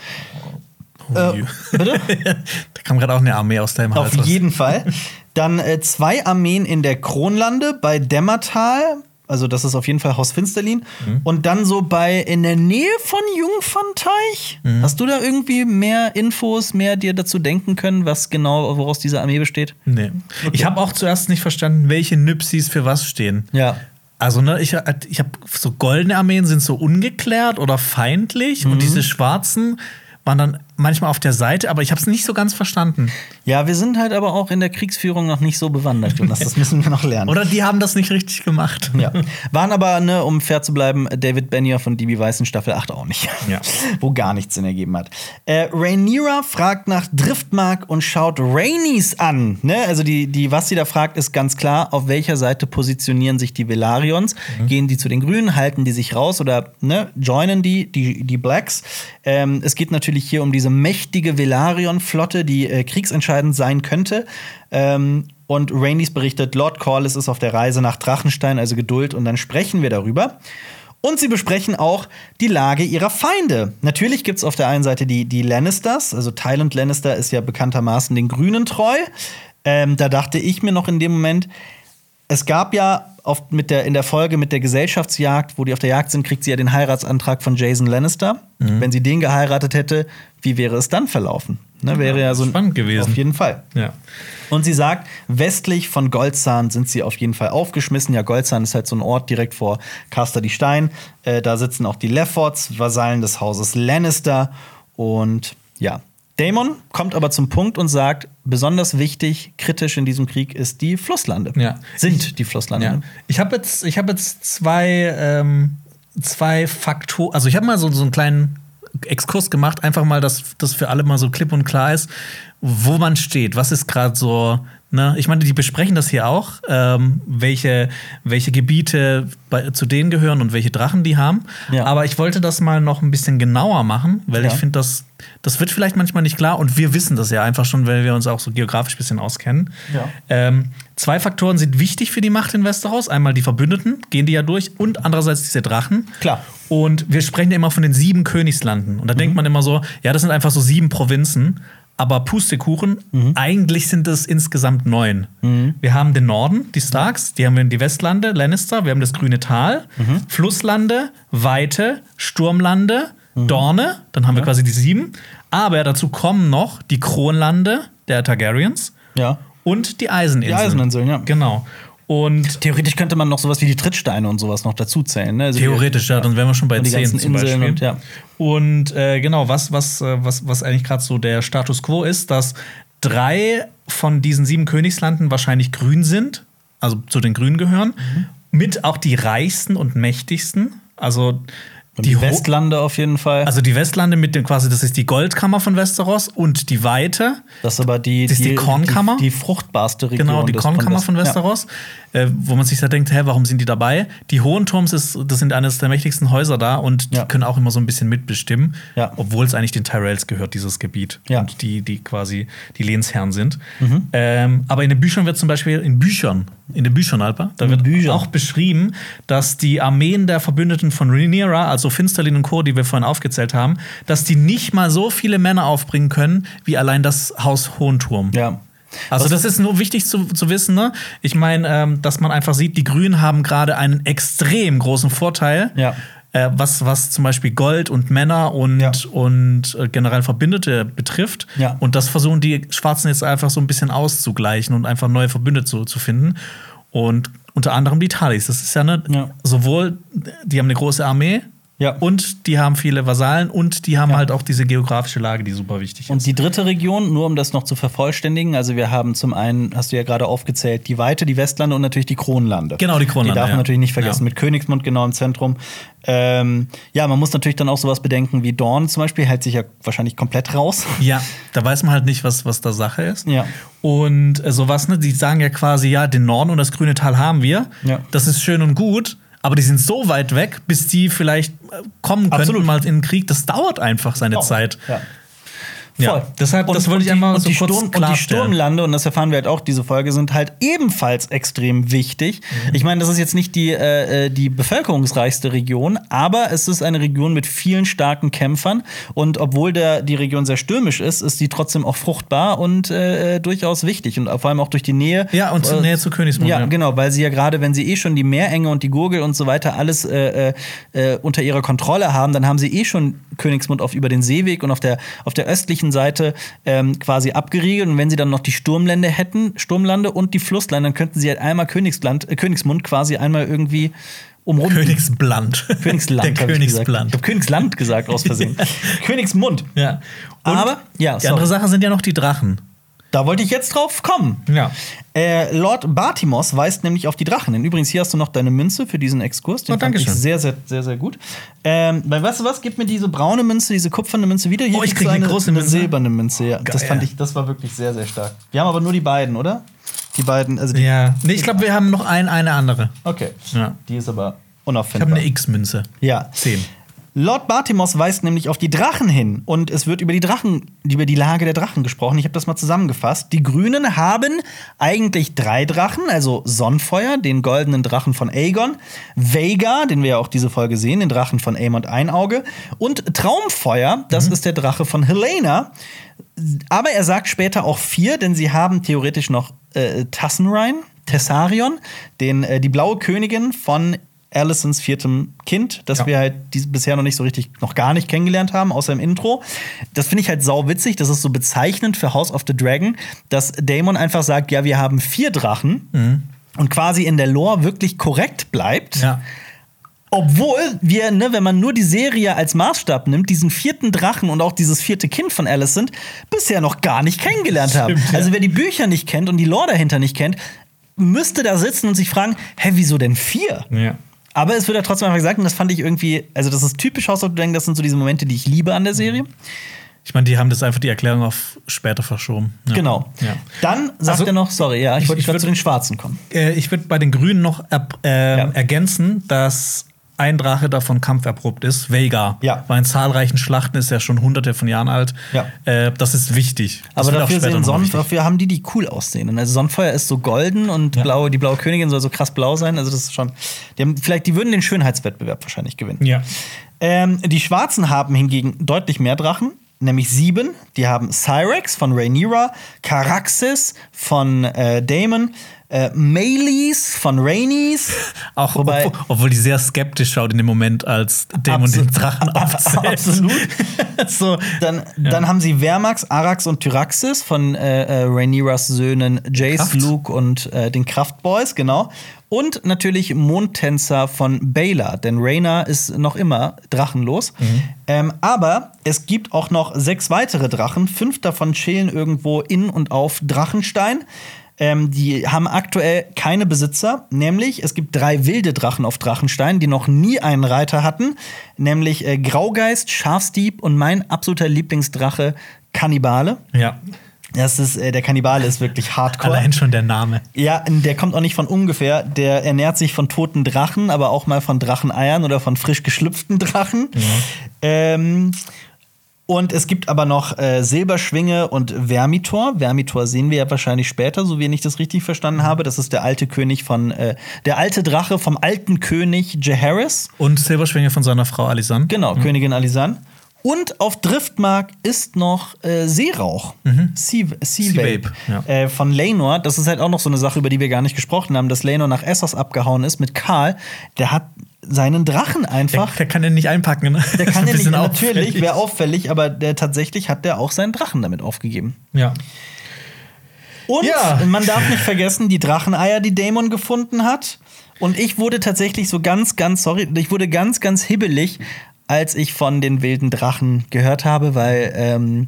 Bitte? Da kam gerade auch eine Armee aus deinem Hals. Auf jeden Fall. Dann 2 Armeen in der Kronlande bei Dämmertal. Also das ist auf jeden Fall Haus Finsterlin. Und dann so in der Nähe von Jungfernteich. Hast du da irgendwie mehr Infos, mehr dir dazu denken können, woraus diese Armee besteht? Nee. Okay. Ich habe auch zuerst nicht verstanden, welche Nypsis für was stehen. Ja. Also, ich habe so goldene Armeen sind so ungeklärt oder feindlich und diese schwarzen waren dann manchmal auf der Seite, aber ich habe es nicht so ganz verstanden. Ja, wir sind halt aber auch in der Kriegsführung noch nicht so bewandert, Jonas. Das müssen wir noch lernen. Oder die haben das nicht richtig gemacht. Ja. Waren aber, um fair zu bleiben, David Benioff und D.B. Weiss in Staffel 8 auch nicht. Ja. Wo gar nichts Sinn ergeben hat. Rhaenyra fragt nach Driftmark und schaut Rhaenys an. Ne? Also was sie da fragt, ist ganz klar, auf welcher Seite positionieren sich die Velaryon? Gehen die zu den Grünen, halten die sich raus oder joinen die Blacks? Es geht natürlich hier um diese mächtige Velaryon-Flotte, die kriegsentscheidend sein könnte. Und Rhaenys berichtet, Lord Corlys ist auf der Reise nach Drachenstein, also Geduld, und dann sprechen wir darüber. Und sie besprechen auch die Lage ihrer Feinde. Natürlich gibt es auf der einen Seite die Lannisters, also Tywin Lannister ist ja bekanntermaßen den Grünen treu. Da dachte ich mir noch in dem Moment, es gab ja in der Folge mit der Gesellschaftsjagd, wo die auf der Jagd sind, kriegt sie ja den Heiratsantrag von Jason Lannister. Wenn sie den geheiratet hätte, wie wäre es dann verlaufen? Wäre ja so spannend gewesen. Auf jeden Fall. Ja. Und sie sagt, westlich von Goldzahn sind sie auf jeden Fall aufgeschmissen. Ja, Goldzahn ist halt so ein Ort direkt vor Caster die Stein. Da sitzen auch die Leffords, Vasallen des Hauses Lannister. Und ja, Daemon kommt aber zum Punkt und sagt, besonders wichtig, kritisch in diesem Krieg ist die Flusslande. Ja. Sind die Flusslande. Ja. Ich habe jetzt zwei Faktoren, also ich habe mal so einen kleinen Exkurs gemacht, einfach mal, dass das für alle mal so klipp und klar ist, wo man steht. Was ist gerade so Ne? Ich meine, die besprechen das hier auch, welche Gebiete zu denen gehören und welche Drachen die haben. Ja. Aber ich wollte das mal noch ein bisschen genauer machen, weil ich finde, das wird vielleicht manchmal nicht klar. Und wir wissen das ja einfach schon, weil wir uns auch so geografisch ein bisschen auskennen. Ja. 2 Faktoren sind wichtig für die Macht in Westeros. Einmal die Verbündeten, gehen die ja durch. Und andererseits diese Drachen. Klar. Und wir sprechen ja immer von den 7 Königslanden. Und da denkt man immer so, ja, das sind einfach so 7 Provinzen. Aber Pustekuchen, eigentlich sind es insgesamt 9. Wir haben den Norden, die Starks, die haben die Westlande, Lannister, wir haben das Grüne Tal, Flusslande, Weite, Sturmlande, Dorne, dann haben wir quasi die 7. Aber dazu kommen noch die Kronlande der Targaryens und die Eiseninseln. Die Eiseninseln, ja. Genau. Und theoretisch könnte man noch sowas wie die Trittsteine und sowas noch dazu zählen. Ne? Also theoretisch, ja, dann wären wir schon bei die 10 ganzen zum Inseln Beispiel. und genau, was eigentlich gerade so der Status quo ist, dass 3 von diesen 7 Königslanden wahrscheinlich grün sind, also zu den Grünen gehören, mit auch die reichsten und mächtigsten. Also die Westlande auf jeden Fall. Also die Westlande mit dem quasi, das ist die Goldkammer von Westeros und die Weite. Das ist aber die Kornkammer. Die fruchtbarste Region. Genau, die Kornkammer von Westeros. Wo man sich da denkt, warum sind die dabei? Die Hohenturms, das sind eines der mächtigsten Häuser da und die können auch immer so ein bisschen mitbestimmen, obwohl es eigentlich den Tyrells gehört, dieses Gebiet. Und die quasi die Lehnsherren sind. Aber in den Büchern wird zum Beispiel, in den Büchern, Alper, da wird auch beschrieben, dass die Armeen der Verbündeten von Rhaenyra, also Finsterlin und Co., die wir vorhin aufgezählt haben, dass die nicht mal so viele Männer aufbringen können, wie allein das Haus Hohenturm. Ja. Also das ist nur wichtig zu wissen, ne? Ich meine, dass man einfach sieht, die Grünen haben gerade einen extrem großen Vorteil, was zum Beispiel Gold und Männer und generell Verbündete betrifft. Ja. Und das versuchen die Schwarzen jetzt einfach so ein bisschen auszugleichen und einfach neue Verbündete zu finden. Und unter anderem die Talis. Das ist sowohl, die haben eine große Armee, und die haben viele Vasallen und die haben halt auch diese geografische Lage, die super wichtig ist. Und die dritte Region, nur um das noch zu vervollständigen, also wir haben zum einen, hast du ja gerade aufgezählt, die Weite, die Westlande und natürlich die Kronlande. Genau, die Kronlande. Die darf man natürlich nicht vergessen, mit Königsmund genau im Zentrum. Man muss natürlich dann auch sowas bedenken wie Dorne zum Beispiel, hält sich ja wahrscheinlich komplett raus. Ja, da weiß man halt nicht, was da Sache ist. Ja. Und sowas, ne, die sagen ja quasi, den Norden und das Grüne Tal haben wir. Ja. Das ist schön und gut. Aber die sind so weit weg, bis die vielleicht kommen könnten mal in den Krieg. Das dauert einfach seine Zeit. Ja, deshalb, das wollte ich einmal so kurz klarstellen. Und die Sturmlande, und das erfahren wir halt auch, diese Folge, sind halt ebenfalls extrem wichtig. Ich meine, das ist jetzt nicht die bevölkerungsreichste Region, aber es ist eine Region mit vielen starken Kämpfern. Und obwohl die Region sehr stürmisch ist, ist die trotzdem auch fruchtbar und durchaus wichtig. Und vor allem auch durch die Nähe. Ja, und zur Nähe zu Königsmund. Ja, genau, weil sie ja gerade, wenn sie schon die Meerenge und die Gurgel und so weiter alles unter ihrer Kontrolle haben, dann haben sie schon Königsmund über den Seeweg und auf der östlichen Seite quasi abgeriegelt. Und wenn sie dann noch die Sturmlande und die Flusslande, dann könnten sie halt einmal Königsmund quasi einmal irgendwie umrunden. Königsland. Der Königsland. Ich habe Königsland gesagt aus Versehen. Königsmund. Ja. Und aber, die andere Sache sind ja noch die Drachen. Da wollte ich jetzt drauf kommen. Ja. Lord Bartimos weist nämlich auf die Drachen hin. Übrigens, hier hast du noch deine Münze für diesen Exkurs. Den fand ich sehr, sehr, sehr, sehr gut. Weil, weißt du was? Gib mir diese braune Münze, diese kupferne Münze wieder. Hier ich krieg eine große Münze. Eine silberne Münze, ja. Das war wirklich sehr, sehr stark. Wir haben aber nur die beiden, oder? Die beiden, also die. Ja. Nee, ich glaube, wir haben noch eine andere. Okay. Ja. Die ist aber unauffindbar. Ich habe eine X-Münze. Ja. 10. Lord Bartimos weist nämlich auf die Drachen hin und es wird über die Lage der Drachen gesprochen. Ich habe das mal zusammengefasst. Die Grünen haben eigentlich 3 Drachen, also Sonnenfeuer, den goldenen Drachen von Aegon, Vhagar, den wir ja auch diese Folge sehen, den Drachen von Aemond Einauge, und Traumfeuer, das ist der Drache von Helaena. Aber er sagt später auch 4, denn sie haben theoretisch noch Tessarion, die blaue Königin von Alicents 4. Kind, das wir halt bisher noch gar nicht kennengelernt haben, außer im Intro. Das finde ich halt sauwitzig. Das ist so bezeichnend für House of the Dragon, dass Daemon einfach sagt, ja, wir haben 4 Drachen und quasi in der Lore wirklich korrekt bleibt. Ja. Obwohl wir, wenn man nur die Serie als Maßstab nimmt, diesen 4. Drachen und auch dieses 4. Kind von Alicent bisher noch gar nicht kennengelernt haben. Stimmt, ja. Also wer die Bücher nicht kennt und die Lore dahinter nicht kennt, müsste da sitzen und sich fragen, wieso denn 4? Ja. Aber es wird ja trotzdem einfach gesagt, und das fand ich irgendwie, also das ist typisch House of the Dragon, das sind so diese Momente, die ich liebe an der Serie. Ich meine, die haben das einfach die Erklärung auf später verschoben. Ja. Genau. Ja. Dann sagt er noch, sorry, ja, ich wollte würd zu den Schwarzen kommen. Ich würde bei den Grünen noch ergänzen, dass ein Drache davon kampferprobt ist, Vhagar. Ja. War in zahlreichen Schlachten, ist ja schon hunderte von Jahren alt. Ja. Das ist wichtig. Das Aber wird auch später noch wichtig. dafür haben die cool aussehen. Also Sonnenfeuer ist so golden und die blaue Königin soll so krass blau sein. Also das ist schon. Die würden den Schönheitswettbewerb wahrscheinlich gewinnen. Ja. Die Schwarzen haben hingegen deutlich mehr Drachen, nämlich 7. Die haben Cyrex von Rhaenyra, Caraxes von Daemon, Meleys von Rhaenys. Auch obwohl die sehr skeptisch schaut in dem Moment, als Daemon den Drachen aufzählt. Absolut. So. Dann haben sie Vermax, Arax und Tyraxis von Rhaenyras Söhnen Jace, Kraft. Luke und den Kraftboys, genau. Und natürlich Mondtänzer von Baelor, denn Rhaena ist noch immer drachenlos. Aber es gibt auch noch 6 weitere Drachen. 5 davon chillen irgendwo in und auf Drachenstein. Die haben aktuell keine Besitzer, nämlich es gibt 3 wilde Drachen auf Drachenstein, die noch nie einen Reiter hatten, nämlich Graugeist, Schafsdieb und mein absoluter Lieblingsdrache Kannibale. Ja. Der Kannibale ist wirklich hardcore. Allein schon der Name. Ja, der kommt auch nicht von ungefähr. Der ernährt sich von toten Drachen, aber auch mal von Dracheneiern oder von frisch geschlüpften Drachen. Ja. Und es gibt aber noch Silberschwinge und Vermitor. Vermitor sehen wir ja wahrscheinlich später, so wie ich das richtig verstanden habe. Das ist der alte König der alte Drache vom alten König Jaehaerys. Und Silberschwinge von seiner Frau Alysanne. Genau, Königin Alysanne. Und auf Driftmark ist noch Seerauch. Sea-Vape. Ja. Von Laenor. Das ist halt auch noch so eine Sache, über die wir gar nicht gesprochen haben, dass Laenor nach Essos abgehauen ist mit Karl. Der hat seinen Drachen einfach. Der kann den nicht einpacken. Ne? Der kann den nicht, auffällig. natürlich, wäre auffällig, aber tatsächlich hat der auch seinen Drachen damit aufgegeben. Ja. Und man darf nicht vergessen, die Dracheneier, die Daemon gefunden hat. Und ich wurde tatsächlich so ganz hibbelig, als ich von den wilden Drachen gehört habe, weil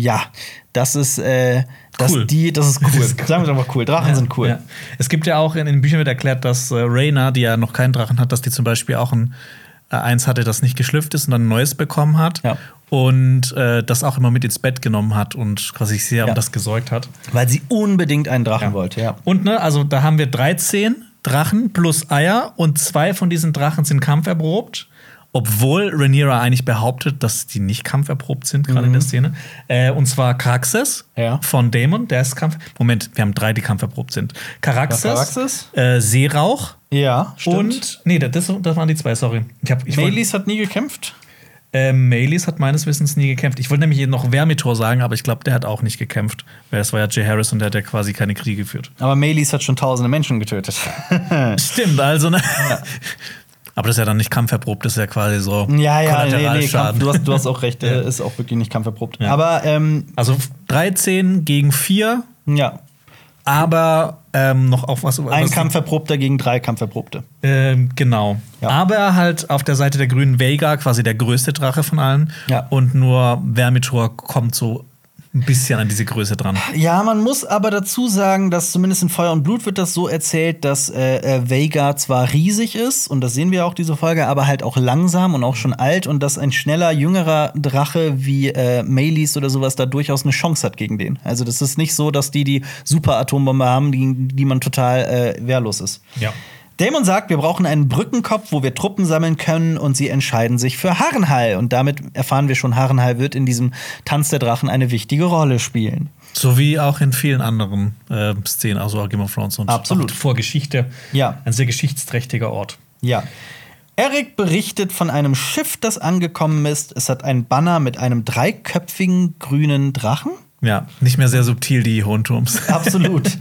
das ist cool. Das ist cool. Sagen wir doch mal cool. Drachen sind cool. Ja. Es gibt ja auch in den Büchern wird erklärt, dass Rhaena, die ja noch keinen Drachen hat, dass die zum Beispiel auch eins hatte, das nicht geschlüpft ist und dann ein neues bekommen hat. Ja. Und das auch immer mit ins Bett genommen hat und quasi sehr um das gesäugt hat. Weil sie unbedingt einen Drachen wollte, ja. Und also da haben wir 13 Drachen plus Eier und 2 von diesen Drachen sind kampferprobt. Obwohl Rhaenyra eigentlich behauptet, dass die nicht kampferprobt sind, gerade in der Szene. Und zwar Caraxes von Daemon, der ist Moment, wir haben 3, die kampferprobt sind. Caraxes. Seerauch. Ja, stimmt. Und das waren die 2, sorry. Meleys hat nie gekämpft. Meleys hat meines Wissens nie gekämpft. Ich wollte nämlich noch Vermitor sagen, aber ich glaube, der hat auch nicht gekämpft. Weil das war ja Jaehaerys und der hat ja quasi keine Kriege geführt. Aber Meleys hat schon tausende Menschen getötet. Stimmt, also ne? Ja. Aber das ist ja dann nicht kampferprobt, das ist ja quasi so Kollateralschaden. Du hast auch recht, ist auch wirklich nicht kampferprobt. Ja. Aber also 13 gegen 4. Ja. Aber noch auf was. Ein Kampferprobter gegen 3 Kampferprobte. Genau. Ja. Aber halt auf der Seite der Grünen Vhagar, quasi der größte Drache von allen. Ja. Und nur Vermitor kommt so ein bisschen an diese Größe dran. Ja, man muss aber dazu sagen, dass zumindest in Feuer und Blut wird das so erzählt, dass Vhagar zwar riesig ist, und das sehen wir auch diese Folge, aber halt auch langsam und auch schon alt, und dass ein schneller, jüngerer Drache wie Meleys oder sowas da durchaus eine Chance hat gegen den. Also das ist nicht so, dass die Super-Atombombe haben, gegen die man total wehrlos ist. Ja. Daemon sagt, wir brauchen einen Brückenkopf, wo wir Truppen sammeln können, und sie entscheiden sich für Harrenhal. Und damit erfahren wir schon, Harrenhal wird in diesem Tanz der Drachen eine wichtige Rolle spielen. So wie auch in vielen anderen Szenen, also Game of Thrones und absolut. Vor Geschichte. Ja. Ein sehr geschichtsträchtiger Ort. Ja. Eric berichtet von einem Schiff, das angekommen ist. Es hat einen Banner mit einem 3-köpfigen grünen Drachen. Ja, nicht mehr sehr subtil, die Hohen Turms. Absolut.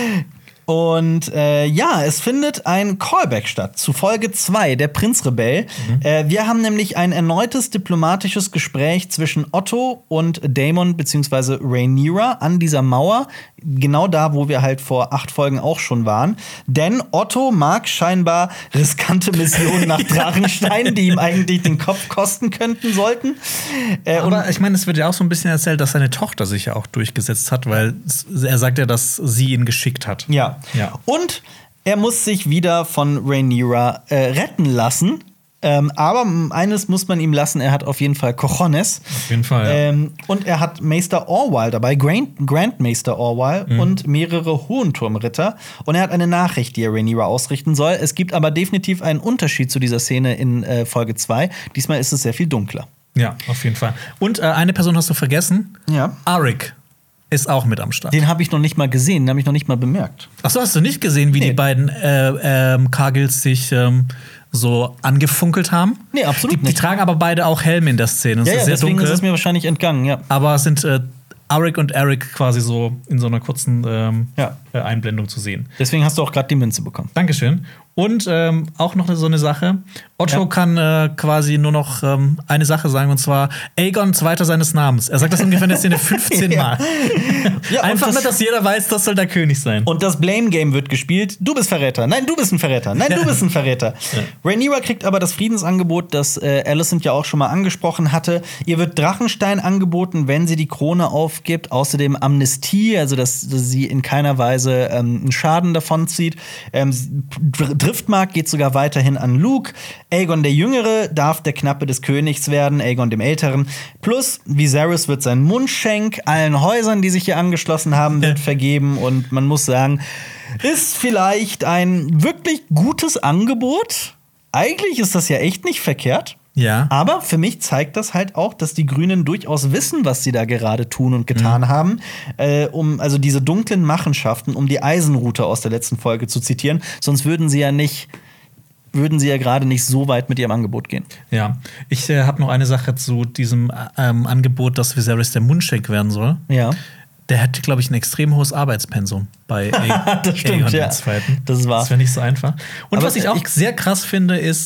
Und es findet ein Callback statt zu Folge 2, der Prinzrebell. Wir haben nämlich ein erneutes diplomatisches Gespräch zwischen Otto und Daemon bzw. Rhaenyra an dieser Mauer. Genau da, wo wir halt vor 8 Folgen auch schon waren. Denn Otto mag scheinbar riskante Missionen nach Drachenstein, die ihm eigentlich den Kopf kosten sollten. Aber ich meine, es wird ja auch so ein bisschen erzählt, dass seine Tochter sich ja auch durchgesetzt hat, weil er sagt ja, dass sie ihn geschickt hat. Ja. Und er muss sich wieder von Rhaenyra retten lassen. Aber eines muss man ihm lassen, er hat auf jeden Fall Cojones. Auf jeden Fall, ja. Und er hat Maester Orwell dabei, Grandmaster Orwell und mehrere Hohenturmritter. Und er hat eine Nachricht, die er Rhaenyra ausrichten soll. Es gibt aber definitiv einen Unterschied zu dieser Szene in Folge 2. Diesmal ist es sehr viel dunkler. Ja, auf jeden Fall. Und eine Person hast du vergessen. Ja. Arik ist auch mit am Start. Den habe ich noch nicht mal gesehen, den habe ich noch nicht mal bemerkt. Achso, hast du nicht gesehen, wie die beiden Cargills sich so angefunkelt haben? Nee, absolut Die nicht. tragen aber beide auch Helme in der Szene. Es Ja, ist sehr deswegen dunkel, ist es mir wahrscheinlich entgangen, ja. aber es sind Arik und Eric quasi so in so einer kurzen Einblendung zu sehen. Deswegen hast du auch gerade die Münze bekommen. Dankeschön. Und auch noch so eine Sache. Otto kann quasi nur noch eine Sache sagen, und zwar Aegon, Zweiter seines Namens. Er sagt das ungefähr in der Szene 15 Mal. Ja, Einfach nur, dass jeder weiß, das soll der König sein. Und das Blame-Game wird gespielt. Du bist Verräter. Nein, du bist ein Verräter. Nein, du bist ein Verräter. Rhaenyra kriegt aber das Friedensangebot, das Alicent ja auch schon mal angesprochen hatte. Ihr wird Drachenstein angeboten, wenn sie die Krone aufgibt. Außerdem Amnestie, also dass sie in keiner Weise einen Schaden davonzieht. Driftmark geht sogar weiterhin an Luke. Aegon der Jüngere darf der Knappe des Königs werden, Aegon dem Älteren. Plus Viserys wird sein Mundschenk allen Häusern, die sich hier angeschlossen haben, wird vergeben. Und man muss sagen, ist vielleicht ein wirklich gutes Angebot. Eigentlich ist das ja echt nicht verkehrt. Ja. Aber für mich zeigt das halt auch, dass die Grünen durchaus wissen, was sie da gerade tun und getan haben, um also diese dunklen Machenschaften, um die Eisenrute aus der letzten Folge zu zitieren. Sonst würden sie ja gerade nicht so weit mit ihrem Angebot gehen. Ja, ich habe noch eine Sache zu diesem Angebot, dass Viserys der Mundschenk werden soll. Ja. Der hätte, glaube ich, ein extrem hohes Arbeitspensum bei Das stimmt, Aegon ja. II. Das war. Das wäre nicht so einfach. Und Aber was ich auch sehr krass finde, ist,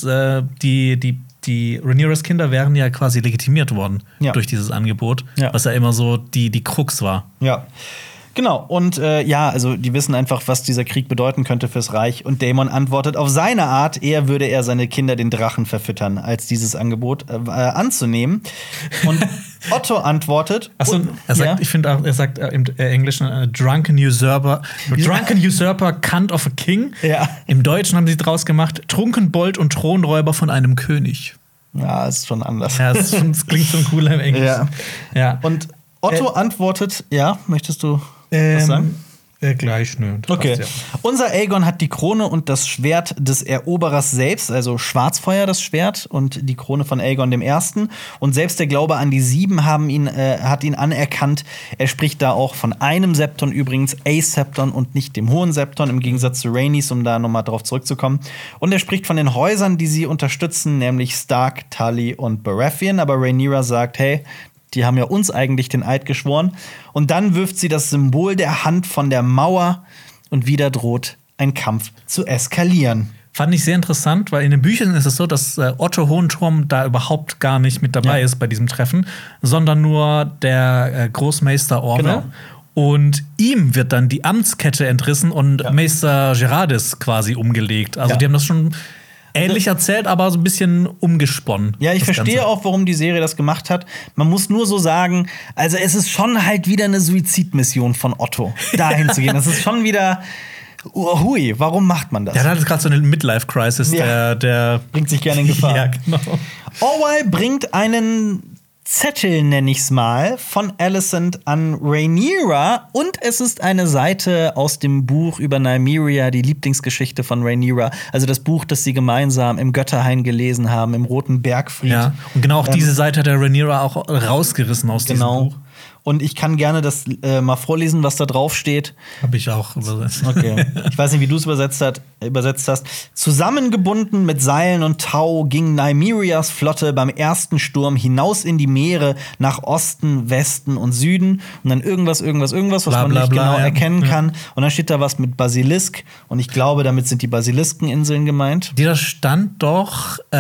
die Rhaenyras Kinder wären ja quasi legitimiert worden durch dieses Angebot, was ja immer so die Krux war. Ja. Genau, und also die wissen einfach, was dieser Krieg bedeuten könnte fürs Reich. Und Daemon antwortet auf seine Art, eher würde er seine Kinder den Drachen verfüttern, als dieses Angebot anzunehmen. Und Otto antwortet. Achso, er sagt im Englischen drunken usurper cunt of a king. Ja. Im Deutschen haben sie draus gemacht, Trunkenbold und Thronräuber von einem König. Ja, ist schon anders. Ja, das klingt schon cooler im Englischen. Ja. Und Otto antwortet, möchtest du was sagen? Gleich, nö. Okay. Passt, ja. Unser Aegon hat die Krone und das Schwert des Eroberers selbst, also Schwarzfeuer das Schwert und die Krone von Aegon I. Und selbst der Glaube an die Sieben hat ihn anerkannt. Er spricht da auch von einem Septon übrigens, A-Septon und nicht dem Hohen Septon, im Gegensatz zu Rhaenys, um da nochmal drauf zurückzukommen. Und er spricht von den Häusern, die sie unterstützen, nämlich Stark, Tully und Baratheon. Aber Rhaenyra sagt, hey, die haben ja uns eigentlich den Eid geschworen. Und dann wirft sie das Symbol der Hand von der Mauer und wieder droht ein Kampf zu eskalieren. Fand ich sehr interessant, weil in den Büchern ist es so, dass Otto Hohenturm da überhaupt gar nicht mit dabei ist bei diesem Treffen, sondern nur der Großmeister Orwell. Genau. Und ihm wird dann die Amtskette entrissen und Meister Gerardis quasi umgelegt. Also die haben das schon ähnlich erzählt, aber so ein bisschen umgesponnen. Ja, ich verstehe auch, warum die Serie das gemacht hat. Man muss nur so sagen, also es ist schon halt wieder eine Suizidmission von Otto, dahin zu gehen. Das ist schon wieder, hui, warum macht man das? Der hat gerade so eine Midlife-Crisis, der bringt sich gerne in Gefahr. Ja, genau. Orwell bringt einen Zettel, nenne ich's mal, von Alicent an Rhaenyra. Und es ist eine Seite aus dem Buch über Nymeria, die Lieblingsgeschichte von Rhaenyra. Also das Buch, das sie gemeinsam im Götterhain gelesen haben, im Roten Bergfried. Ja, und genau auch diese Seite hat der Rhaenyra auch rausgerissen aus diesem Buch. Und ich kann gerne das mal vorlesen, was da drauf steht. Habe ich auch übersetzt. Okay. Ich weiß nicht, wie du es übersetzt hast. Zusammengebunden mit Seilen und Tau ging Nymerias Flotte beim ersten Sturm hinaus in die Meere nach Osten, Westen und Süden. Und dann irgendwas, was man nicht genau erkennen kann. Und dann steht da was mit Basilisk. Und ich glaube, damit sind die Basiliskeninsel gemeint. Da stand doch, ich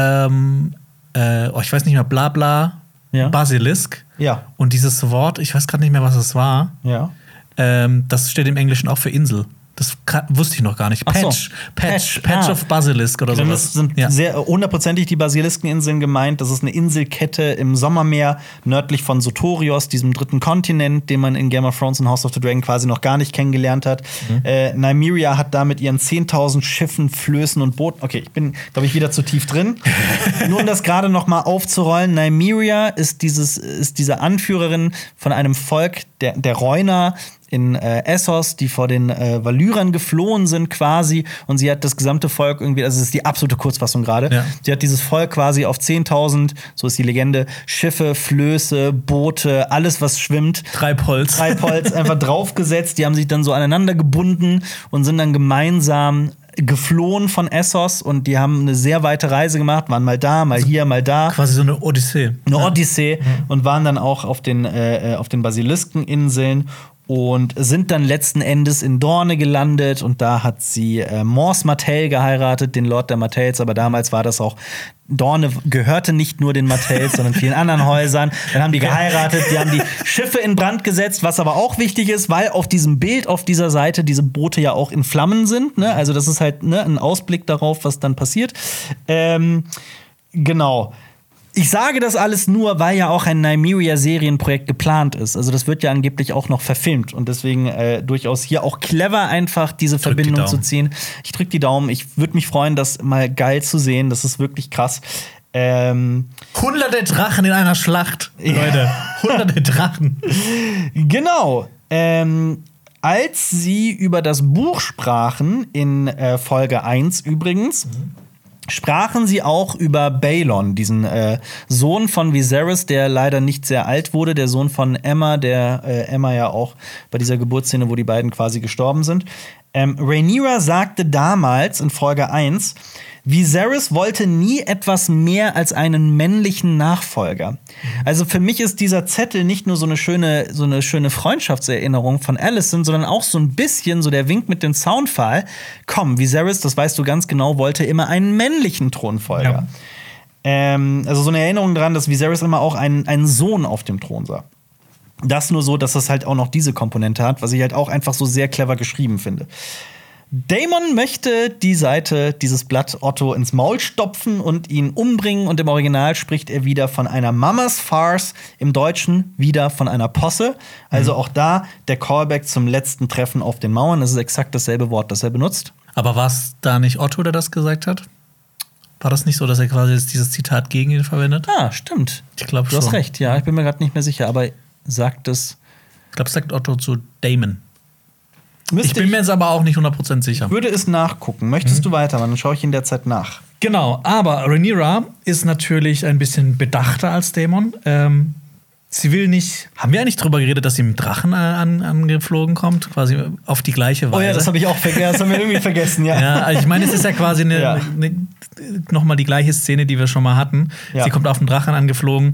weiß nicht mehr, Blabla. Ja. Basilisk. Ja. Und dieses Wort, ich weiß gerade nicht mehr, was es war. Ja. Das steht im Englischen auch für Insel. Das wusste ich noch gar nicht. Patch of Basilisk oder sowas. Das sind sehr hundertprozentig die Basiliskeninsel gemeint. Das ist eine Inselkette im Sommermeer nördlich von Sotorios, diesem dritten Kontinent, den man in Game of Thrones und House of the Dragon quasi noch gar nicht kennengelernt hat. Nymeria hat da mit ihren 10.000 Schiffen, Flößen und Booten. Okay, ich bin, glaube ich, wieder zu tief drin. Nur um das gerade noch mal aufzurollen. Nymeria ist diese Anführerin von einem Volk der Reuner in Essos, die vor den Valyrern geflohen sind quasi, und sie hat das gesamte Volk irgendwie, also das ist die absolute Kurzfassung gerade, sie hat dieses Volk quasi auf 10.000, so ist die Legende, Schiffe, Flöße, Boote, alles was schwimmt, Treibholz einfach draufgesetzt, die haben sich dann so aneinander gebunden und sind dann gemeinsam geflohen von Essos, und die haben eine sehr weite Reise gemacht, waren mal da, mal hier, mal da. Quasi so eine Odyssee. Und waren dann auch auf den Basiliskeninseln und sind dann letzten Endes in Dorne gelandet, und da hat sie Mors Martell geheiratet, den Lord der Martells, aber damals war das auch, Dorne gehörte nicht nur den Martells, sondern vielen anderen Häusern. Dann haben die geheiratet, die haben die Schiffe in Brand gesetzt, was aber auch wichtig ist, weil auf diesem Bild auf dieser Seite diese Boote ja auch in Flammen sind, ne? Also das ist halt, ne, ein Ausblick darauf, was dann passiert. Genau. Ich sage das alles nur, weil ja auch ein Nymeria-Serienprojekt geplant ist. Also das wird ja angeblich auch noch verfilmt. Und deswegen durchaus hier auch clever, einfach diese Verbindung zu ziehen. Ich drück die Daumen. Ich würde mich freuen, das mal geil zu sehen. Das ist wirklich krass. Hunderte Drachen in einer Schlacht, Leute. Hunderte Drachen. Genau. Als sie über das Buch sprachen, in Folge 1 übrigens, sprachen sie auch über Balon, diesen Sohn von Viserys, der leider nicht sehr alt wurde, der Sohn von Aemma, der Aemma ja auch bei dieser Geburtsszene, wo die beiden quasi gestorben sind. Rhaenyra sagte damals in Folge 1, Viserys wollte nie etwas mehr als einen männlichen Nachfolger. Also für mich ist dieser Zettel nicht nur so eine schöne Freundschaftserinnerung von Alicent, sondern auch so ein bisschen so der Wink mit dem Zaunpfahl. Komm, Viserys, das weißt du ganz genau, wollte immer einen männlichen Thronfolger. Ja. Also so eine Erinnerung daran, dass Viserys immer auch einen Sohn auf dem Thron sah. Das nur so, dass das halt auch noch diese Komponente hat, was ich halt auch einfach so sehr clever geschrieben finde. Daemon möchte die Seite, dieses Blatt Otto ins Maul stopfen und ihn umbringen, und im Original spricht er wieder von einer Mamas Farce, im Deutschen wieder von einer Posse. Also auch da der Callback zum letzten Treffen auf den Mauern. Das ist exakt dasselbe Wort, das er benutzt. Aber war es da nicht Otto, der das gesagt hat? War das nicht so, dass er quasi jetzt dieses Zitat gegen ihn verwendet? Ah, stimmt. Ich glaube schon. Du hast recht, ja. Ich bin mir gerade nicht mehr sicher, aber sagt es. Ich glaube, sagt Otto zu Daemon. Ich bin mir jetzt aber auch nicht 100% sicher. Ich würde es nachgucken. Möchtest du weitermachen? Dann schaue ich in der Zeit nach. Genau, aber Rhaenyra ist natürlich ein bisschen bedachter als Daemon. Sie will nicht. Haben wir eigentlich drüber geredet, dass sie mit Drachen angeflogen kommt? Quasi auf die gleiche Weise. Oh ja, das habe ich auch vergessen. Das haben wir irgendwie vergessen, ja. Ja, also ich meine, es ist ja quasi noch mal die gleiche Szene, die wir schon mal hatten. Ja. Sie kommt auf den Drachen angeflogen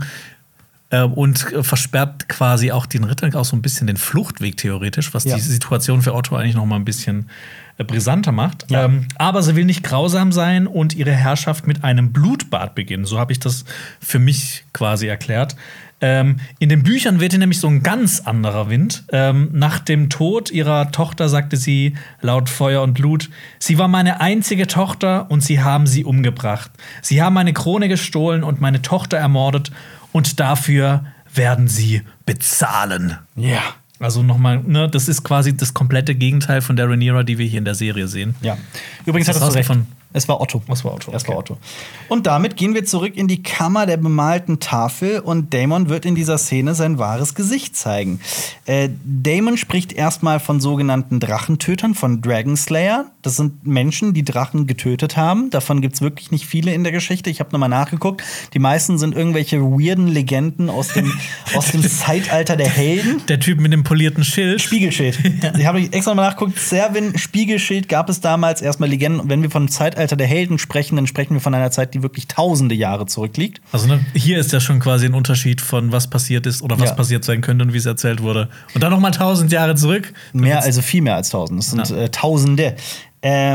und versperrt quasi auch den Rittern auch so ein bisschen den Fluchtweg theoretisch, was die Situation für Otto eigentlich noch mal ein bisschen brisanter macht. Ja. Aber sie will nicht grausam sein und ihre Herrschaft mit einem Blutbad beginnen. So habe ich das für mich quasi erklärt. In den Büchern weht nämlich so ein ganz anderer Wind. Nach dem Tod ihrer Tochter sagte sie laut Feuer und Blut: Sie war meine einzige Tochter und sie haben sie umgebracht. Sie haben meine Krone gestohlen und meine Tochter ermordet, und dafür werden sie bezahlen. Ja. Also nochmal, ne, das ist quasi das komplette Gegenteil von der Rhaenyra, die wir hier in der Serie sehen. Ja. Übrigens hattest du recht. Es war Otto. Es war Otto. Es war Otto. Und damit gehen wir zurück in die Kammer der bemalten Tafel, und Daemon wird in dieser Szene sein wahres Gesicht zeigen. Daemon spricht erstmal von sogenannten Drachentötern, von Dragonslayer. Das sind Menschen, die Drachen getötet haben. Davon gibt es wirklich nicht viele in der Geschichte. Ich habe nochmal nachgeguckt. Die meisten sind irgendwelche weirden Legenden aus dem Zeitalter der Helden. Der Typ mit dem polierten Schild. Spiegelschild. Ja. Ich habe extra nochmal nachgeguckt. Serwyn, Spiegelschild gab es damals erstmal Legenden. Und wenn wir von Zeitalter der Helden sprechen, dann sprechen wir von einer Zeit, die wirklich tausende Jahre zurückliegt. Also ne, hier ist ja schon quasi ein Unterschied von was passiert ist oder was passiert sein könnte und wie es erzählt wurde. Und dann noch mal 1000 Jahre zurück. Viel mehr als 1000. Das sind Tausende.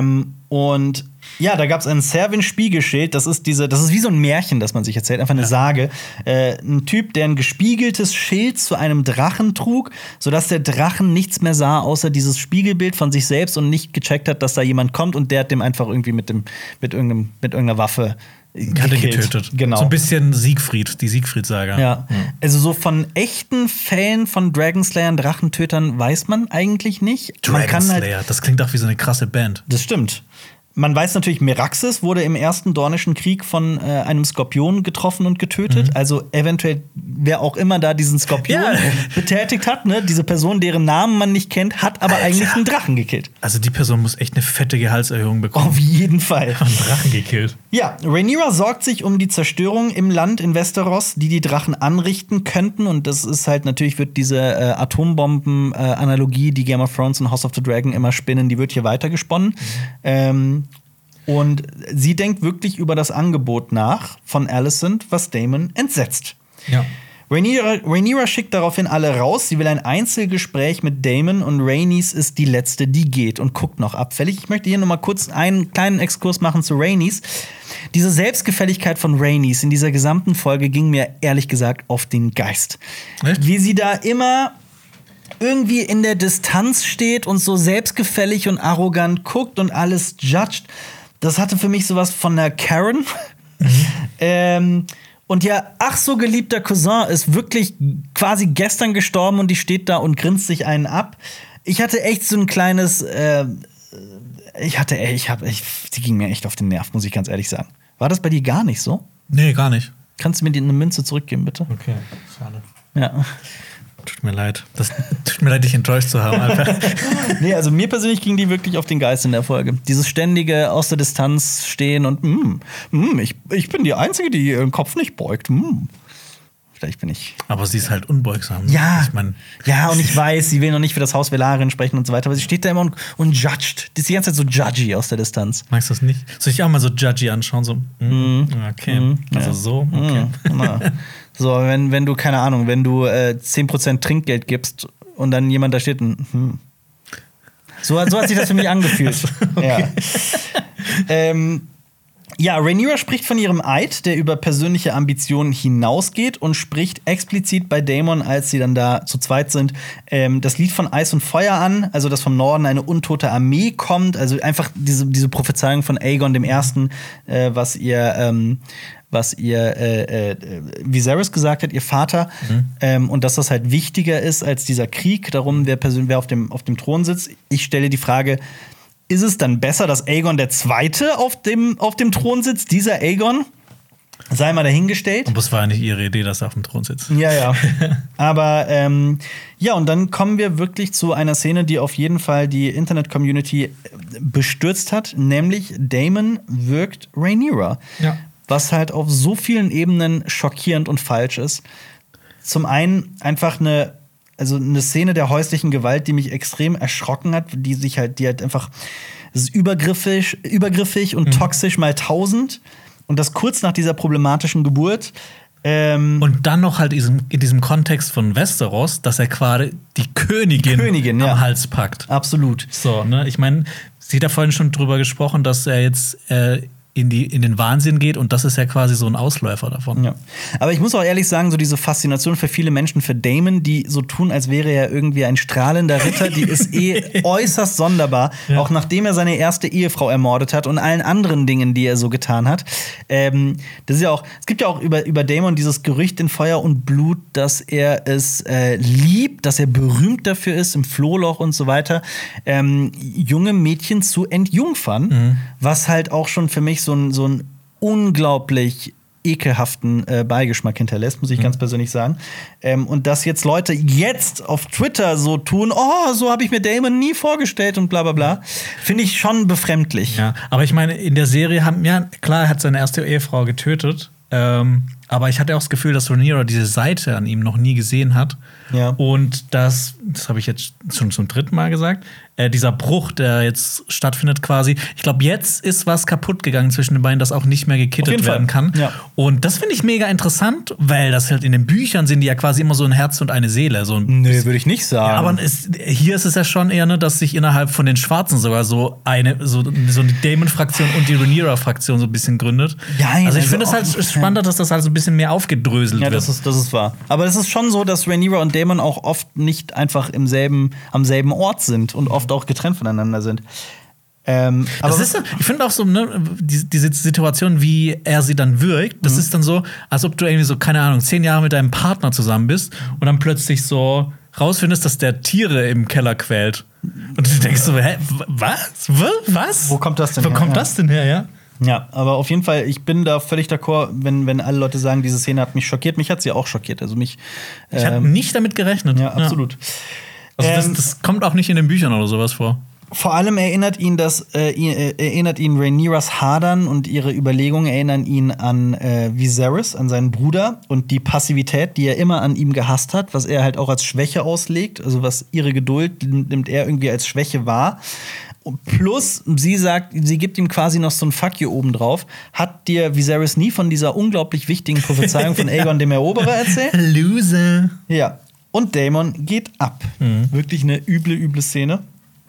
Und ja, da gab es ein Servin-Spiegelschild. Das ist wie so ein Märchen, das man sich erzählt, einfach eine Sage. Ein Typ, der ein gespiegeltes Schild zu einem Drachen trug, sodass der Drachen nichts mehr sah, außer dieses Spiegelbild von sich selbst und nicht gecheckt hat, dass da jemand kommt und der hat dem einfach irgendwie mit irgendeiner Waffe Hat er getötet. Genau. So ein bisschen Siegfried, die Siegfried-Saga. Ja. Also so von echten Fällen von Dragonslayern, Drachentötern weiß man eigentlich nicht. Dragonslayer, das klingt auch wie so eine krasse Band. Das stimmt. Man weiß natürlich, Meraxes wurde im ersten Dornischen Krieg von einem Skorpion getroffen und getötet. Also eventuell, wer auch immer da diesen Skorpion betätigt hat, ne? Diese Person, deren Namen man nicht kennt, hat aber eigentlich einen Drachen gekillt. Also die Person muss echt eine fette Gehaltserhöhung bekommen. Auf jeden Fall. Einen Drachen gekillt. Ja, Rhaenyra sorgt sich um die Zerstörung im Land in Westeros, die Drachen anrichten könnten. Und das ist halt, natürlich wird diese Atombomben-Analogie, die Game of Thrones und House of the Dragon immer spinnen, die wird hier weitergesponnen. Und sie denkt wirklich über das Angebot nach von Alicent, was Daemon entsetzt. Ja. Rhaenyra schickt daraufhin alle raus. Sie will ein Einzelgespräch mit Daemon und Rhaenys ist die Letzte, die geht und guckt noch abfällig. Ich möchte hier noch mal kurz einen kleinen Exkurs machen zu Rhaenys. Diese Selbstgefälligkeit von Rhaenys in dieser gesamten Folge ging mir ehrlich gesagt auf den Geist. Echt? Wie sie da immer irgendwie in der Distanz steht und so selbstgefällig und arrogant guckt und alles judgt. Das hatte für mich sowas von einer Karen. Und ja, ach so geliebter Cousin ist wirklich quasi gestern gestorben und die steht da und grinst sich einen ab. Ich hatte echt so ein kleines die ging mir echt auf den Nerv, muss ich ganz ehrlich sagen. War das bei dir gar nicht so? Nee, gar nicht. Kannst du mir eine Münze zurückgeben, bitte? Okay, schade. Ja. Tut mir leid. Tut mir leid, dich enttäuscht zu haben. Einfach. Nee, also mir persönlich ging die wirklich auf den Geist in der Folge. Dieses ständige aus der Distanz stehen und ich bin die Einzige, die ihren Kopf nicht beugt. Vielleicht bin ich. Aber sie ist halt unbeugsam. Ja. Ich mein, ja, und ich weiß, sie will noch nicht für das Haus Velaryon sprechen und so weiter, aber sie steht da immer und judgt. Die ist die ganze Zeit so judgy aus der Distanz. Magst du das nicht? Soll ich auch mal so judgy anschauen? So, okay. Also so, okay. So, wenn du, keine Ahnung, wenn du 10% Trinkgeld gibst und dann jemand da steht, So hat sich das für mich angefühlt. Okay. Ja. Rhaenyra spricht von ihrem Eid, der über persönliche Ambitionen hinausgeht und spricht explizit bei Daemon, als sie dann da zu zweit sind, das Lied von Eis und Feuer an, also dass vom Norden eine untote Armee kommt, also einfach diese Prophezeiung von Aegon dem Ersten, was ihr Viserys gesagt hat, ihr Vater, und dass das halt wichtiger ist als dieser Krieg, darum, wer auf dem Thron sitzt. Ich stelle die Frage, ist es dann besser, dass Aegon der Zweite auf dem Thron sitzt, dieser Aegon? Sei mal dahingestellt. Und das war ja nicht ihre Idee, dass er auf dem Thron sitzt. Ja. Aber ja, und dann kommen wir wirklich zu einer Szene, die auf jeden Fall die Internet-Community bestürzt hat, nämlich Daemon wirkt Rhaenyra. Ja. Was halt auf so vielen Ebenen schockierend und falsch ist. Zum einen einfach eine Szene der häuslichen Gewalt, die mich extrem erschrocken hat, die halt einfach, es ist übergriffig und toxisch mal 1000. Und das kurz nach dieser problematischen Geburt. Und dann noch halt in diesem Kontext von Westeros, dass er quasi die Königin am Hals packt. Absolut. So, ne? Ich meine, sie hat ja vorhin schon drüber gesprochen, dass er jetzt in den Wahnsinn geht und das ist ja quasi so ein Ausläufer davon. Ja. Aber ich muss auch ehrlich sagen, so diese Faszination für viele Menschen für Daemon, die so tun, als wäre er irgendwie ein strahlender Ritter, die ist äußerst sonderbar, auch nachdem er seine erste Ehefrau ermordet hat und allen anderen Dingen, die er so getan hat. Das ist ja auch, es gibt ja auch über Daemon dieses Gerücht in Feuer und Blut, dass er es liebt, dass er berühmt dafür ist, im Flohloch und so weiter, junge Mädchen zu entjungfern, was halt auch schon für mich so einen unglaublich ekelhaften Beigeschmack hinterlässt, muss ich ganz persönlich sagen. Und dass jetzt Leute auf Twitter so tun, so habe ich mir Daemon nie vorgestellt und bla bla bla, finde ich schon befremdlich. Ja, aber ich meine, in der Serie klar, er hat seine erste Ehefrau getötet, aber ich hatte auch das Gefühl, dass Rhaenyra diese Seite an ihm noch nie gesehen hat. Ja. Und das habe ich jetzt schon zum 3. Mal gesagt, dieser Bruch, der jetzt stattfindet quasi, ich glaube, jetzt ist was kaputt gegangen zwischen den beiden, das auch nicht mehr gekittet werden kann. Ja. Und das finde ich mega interessant, weil das halt in den Büchern sind die ja quasi immer so ein Herz und eine Seele. So Nö, würde ich nicht sagen. aber hier ist es ja schon eher, ne, dass sich innerhalb von den Schwarzen sogar so eine Daemon-Fraktion und die Rhaenyra-Fraktion so ein bisschen gründet. Ja, also ich also finde es halt spannend, dass das halt so ein bisschen mehr aufgedröselt Ja, wird. das ist wahr. Aber es ist schon so, dass Rhaenyra und Daemon auch oft nicht einfach am selben Ort sind und oft auch getrennt voneinander sind. Aber Ich finde auch so, ne, diese Situation, wie er sie dann wirkt, das ist dann so, als ob du irgendwie so, keine Ahnung, 10 Jahre mit deinem Partner zusammen bist und dann plötzlich so rausfindest, dass der Tiere im Keller quält. Und du denkst so, hä, was? Wo kommt das denn Wo her? kommt Ja. das denn her, ja? Ja, aber auf jeden Fall, ich bin da völlig d'accord, wenn alle Leute sagen, diese Szene hat mich schockiert. Mich hat sie auch schockiert. Also mich. Ich habe nicht damit gerechnet. Ja, absolut. Also das kommt auch nicht in den Büchern oder sowas vor. Vor allem erinnert ihn Rhaenyras Hadern und ihre Überlegungen erinnern ihn an Viserys, an seinen Bruder und die Passivität, die er immer an ihm gehasst hat, was er halt auch als Schwäche auslegt, also was ihre Geduld nimmt er irgendwie als Schwäche wahr. Plus, sie sagt, sie gibt ihm quasi noch so ein Fuck you obendrauf. Hat dir Viserys nie von dieser unglaublich wichtigen Prophezeiung von Aegon dem Eroberer erzählt? Loser. Ja. Und Daemon geht ab. Wirklich eine üble Szene.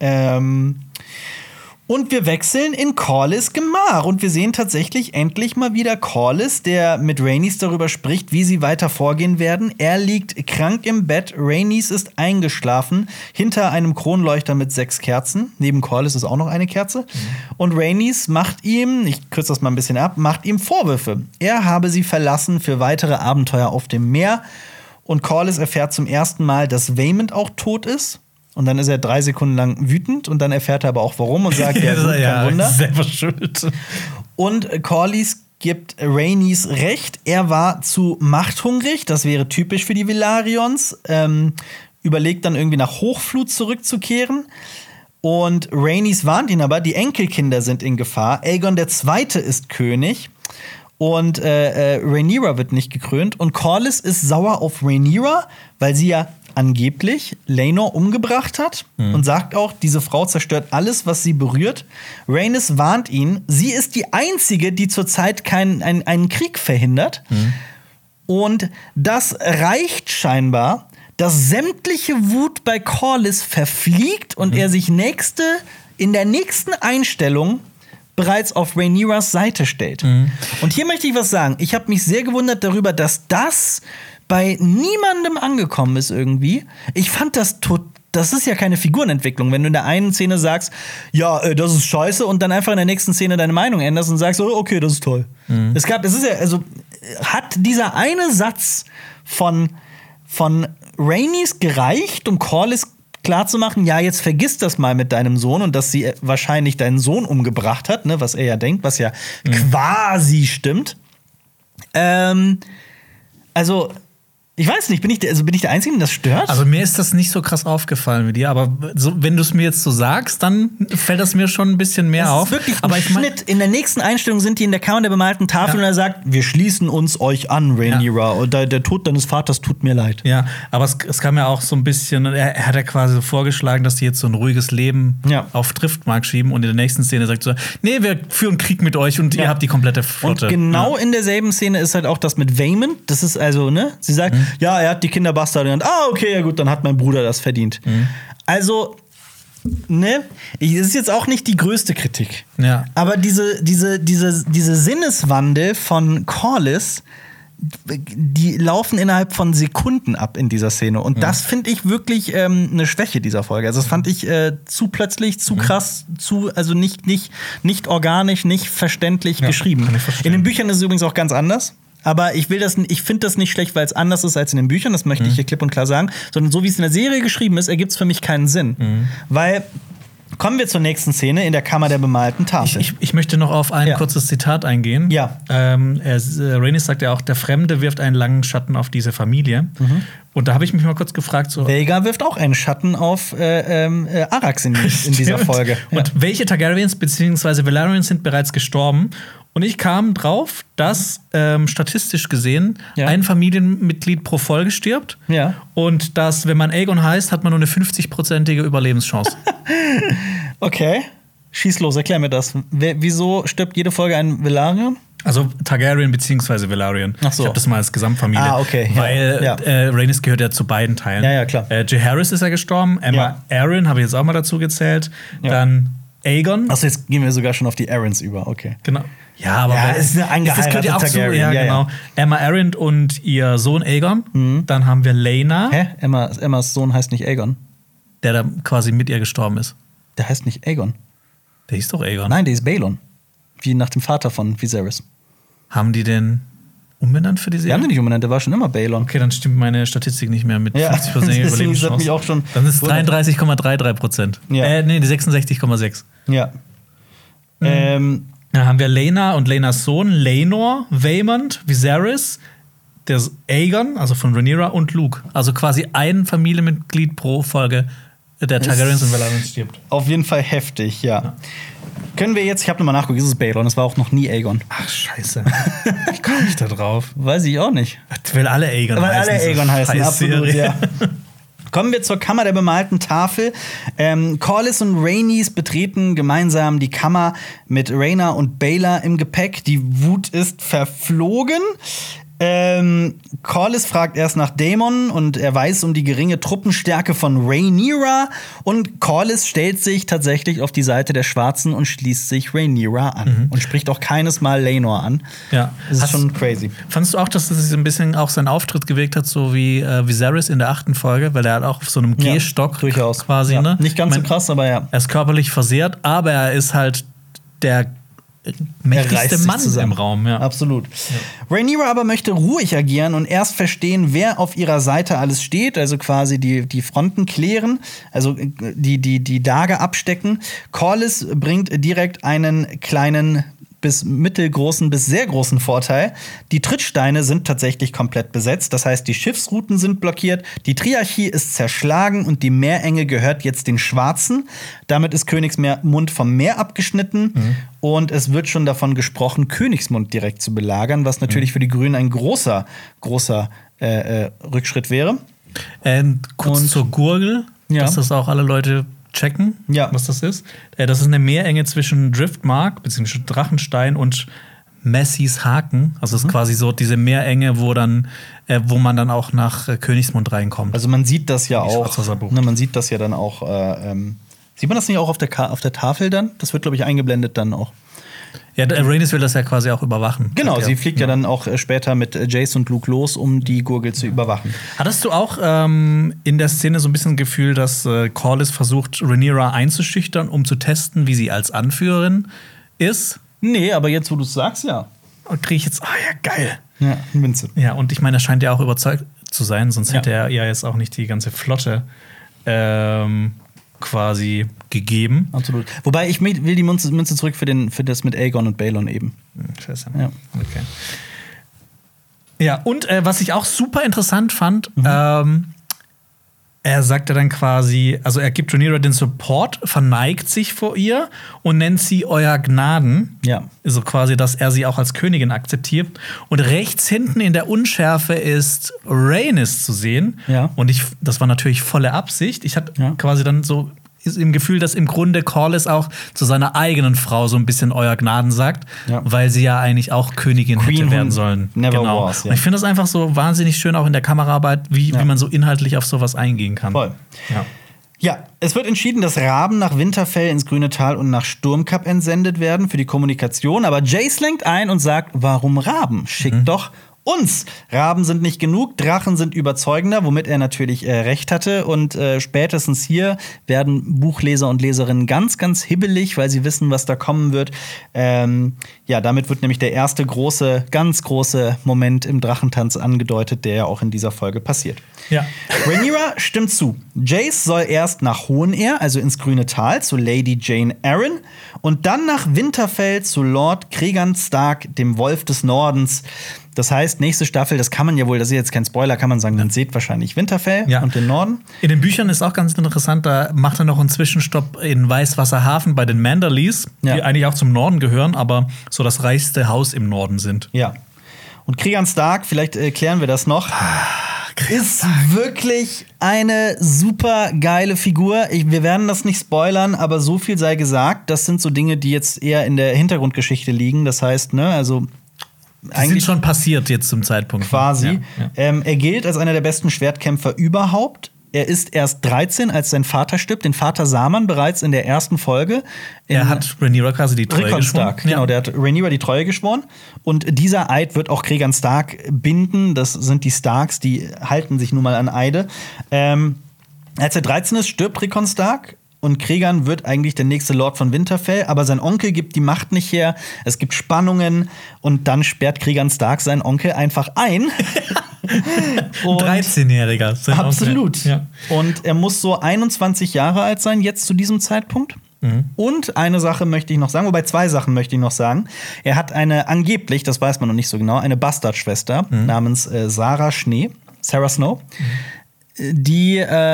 Und wir wechseln in Corlys Gemach. Und wir sehen tatsächlich endlich mal wieder Corlys, der mit Rhaenys darüber spricht, wie sie weiter vorgehen werden. Er liegt krank im Bett. Rhaenys ist eingeschlafen hinter einem Kronleuchter mit 6 Kerzen. Neben Corlys ist auch noch eine Kerze. Und Rhaenys macht ihm, ich kürze das mal ein bisschen ab, macht ihm Vorwürfe. Er habe sie verlassen für weitere Abenteuer auf dem Meer. Und Corlys erfährt zum ersten Mal, dass Vaemond auch tot ist. Und dann ist er 3 Sekunden lang wütend und dann erfährt er aber auch warum und sagt, ja, gut, kein Wunder. Selber schuld. Und Corlys gibt Rhaenys recht, er war zu machthungrig, das wäre typisch für die Velaryons, überlegt dann irgendwie nach Hochflut zurückzukehren. Und Rhaenys warnt ihn aber, die Enkelkinder sind in Gefahr, Aegon II. Ist König. Und Rhaenyra wird nicht gekrönt. Und Corlys ist sauer auf Rhaenyra, weil sie ja angeblich Laenor umgebracht hat und sagt auch, diese Frau zerstört alles, was sie berührt. Rhaenys warnt ihn, sie ist die Einzige, die zurzeit einen Krieg verhindert. Und das reicht scheinbar, dass sämtliche Wut bei Corlys verfliegt und er sich in der nächsten Einstellung bereits auf Rhaenyras Seite stellt. Und hier möchte ich was sagen. Ich habe mich sehr gewundert darüber, dass das bei niemandem angekommen ist irgendwie. Ich fand das ist ja keine Figurenentwicklung, wenn du in der einen Szene sagst, ja, das ist scheiße, und dann einfach in der nächsten Szene deine Meinung änderst und sagst, oh, okay, das ist toll. Hat dieser eine Satz von Rhaenys gereicht, um Corlys klarzumachen, ja, jetzt vergiss das mal mit deinem Sohn und dass sie wahrscheinlich deinen Sohn umgebracht hat, ne, was er ja denkt, was ja quasi stimmt. Also, ich weiß nicht, bin ich der Einzige, den das stört? Also mir ist das nicht so krass aufgefallen wie dir, aber wenn du es mir jetzt so sagst, dann fällt das mir schon ein bisschen mehr auf. Das ist wirklich aber ein Schnitt. In der nächsten Einstellung sind die in der Kammer der bemalten Tafel und er sagt, wir schließen uns euch an, Rhaenyra. Und der Tod deines Vaters tut mir leid. Ja, aber es kam ja auch so ein bisschen, er hat ja quasi so vorgeschlagen, dass die jetzt so ein ruhiges Leben auf Driftmark schieben und in der nächsten Szene sagt so, nee, wir führen Krieg mit euch und ihr habt die komplette Flotte. Und genau in derselben Szene ist halt auch das mit Vaemond. Das ist also, ne, sie sagt, ja, er hat die Kinder Bastarde genannt. Ah, okay, ja gut, dann hat mein Bruder das verdient. Also, ne, es ist jetzt auch nicht die größte Kritik. Ja. Aber diese Sinneswandel von Corlys, die laufen innerhalb von Sekunden ab in dieser Szene. Und das finde ich wirklich eine Schwäche dieser Folge. Also das fand ich zu plötzlich, zu krass, also nicht organisch, nicht verständlich geschrieben. In den Büchern ist es übrigens auch ganz anders. Aber ich finde das nicht schlecht, weil es anders ist als in den Büchern, das möchte ich hier klipp und klar sagen, sondern so wie es in der Serie geschrieben ist, ergibt es für mich keinen Sinn. Weil, kommen wir zur nächsten Szene in der Kammer der bemalten Tafel. Ich möchte noch auf ein kurzes Zitat eingehen. Ja. Rhaenys sagt ja auch, der Fremde wirft einen langen Schatten auf diese Familie. Und da habe ich mich mal kurz gefragt, so Vhagar wirft auch einen Schatten auf Arrax in dieser Folge. Und welche Targaryens bzw. Velaryons sind bereits gestorben? Und ich kam drauf, dass statistisch gesehen Ja. ein Familienmitglied pro Folge stirbt. Ja. Und dass, wenn man Aegon heißt, hat man nur eine 50-prozentige Überlebenschance. Okay. Schieß los, erklär mir das. Wieso stirbt jede Folge ein Velaryon? Also Targaryen bzw. Velaryon. Ach so. Ich habe das mal als Gesamtfamilie. Ah, okay. Ja. Weil Ja. Rhaenys gehört ja zu beiden Teilen. Ja, ja, klar. Jaehaerys ist ja gestorben. Emma Arryn habe ich jetzt auch mal dazu gezählt. Ja. Dann Aegon. Achso, jetzt gehen wir sogar schon auf die Aarons über, okay. Genau. Ja, aber Ja, ist eine das gehört ja auch zu. Targaryen. Ja, Ja, genau. ja. Emma Arryn und ihr Sohn Aegon. Dann haben wir Laena, Hä? Emmas Sohn heißt nicht Aegon. der da quasi mit ihr gestorben ist. Der heißt nicht Aegon. Der hieß doch Aegon. Nein, der ist Balon. Wie nach dem Vater von Viserys. Haben die den umbenannt für die Die Serie? haben den nicht umbenannt, der war schon immer Balon. Okay, dann stimmt meine Statistik nicht mehr mit Ja, 50% deswegen, das hat Überlebenschance. mich auch schon Dann ist es 33,33%. Ja. Nee, die 66,6. Ja. Dann haben wir Laena und Laenas Sohn, Laenor, Vaemond, Viserys, der Aegon, also von Rhaenyra, und Luke. Also quasi ein Familienmitglied pro Folge der Targaryens und Velaryons stirbt. Auf jeden Fall heftig, ja. Können wir jetzt, ich habe nochmal nachgeguckt, ist es Balon, es war auch noch nie Aegon. Ach, scheiße. Ich komme nicht da drauf. Weiß ich auch nicht. Weil alle Aegon Weil heißen. alle diese Aegon heißen, scheiß absolut, Serie. ja. Kommen wir zur Kammer der bemalten Tafel. Corlys und Rhaenys betreten gemeinsam die Kammer mit Rhaena und Baelor im Gepäck. Die Wut ist verflogen. Corlys fragt erst nach Daemon und er weiß um die geringe Truppenstärke von Rhaenyra. Und Corlys stellt sich tatsächlich auf die Seite der Schwarzen und schließt sich Rhaenyra an. Und spricht auch keines Mal Laenor an. Ja. Das ist schon crazy. Fandest du auch, dass das ein bisschen auch sein Auftritt gewirkt hat, so wie Viserys in der 8. Folge? Weil er hat auch auf so einem Ja, Gehstock durchaus. quasi, Ja. ne? Nicht ganz Ich so mein, krass, aber ja. Er ist körperlich versehrt, aber er ist halt der Er reißt mächtigste sich Mann zusammen. im Raum. Ja. Absolut. Rhaenyra aber möchte ruhig agieren und erst verstehen, wer auf ihrer Seite alles steht, also quasi die Fronten klären, also die Lager abstecken. Corlys bringt direkt einen kleinen bis mittelgroßen bis sehr großen Vorteil. Die Trittsteine sind tatsächlich komplett besetzt. Das heißt, die Schiffsrouten sind blockiert, die Triarchie ist zerschlagen und die Meerenge gehört jetzt den Schwarzen. Damit ist Königsmund vom Meer abgeschnitten. Und es wird schon davon gesprochen, Königsmund direkt zu belagern, was natürlich für die Grünen ein großer Rückschritt wäre. Kurz Und- zur Gurgel, Ja. dass das auch alle Leute checken, Ja. was das ist. Das ist eine Meerenge zwischen Driftmark bzw. Drachenstein und Messys Haken. Also es ist quasi so diese Meerenge, wo man dann auch nach Königsmund reinkommt. Also man sieht das ja Die auch. Schwarzwasserbucht. Ne, man sieht das ja dann auch. Sieht man das nicht auch auf der Tafel dann? Das wird, glaube ich, eingeblendet dann auch. Ja, Rhaenys will das ja quasi auch überwachen. Genau, Sagt sie er. fliegt ja dann auch später mit Jace und Luke los, um die Gurgel zu überwachen. Hattest du auch in der Szene so ein bisschen Gefühl, dass Corlys versucht, Rhaenyra einzuschüchtern, um zu testen, wie sie als Anführerin ist? Nee, aber jetzt, wo du es sagst, ja. Und kriege ich jetzt, ja, geil. Ja, Münze. Ja, und ich meine, er scheint ja auch überzeugt zu sein, sonst Ja. hätte er ja jetzt auch nicht die ganze Flotte quasi gegeben. Absolut. Wobei, ich will die Münze zurück für das mit Aegon und Balon eben. Scheiße. Ja. Okay. Ja, und was ich auch super interessant fand, er sagte dann quasi, also er gibt Rhaenyra den Support, verneigt sich vor ihr und nennt sie Euer Gnaden. Ja. Also quasi, dass er sie auch als Königin akzeptiert. Und rechts hinten in der Unschärfe ist Rhaenys zu sehen. Ja. Und das war natürlich volle Absicht. Ich hatte Ja. quasi dann so im Gefühl, dass im Grunde Corlys auch zu seiner eigenen Frau so ein bisschen Euer Gnaden sagt, Ja. weil sie ja eigentlich auch Königin Queen hätte who werden sollen. never was, ja. Und ich finde das einfach so wahnsinnig schön, auch in der Kameraarbeit, wie man so inhaltlich auf sowas eingehen kann. Voll. Ja. Ja, es wird entschieden, dass Raben nach Winterfell ins Grüne Tal und nach Sturmkap entsendet werden für die Kommunikation. Aber Jace lenkt ein und sagt, warum Raben? Schickt doch uns. Raben sind nicht genug, Drachen sind überzeugender, womit er natürlich recht hatte. Und spätestens hier werden Buchleser und Leserinnen ganz, ganz hibbelig, weil sie wissen, was da kommen wird. Ja, damit wird nämlich der erste ganz große Moment im Drachentanz angedeutet, der ja auch in dieser Folge passiert. Ja. Rhaenyra stimmt zu. Jace soll erst nach Hohenair, also ins Grüne Tal, zu Lady Jane Arryn, und dann nach Winterfell zu Lord Cregan Stark, dem Wolf des Nordens. Das heißt, nächste Staffel, das kann man ja wohl, das ist jetzt kein Spoiler, kann man sagen, dann seht wahrscheinlich Winterfell und den Norden. In den Büchern ist auch ganz interessant, da macht er noch einen Zwischenstopp in Weißwasserhafen bei den Manderleys, die eigentlich auch zum Norden gehören, aber so das reichste Haus im Norden sind. Ja. Und Cregan Stark, vielleicht klären wir das noch, ist wirklich eine super geile Figur. Wir werden das nicht spoilern, aber so viel sei gesagt. Das sind so Dinge, die jetzt eher in der Hintergrundgeschichte liegen. Das heißt, ne, also die sind schon passiert jetzt zum Zeitpunkt. Quasi. Er gilt als einer der besten Schwertkämpfer überhaupt. Er ist erst 13, als sein Vater stirbt. Den Vater sah man bereits in der ersten Folge. Er hat Rhaenyra quasi die Treue geschworen. Stark, genau, der hat Rhaenyra die Treue geschworen. Und dieser Eid wird auch Cregan Stark binden. Das sind die Starks, die halten sich nun mal an Eide. Als er 13 ist, stirbt Rickon Stark. Und Cregan wird eigentlich der nächste Lord von Winterfell, aber sein Onkel gibt die Macht nicht her. Es gibt Spannungen und dann sperrt Cregan Stark seinen Onkel einfach ein. 13-Jähriger. Absolut. Ja. Und er muss so 21 Jahre alt sein, jetzt zu diesem Zeitpunkt. Und eine Sache möchte ich noch sagen, wobei 2 Sachen möchte ich noch sagen. Er hat angeblich, das weiß man noch nicht so genau, eine Bastardschwester namens Sarah Snow. Die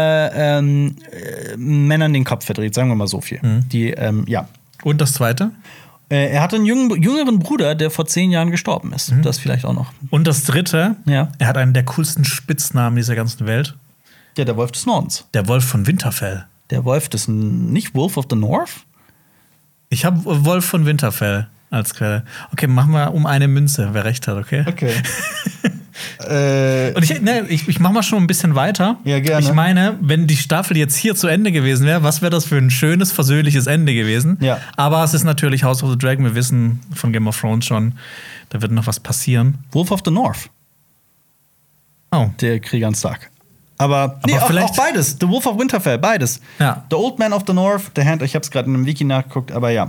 Männern den Kopf verdreht, sagen wir mal so viel. Die, ja. Und das Zweite? Er hatte einen jüngeren Bruder, der vor 10 Jahren gestorben ist. Das vielleicht auch noch. Und das Dritte, er hat einen der coolsten Spitznamen dieser ganzen Welt. Ja, der Wolf des Nordens. Der Wolf von Winterfell. Der Wolf des, nicht Wolf of the North? Ich habe Wolf von Winterfell als Quelle. Okay, machen wir um eine Münze, wer recht hat, okay? Okay. Und ich mach mal schon ein bisschen weiter. Ja, gerne. Ich meine, wenn die Staffel jetzt hier zu Ende gewesen wäre, was wäre das für ein schönes, versöhnliches Ende gewesen? Ja. Aber es ist natürlich House of the Dragon. Wir wissen von Game of Thrones schon, da wird noch was passieren. Wolf of the North. Oh. Der Cregan Stark. Aber nee, auch beides. The Wolf of Winterfell, beides. Ja. The Old Man of the North, The Hand, ich hab's gerade in einem Wiki nachgeguckt, aber ja.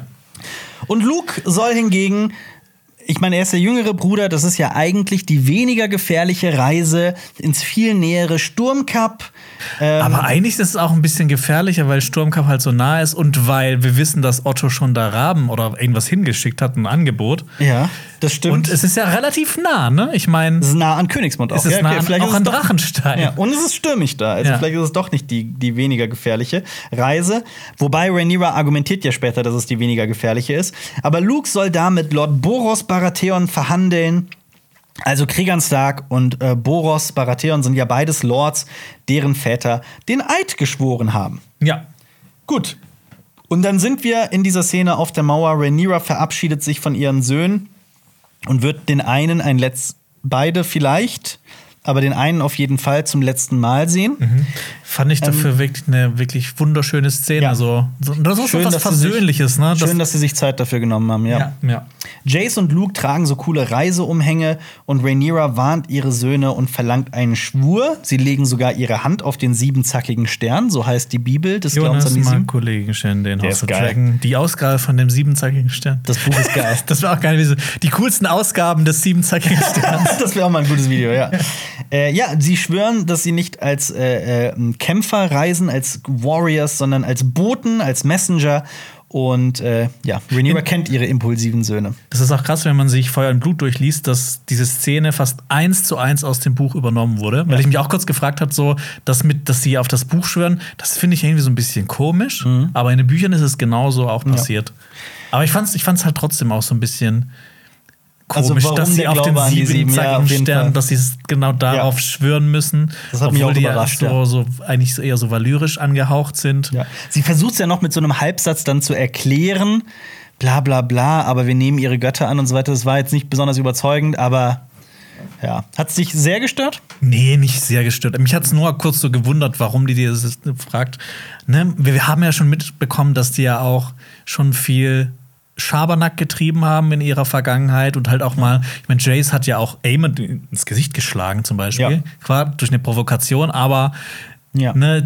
Und Luke soll hingegen, ich meine, er ist der jüngere Bruder, das ist ja eigentlich die weniger gefährliche Reise ins viel nähere Sturmkap. Aber eigentlich ist es auch ein bisschen gefährlicher, weil Sturmkap halt so nah ist und weil wir wissen, dass Otto schon da Raben oder irgendwas hingeschickt hat, ein Angebot. Ja, das stimmt. Und es ist ja relativ nah, ne? Ich meine, es ist nah an Königsmund auch. Es ist nah auch an Drachenstein. Ja, und es ist stürmig da. Also vielleicht ist es doch nicht die weniger gefährliche Reise. Wobei Rhaenyra argumentiert ja später, dass es die weniger gefährliche ist. Aber Luke soll da mit Lord Boros Baratheon verhandeln. Also Cregan Stark und Boros Baratheon sind ja beides Lords, deren Väter den Eid geschworen haben. Ja. Gut. Und dann sind wir in dieser Szene auf der Mauer. Rhaenyra verabschiedet sich von ihren Söhnen und wird den einen beide vielleicht, aber den einen auf jeden Fall zum letzten Mal sehen. Fand ich dafür wirklich eine wirklich wunderschöne Szene. Ja. Also, das ist schön, was Versöhnliches, ne? Schön, dass sie sich Zeit dafür genommen haben, ja. Jace und Luke tragen so coole Reiseumhänge und Rhaenyra warnt ihre Söhne und verlangt einen Schwur. Sie legen sogar ihre Hand auf den 7-zackigen Stern, so heißt die Bibel des Glaubens an die 7. Kollegen den House of Dragon. Die Ausgabe von dem 7-zackigen Stern. Das Buch ist geil. Das wäre auch geil. Die coolsten Ausgaben des 7-zackigen Sterns. Das wäre auch mal ein gutes Video, ja. Sie schwören, dass sie nicht als Kämpfer reisen, als Warriors, sondern als Boten, als Messenger. Und Rhaenyra kennt ihre impulsiven Söhne. Das ist auch krass, wenn man sich Feuer und Blut durchliest, dass diese Szene fast 1:1 aus dem Buch übernommen wurde. Weil ich mich auch kurz gefragt habe, so, dass sie auf das Buch schwören, das finde ich irgendwie so ein bisschen komisch. Aber in den Büchern ist es genauso auch passiert. Aber ich fand's halt trotzdem auch so ein bisschen komisch, dass sie auf den 7-zackigen Stern, dass sie genau darauf schwören müssen. Das hat mich auch überrascht. So eigentlich eher so valyrisch angehaucht sind. Ja. Sie versucht es ja noch mit so einem Halbsatz dann zu erklären, bla bla bla, aber wir nehmen ihre Götter an und so weiter. Das war jetzt nicht besonders überzeugend, aber ja. Hat es dich sehr gestört? Nee, nicht sehr gestört. Mich hat es nur kurz so gewundert, warum die das fragt. Ne? Wir haben ja schon mitbekommen, dass die ja auch schon viel Schabernack getrieben haben in ihrer Vergangenheit und halt auch mal, ich meine, Jace hat ja auch Aemon ins Gesicht geschlagen zum Beispiel, klar, durch eine Provokation, aber ne,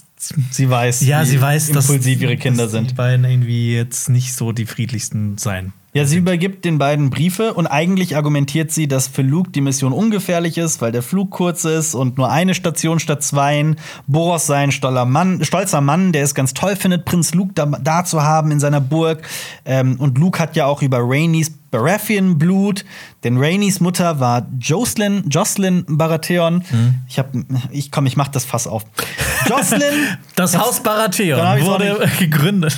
sie weiß, sie weiß, impulsiv ihre Kinder sind. Die beiden irgendwie jetzt nicht so die friedlichsten sein. Ja, sie übergibt den beiden Briefe und eigentlich argumentiert sie, dass für Luke die Mission ungefährlich ist, weil der Flug kurz ist und nur eine Station statt 2. Boros sei ein stolzer Mann, der es ganz toll findet, Prinz Luke da zu haben in seiner Burg. Und Luke hat ja auch über Rhaenys Baratheon-Blut. Denn Rhaenys Mutter war Jocelyn Baratheon. Ich mach das Fass auf. Jocelyn. Das Haus Baratheon wurde gegründet.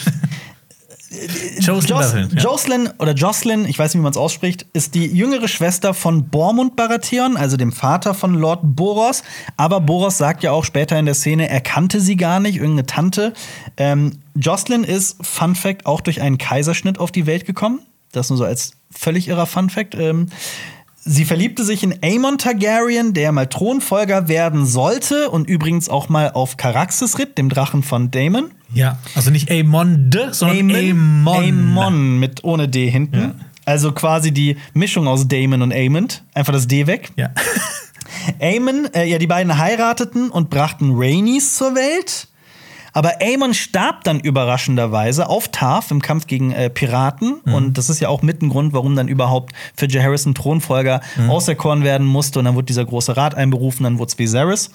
Jocelyn, ich weiß nicht, wie man es ausspricht, ist die jüngere Schwester von Bormund Baratheon, also dem Vater von Lord Boros. Aber Boros sagt ja auch später in der Szene, er kannte sie gar nicht, irgendeine Tante. Jocelyn ist, Fun Fact, auch durch einen Kaiserschnitt auf die Welt gekommen. Das nur so als völlig irrer Fun Fact. Sie verliebte sich in Aemon Targaryen, der mal Thronfolger werden sollte und übrigens auch mal auf Caraxes ritt, dem Drachen von Daemon. Ja, also nicht Aemond, sondern Aemon. Aemon mit ohne D hinten. Ja. Also quasi die Mischung aus Daemon und Aemond. Einfach das D weg. Ja. Aemon, die beiden heirateten und brachten Rhaenys zur Welt. Aber Aemon starb dann überraschenderweise auf Tarth im Kampf gegen Piraten. Und das ist ja auch mit ein Grund, warum dann überhaupt für Jaehaerys ein Thronfolger auserkoren werden musste. Und dann wurde dieser große Rat einberufen, dann wurde es Viserys.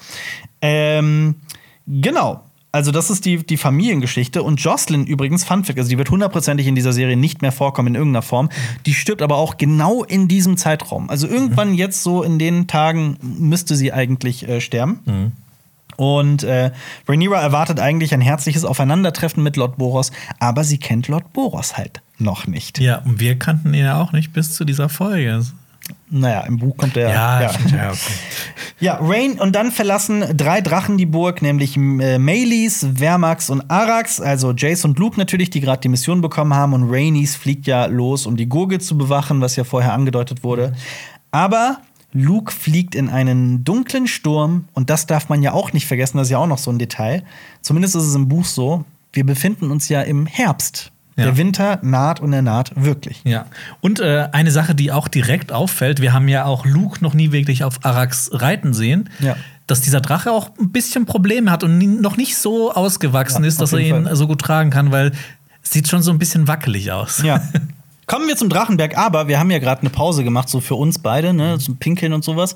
Genau. Also das ist die Familiengeschichte. Und Jocelyn übrigens, Fun Fact, also die wird hundertprozentig in dieser Serie nicht mehr vorkommen in irgendeiner Form. Die stirbt aber auch genau in diesem Zeitraum. Also irgendwann jetzt so in den Tagen müsste sie eigentlich sterben. Und Rhaenyra erwartet eigentlich ein herzliches Aufeinandertreffen mit Lord Boros, aber sie kennt Lord Boros halt noch nicht. Ja, und wir kannten ihn ja auch nicht bis zu dieser Folge. Naja, im Buch kommt er. Ja, okay. Ja, Rhaen und dann verlassen 3 Drachen die Burg, nämlich Meleys, Vermax und Arax, also Jace und Luke natürlich, die gerade die Mission bekommen haben. Und Rhaenys fliegt ja los, um die Gurgel zu bewachen, was ja vorher angedeutet wurde. Aber Luke fliegt in einen dunklen Sturm und das darf man ja auch nicht vergessen, das ist ja auch noch so ein Detail. Zumindest ist es im Buch so, wir befinden uns ja im Herbst. Ja. Der Winter naht und er naht wirklich. Ja. Und eine Sache, die auch direkt auffällt, wir haben ja auch Luke noch nie wirklich auf Arax reiten sehen. Ja. Dass dieser Drache auch ein bisschen Probleme hat und noch nicht so ausgewachsen ist, dass er ihn so gut tragen kann, weil es sieht schon so ein bisschen wackelig aus. Ja. Kommen wir zum Drachenberg, aber wir haben ja gerade eine Pause gemacht, so für uns beide, ne, zum Pinkeln und sowas.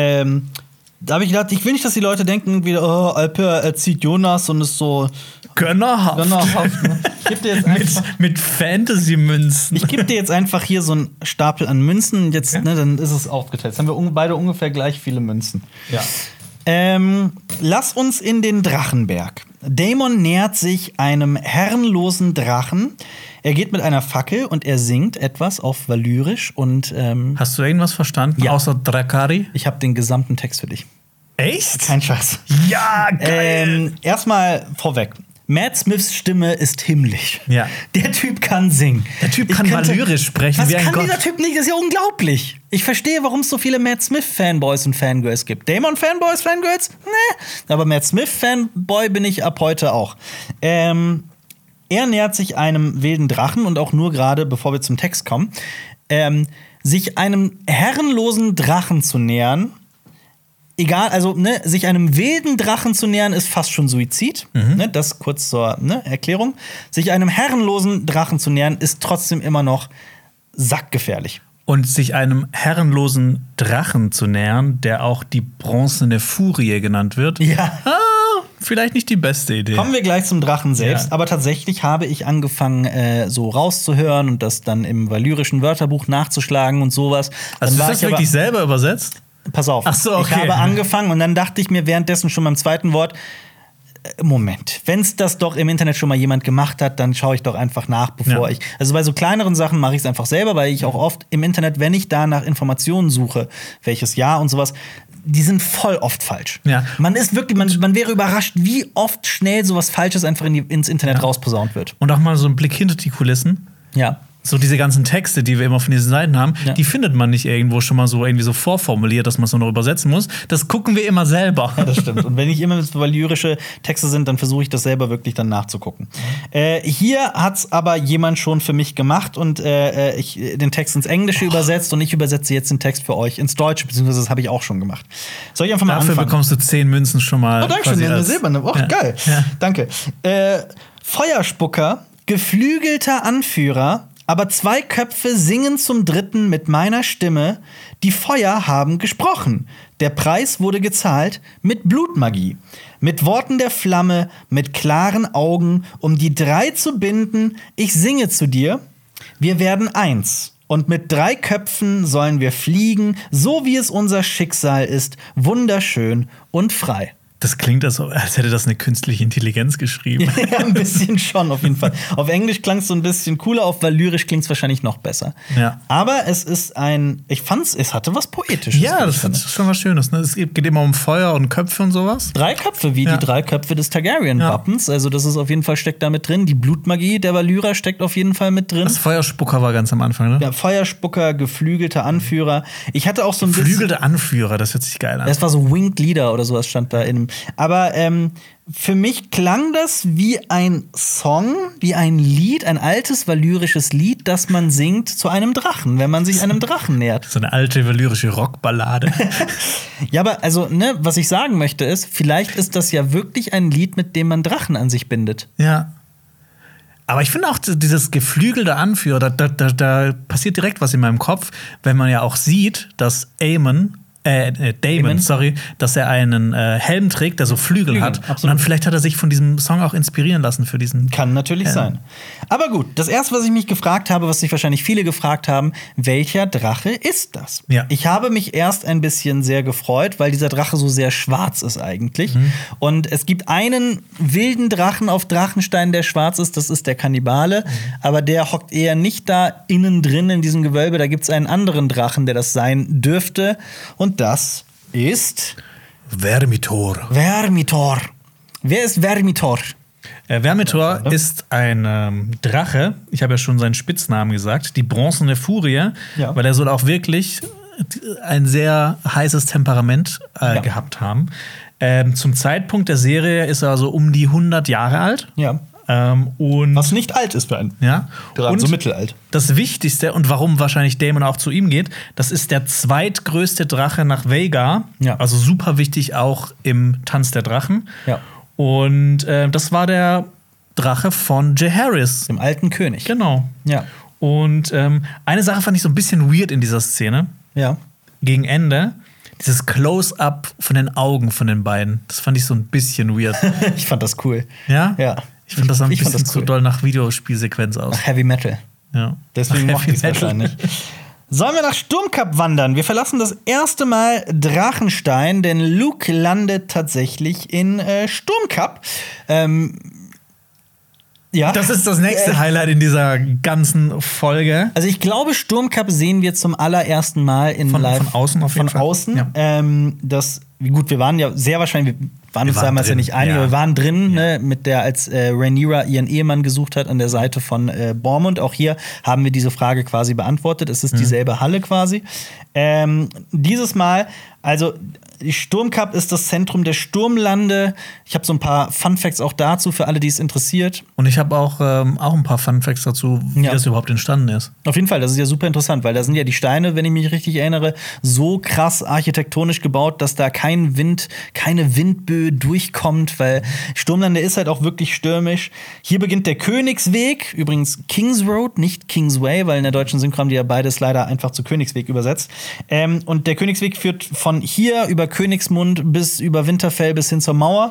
Da habe ich gedacht, ich will nicht, dass die Leute denken, wieder, oh, Alper erzieht Jonas und ist so gönnerhaft. Ne? Ich geb dir jetzt einfach mit Fantasy-Münzen. Ich gebe dir jetzt einfach hier so einen Stapel an Münzen. Jetzt, ne, dann ist es aufgeteilt. Jetzt haben wir beide ungefähr gleich viele Münzen. Ja. Lass uns in den Drachenberg. Daemon nähert sich einem herrenlosen Drachen. Er geht mit einer Fackel und er singt etwas auf Valyrisch. Und hast du irgendwas verstanden? Ja. Außer Drakari? Ich habe den gesamten Text für dich. Echt? Kein Scheiß. Ja, geil. Erstmal vorweg. Matt Smiths Stimme ist himmlisch. Ja. Der Typ kann singen. Der Typ kann Valyrisch sprechen. Was wie ein kann Gott. dieser Typ nicht? Das ist ja unglaublich. Ich verstehe, warum es so viele Matt Smith-Fanboys und Fangirls gibt. Daemon-Fanboys, Fangirls? Nee. Aber Matt Smith-Fanboy bin ich ab heute auch. Er nähert sich einem wilden Drachen und auch nur gerade, bevor wir zum Text kommen, sich einem herrenlosen Drachen zu nähern. Egal, also ne, sich einem wilden Drachen zu nähern, ist fast schon Suizid. Ne, das kurz zur Erklärung. Sich einem herrenlosen Drachen zu nähern, ist trotzdem immer noch sackgefährlich. Und sich einem herrenlosen Drachen zu nähern, der auch die bronzene Furie genannt wird. Ja. Vielleicht nicht die beste Idee. Kommen wir gleich zum Drachen selbst. Ja. Aber tatsächlich habe ich angefangen, so rauszuhören und das dann im valyrischen Wörterbuch nachzuschlagen und sowas. Also hast du das wirklich selber übersetzt? Pass auf. Ach so, okay. Ich habe angefangen und dann dachte ich mir währenddessen schon beim zweiten Wort, Moment, wenn es das doch im Internet schon mal jemand gemacht hat, dann schaue ich doch einfach nach, bevor ich. Also bei so kleineren Sachen mache ich es einfach selber, weil ich auch oft im Internet, wenn ich da nach Informationen suche, welches Jahr und sowas, die sind voll oft falsch. Ja. Man ist wirklich, man wäre überrascht, wie oft schnell sowas Falsches einfach ins Internet rausposaunt wird. Und auch mal so ein Blick hinter die Kulissen. Ja. So diese ganzen Texte, die wir immer von diesen Seiten haben, die findet man nicht irgendwo schon mal so irgendwie so vorformuliert, dass man es nur noch übersetzen muss. Das gucken wir immer selber. Ja, das stimmt. Und wenn ich immer valyrische Texte sind, dann versuche ich das selber wirklich dann nachzugucken. Hier hat's aber jemand schon für mich gemacht und ich den Text ins Englische übersetzt und ich übersetze jetzt den Text für euch ins Deutsche, beziehungsweise das habe ich auch schon gemacht. Soll ich einfach mal anfangen? Dafür bekommst du 10 Münzen schon mal. Oh, danke schön, eine silberne. Oh, geil. Ja. Danke. Feuerspucker, geflügelter Anführer, aber 2 Köpfe singen zum dritten mit meiner Stimme. Die Feuer haben gesprochen. Der Preis wurde gezahlt mit Blutmagie. Mit Worten der Flamme, mit klaren Augen, um die 3 zu binden. Ich singe zu dir. Wir werden eins. Und mit 3 Köpfen sollen wir fliegen, so wie es unser Schicksal ist, wunderschön und frei. Das klingt, als hätte das eine künstliche Intelligenz geschrieben. Ja, ein bisschen schon, auf jeden Fall. Auf Englisch klang es so ein bisschen cooler, auf Valyrisch klingt es wahrscheinlich noch besser. Ja. Aber es ist es hatte was Poetisches. Ja, das ist schon was Schönes. Ne? Es geht immer um Feuer und Köpfe und sowas. 3 Köpfe, wie die 3 Köpfe des Targaryen-Wappens. Also das ist auf jeden Fall, steckt da mit drin. Die Blutmagie der Valyrer steckt auf jeden Fall mit drin. Das Feuerspucker war ganz am Anfang, ne? Ja, Feuerspucker, geflügelter Anführer. Ich hatte auch so ein bisschen. Geflügelte Anführer, das hört sich geil an. Das war so Winged Leader oder sowas stand da in. Aber für mich klang das wie ein Song, wie ein Lied, ein altes valyrisches Lied, das man singt zu einem Drachen, wenn man sich einem Drachen nähert. So eine alte valyrische Rockballade. Ja, aber also, ne, was ich sagen möchte ist, vielleicht ist das ja wirklich ein Lied, mit dem man Drachen an sich bindet. Ja. Aber ich finde auch dieses geflügelte Anführer, da passiert direkt was in meinem Kopf, wenn man ja auch sieht, dass Daemon, dass er einen Helm trägt, der so Flügel hat. Absolut. Und dann vielleicht hat er sich von diesem Song auch inspirieren lassen für diesen. Kann natürlich sein. Aber gut, das erste, was ich mich gefragt habe, was sich wahrscheinlich viele gefragt haben, welcher Drache ist das? Ja. Ich habe mich erst ein bisschen sehr gefreut, weil dieser Drache so sehr schwarz ist eigentlich. Und es gibt einen wilden Drachen auf Drachenstein, der schwarz ist, das ist der Kannibale. Aber der hockt eher nicht da innen drin in diesem Gewölbe. Da gibt es einen anderen Drachen, der das sein dürfte. Und das ist Vermitor. Vermitor. Wer ist Vermitor? Vermitor ist ein Drache. Ich habe ja schon seinen Spitznamen gesagt. Die bronzene Furie. Ja. Weil er soll auch wirklich ein sehr heißes Temperament gehabt haben. Zum Zeitpunkt der Serie ist er so um die 100 Jahre alt. Ja. Und was nicht alt ist für einen. Ja. Und so mittelalt. Das Wichtigste und warum wahrscheinlich Daemon auch zu ihm geht, das ist der zweitgrößte Drache nach Vhagar. Ja. Also super wichtig auch im Tanz der Drachen. Ja. Und das war der Drache von Jaehaerys. Dem alten König. Genau. Ja. Und eine Sache fand ich so ein bisschen weird in dieser Szene. Ja. Gegen Ende. Dieses Close-up von den Augen von den beiden. Das fand ich so ein bisschen weird. Ich fand das cool. Ja? Ja. Ich fand das ein Ich fand bisschen das zu cool. doll nach Videospielsequenz aus. Ach, Heavy Metal. Ja. Deswegen mochte ich es wahrscheinlich. Sollen wir nach Sturmkap wandern? Wir verlassen das erste Mal Drachenstein, denn Luke landet tatsächlich in Sturmkap. Ja. Das ist das nächste Highlight in dieser ganzen Folge. Also ich glaube, Sturmkap sehen wir zum allerersten Mal in Live. Von außen auf jeden Fall. Von außen. Ja. Gut, wir waren ja sehr wahrscheinlich, wir waren uns damals drin, ja nicht einig, ja. aber wir waren drin, ne, mit der, als Rhaenyra ihren Ehemann gesucht hat an der Seite von Bormund. Auch hier haben wir diese Frage quasi beantwortet. Es ist dieselbe Halle quasi. Dieses Mal, also Sturmkap ist das Zentrum der Sturmlande. Ich habe so ein paar Funfacts auch dazu für alle, die es interessiert. Und ich habe auch ein paar Funfacts dazu, wie Ja. das überhaupt entstanden ist. Auf jeden Fall, das ist ja super interessant, weil da sind ja die Steine, wenn ich mich richtig erinnere, so krass architektonisch gebaut, dass da kein Wind, keine Windböe durchkommt, weil Sturmlande ist halt auch wirklich stürmisch. Hier beginnt der Königsweg, übrigens King's Road, nicht Kingsway, weil in der deutschen Synchro haben die ja beides leider einfach zu Königsweg übersetzt. Und der Königsweg führt von hier über Königsmund bis über Winterfell bis hin zur Mauer.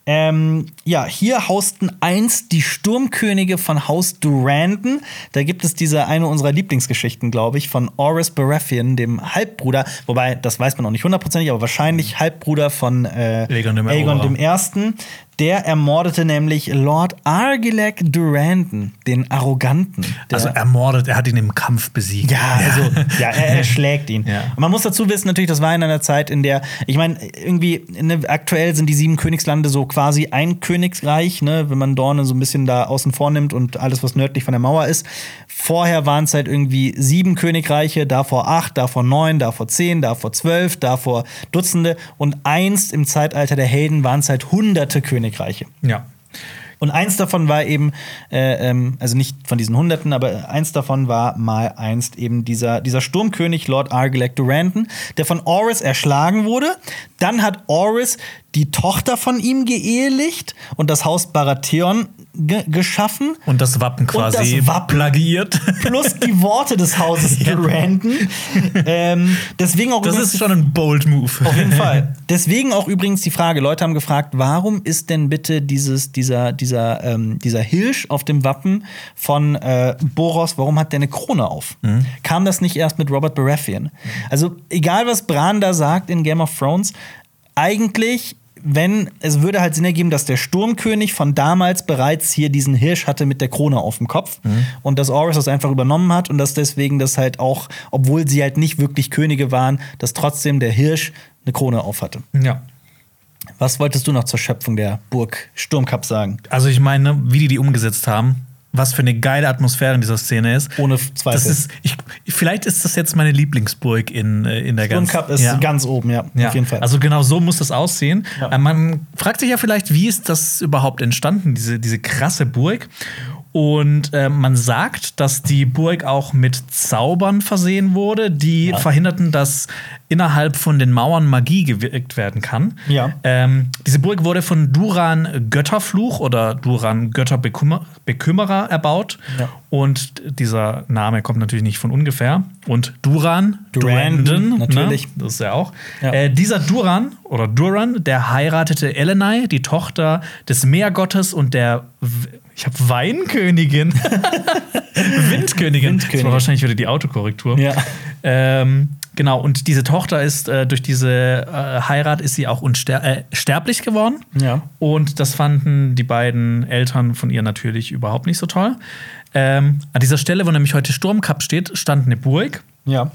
Hier hausten einst die Sturmkönige von Haus Durrandon. Da gibt es diese eine unserer Lieblingsgeschichten, glaube ich, von Orys Baratheon, dem Halbbruder. Wobei, das weiß man noch nicht hundertprozentig, aber wahrscheinlich Halbbruder von Aegon dem Ersten. Der ermordete nämlich Lord Argilac Durrandon, den Arroganten. Also ermordet, er hat ihn im Kampf besiegt. Er erschlägt ihn. Ja. Und man muss dazu wissen, natürlich, das war in einer Zeit, in der, ich meine, irgendwie, aktuell sind die 7 Königslande so quasi ein Königreich, ne, wenn man Dorne so ein bisschen da außen vor nimmt und alles, was nördlich von der Mauer ist. Vorher waren es halt irgendwie 7 Königreiche, davor 8, davor 9, davor 10, davor 12, davor Dutzende. Und einst im Zeitalter der Helden waren es halt hunderte Königreiche. Ja. Und eins davon war eben, also nicht von diesen Hunderten, aber eins davon war mal einst eben dieser Sturmkönig Lord Argilac Durrandon, der von Orys erschlagen wurde. Dann hat Orys die Tochter von ihm geehelicht und das Haus Baratheon geschaffen. Und das Wappen quasi plagiiert. Plus die Worte des Hauses Durandon. Deswegen auch das ist schon ein bold Move. Auf jeden Fall. Deswegen auch übrigens die Frage, Leute haben gefragt, warum ist denn bitte dieser Hirsch auf dem Wappen von Boros, warum hat der eine Krone auf? Kam das nicht erst mit Robert Baratheon? Also egal, was Bran da sagt in Game of Thrones, eigentlich es würde halt Sinn ergeben, dass der Sturmkönig von damals bereits hier diesen Hirsch hatte mit der Krone auf dem Kopf und dass Orys das einfach übernommen hat und dass deswegen das halt auch, obwohl sie halt nicht wirklich Könige waren, dass trotzdem der Hirsch eine Krone auf hatte. Ja. Was wolltest du noch zur Schöpfung der Burg Sturmkap sagen? Also ich meine, wie die umgesetzt haben, was für eine geile Atmosphäre in dieser Szene ist. Ohne Zweifel. Vielleicht ist das jetzt meine Lieblingsburg in der ganzen. Sturmkap ist ganz oben, ja, auf jeden Fall. Also genau so muss das aussehen. Ja. Man fragt sich ja vielleicht, wie ist das überhaupt entstanden, diese krasse Burg? Und man sagt, dass die Burg auch mit Zaubern versehen wurde, die verhinderten, dass innerhalb von den Mauern Magie gewirkt werden kann. Ja. Diese Burg wurde von Duran Götterfluch oder Duran Götterbekümmerer erbaut. Ja. Und dieser Name kommt natürlich nicht von ungefähr. Und Durandon, natürlich. Ne? Das ist er auch. Ja. Dieser Duran, der heiratete Elenai, die Tochter des Meergottes und der Weinkönigin. Windkönigin. Das war wahrscheinlich wieder die Autokorrektur. Ja. Genau, und diese Tochter ist durch diese Heirat ist sie auch sterblich geworden. Ja. Und das fanden die beiden Eltern von ihr natürlich überhaupt nicht so toll. An dieser Stelle, wo nämlich heute Sturmkap steht, stand eine Burg. Ja.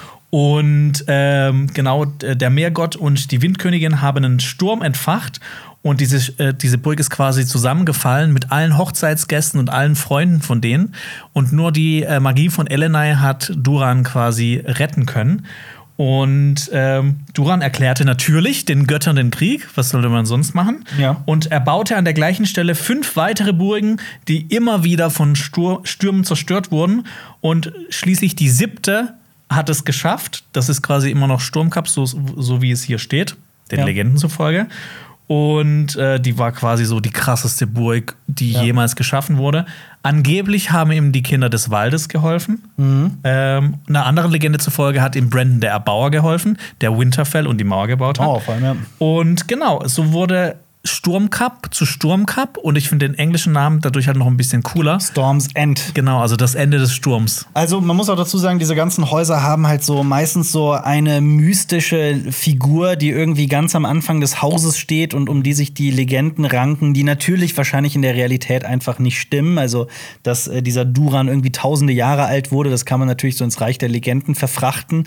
Und genau, der Meergott und die Windkönigin haben einen Sturm entfacht. Und diese Burg ist quasi zusammengefallen mit allen Hochzeitsgästen und allen Freunden von denen. Und nur die Magie von Elenai hat Duran quasi retten können. Und Duran erklärte natürlich den Göttern den Krieg. Was sollte man sonst machen? Ja. Und er baute an der gleichen Stelle 5 weitere Burgen, die immer wieder von Stürmen zerstört wurden. Und schließlich die 7. hat es geschafft. Das ist quasi immer noch Sturmkap, so wie es hier steht, den Legenden zufolge. Und die war quasi so die krasseste Burg, die jemals geschaffen wurde. Angeblich haben ihm die Kinder des Waldes geholfen. Einer anderen Legende zufolge hat ihm Brandon der Erbauer geholfen, der Winterfell und die Mauer gebaut hat. Oh, vor allem, ja. Und genau, so wurde Sturmkap zu Sturmkap und ich finde den englischen Namen dadurch halt noch ein bisschen cooler. Storm's End. Genau, also das Ende des Sturms. Also man muss auch dazu sagen, diese ganzen Häuser haben halt so meistens so eine mystische Figur, die irgendwie ganz am Anfang des Hauses steht und um die sich die Legenden ranken, die natürlich wahrscheinlich in der Realität einfach nicht stimmen. Also, dass dieser Duran irgendwie tausende Jahre alt wurde, das kann man natürlich so ins Reich der Legenden verfrachten.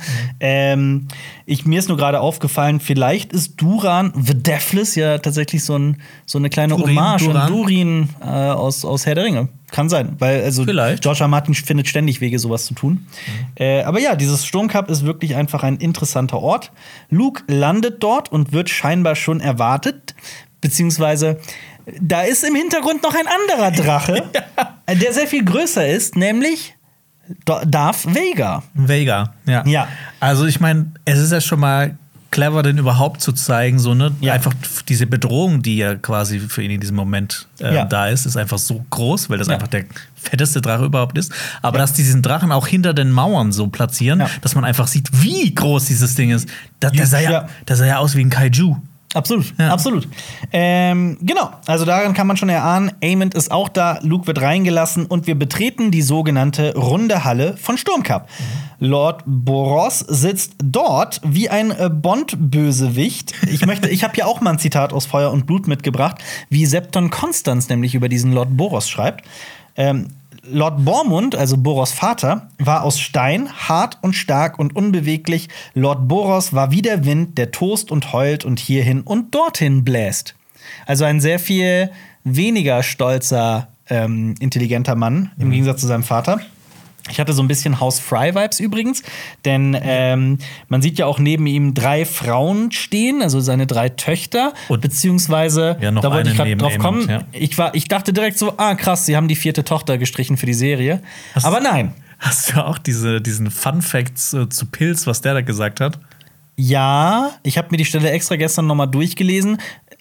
Mir ist nur gerade aufgefallen, vielleicht ist Duran the Deathless ja tatsächlich so eine kleine Hommage an Durin aus Herr der Ringe. Kann sein, weil George R. Martin findet ständig Wege, sowas zu tun. Aber ja, dieses Sturmkap ist wirklich einfach ein interessanter Ort. Luke landet dort und wird scheinbar schon erwartet, beziehungsweise da ist im Hintergrund noch ein anderer Drache, der sehr viel größer ist, nämlich Darth Vader. Ja. Also ich meine, es ist ja schon mal clever, den überhaupt zu zeigen, so, ne? Ja. Einfach diese Bedrohung, die ja quasi für ihn in diesem Moment da ist einfach so groß, weil das einfach der fetteste Drache überhaupt ist. Aber dass die diesen Drachen auch hinter den Mauern so platzieren, dass man einfach sieht, wie groß dieses Ding ist. Der sah ja aus wie ein Kaiju. Absolut, absolut. Genau, also daran kann man schon erahnen, Aemond ist auch da, Luke wird reingelassen und wir betreten die sogenannte runde Halle von Sturmkap. Lord Boros sitzt dort wie ein Bond-Bösewicht. Ich habe hier auch mal ein Zitat aus Feuer und Blut mitgebracht, wie Septon Constance nämlich über diesen Lord Boros schreibt. Lord Bormund, also Boros Vater, war aus Stein, hart und stark und unbeweglich. Lord Boros war wie der Wind, der tost und heult und hierhin und dorthin bläst. Also ein sehr viel weniger stolzer, intelligenter Mann, im Gegensatz zu seinem Vater. Ich hatte so ein bisschen House Fry-Vibes übrigens, denn man sieht ja auch neben ihm 3 Frauen stehen, also seine 3 Töchter, beziehungsweise, da wollte ich gerade drauf kommen, ich dachte direkt so, krass, sie haben die 4. Tochter gestrichen für die Serie, aber nein. Hast du auch diesen Fun-Fact zu Pilz, was der da gesagt hat? Ja, ich habe mir die Stelle extra gestern noch mal durchgelesen.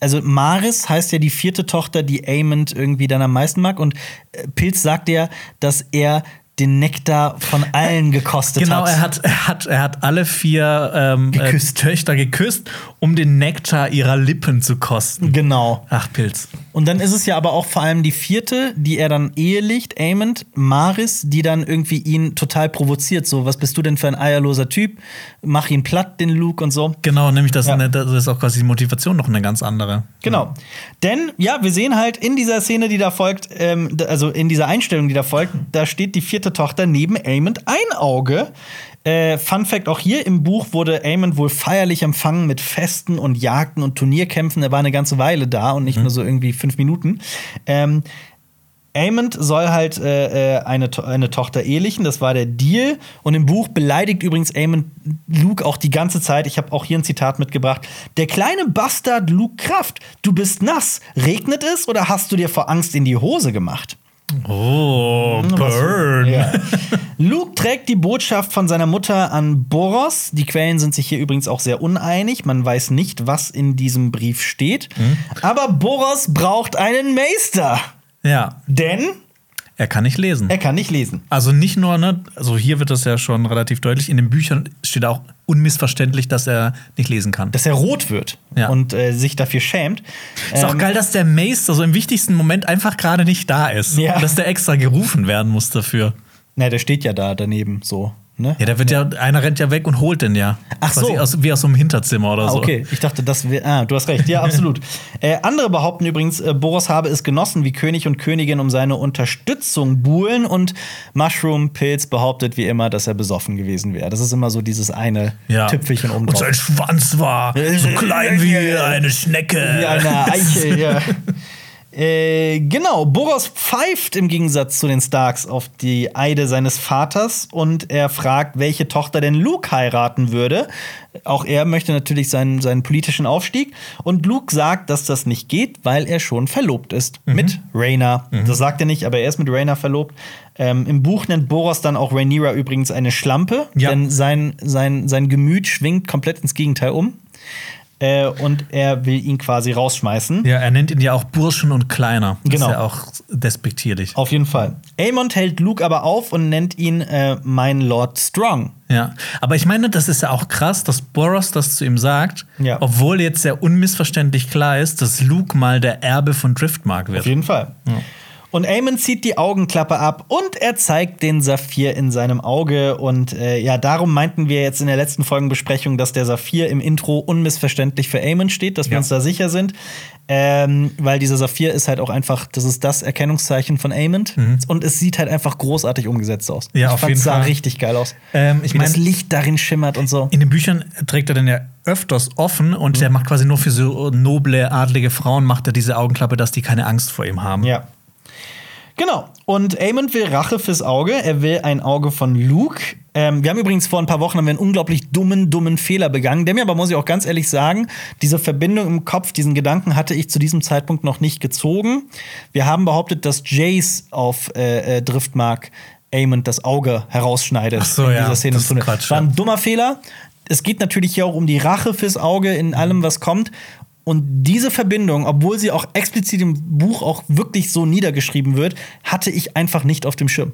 also Maris heißt ja die 4. Tochter, die Aemond irgendwie dann am meisten mag. Und Pilz sagt ja, dass er den Nektar von allen gekostet Genau, hat. er hat alle 4 Töchter geküsst, um den Nektar ihrer Lippen zu kosten. Genau. Ach, Pilz. Und dann ist es ja aber auch vor allem die 4., die er dann ehelicht, Aemond, Maris, die dann irgendwie ihn total provoziert. So, was bist du denn für ein eierloser Typ? Mach ihn platt, den Luke und so. Genau, nämlich das Ja. das ist auch quasi die Motivation noch eine ganz andere. Genau. Denn, ja, wir sehen halt in dieser Szene, die da folgt, also in dieser Einstellung, die da folgt, da steht die 4. Tochter neben Aemond ein Auge. Fun Fact: Auch hier im Buch wurde Aemond wohl feierlich empfangen mit Festen und Jagden und Turnierkämpfen. Er war eine ganze Weile da und nicht nur so irgendwie 5 Minuten. Aemond soll halt eine Tochter ehelichen, das war der Deal. Und im Buch beleidigt übrigens Aemond Luke auch die ganze Zeit. Ich habe auch hier ein Zitat mitgebracht. Der kleine Bastard Luke Kraft, du bist nass. Regnet es oder hast du dir vor Angst in die Hose gemacht? Oh, burn. Ja. Luke trägt die Botschaft von seiner Mutter an Boros. Die Quellen sind sich hier übrigens auch sehr uneinig. Man weiß nicht, was in diesem Brief steht. Aber Boros braucht einen Meister. Ja, Denn er kann nicht lesen. er kann nicht lesen. Also nicht nur, ne, also hier wird das ja schon relativ deutlich. In den Büchern steht auch unmissverständlich, dass er nicht lesen kann. Dass er rot wird Ja. und sich dafür schämt. Ist auch geil, dass der Meister so im wichtigsten Moment einfach gerade nicht da ist. Ja. Dass der extra gerufen werden muss dafür. Na, der steht ja da daneben so. Ne? Ja, da wird ja, einer rennt ja weg und holt den ja. Ach so. Quasi wie aus so einem Hinterzimmer oder so. Okay, ich dachte, das wäre. Du hast recht, ja, absolut. Andere behaupten übrigens, Boros habe es genossen, wie König und Königin um seine Unterstützung buhlen. Und Mushroom Pilz behauptet wie immer, dass er besoffen gewesen wäre. Das ist immer so dieses eine Ja. Tüpfelchen oben Und drauf. sein Schwanz war so klein wie eine Schnecke. Wie eine Eiche, ja. Genau, Boros pfeift im Gegensatz zu den Starks auf die Eide seines Vaters und er fragt, welche Tochter denn Luke heiraten würde. Auch er möchte natürlich seinen politischen Aufstieg. Und Luke sagt, dass das nicht geht, weil er schon verlobt ist mit Rhaena. Das sagt er nicht, aber er ist mit Rhaena verlobt. Im Buch nennt Boros dann auch Rhaenyra übrigens eine Schlampe, Ja. denn sein Gemüt schwingt komplett ins Gegenteil um. Und er will ihn quasi rausschmeißen. Ja, er nennt ihn ja auch Burschen und Kleiner. Das Genau. ist ja auch despektierlich. Auf jeden Fall. Aemond hält Luke aber auf und nennt ihn mein Lord Strong. Ja, aber ich meine, das ist ja auch krass, dass Boros das zu ihm sagt, Ja. obwohl jetzt ja unmissverständlich klar ist, dass Luke mal der Erbe von Driftmark wird. Auf jeden Fall. Und Aemond zieht die Augenklappe ab und er zeigt den Saphir in seinem Auge. Und ja, darum meinten wir jetzt in der letzten Folgenbesprechung, dass der Saphir im Intro unmissverständlich für Aemond steht, dass wir uns da sicher sind. Weil dieser Saphir ist halt auch einfach, das ist das Erkennungszeichen von Aemond. Und es sieht halt einfach großartig umgesetzt aus. Ja, ich auf fand, jeden es sah Fall. richtig geil aus. Ich Wie das meine, Licht darin schimmert und so. in den Büchern trägt er dann ja öfters offen und der macht quasi nur für so noble, adlige Frauen macht er diese Augenklappe, dass die keine Angst vor ihm haben. Ja. Genau. Und Aemond will Rache fürs Auge. Er will ein Auge von Luke. Wir haben übrigens vor ein paar Wochen einen unglaublich dummen Fehler begangen. Der mir aber, muss ich auch ganz ehrlich sagen, diese Verbindung im Kopf, diesen Gedanken hatte ich zu diesem Zeitpunkt noch nicht gezogen. Wir haben behauptet, dass Jace auf Driftmark Aemond das Auge herausschneidet. Ach so, in ja, dieser Szene. das ist Quatsch, War ja. ein dummer Fehler. Es geht natürlich hier auch um die Rache fürs Auge in allem, was kommt. Und diese Verbindung, obwohl sie auch explizit im Buch auch wirklich so niedergeschrieben wird, hatte ich einfach nicht auf dem Schirm.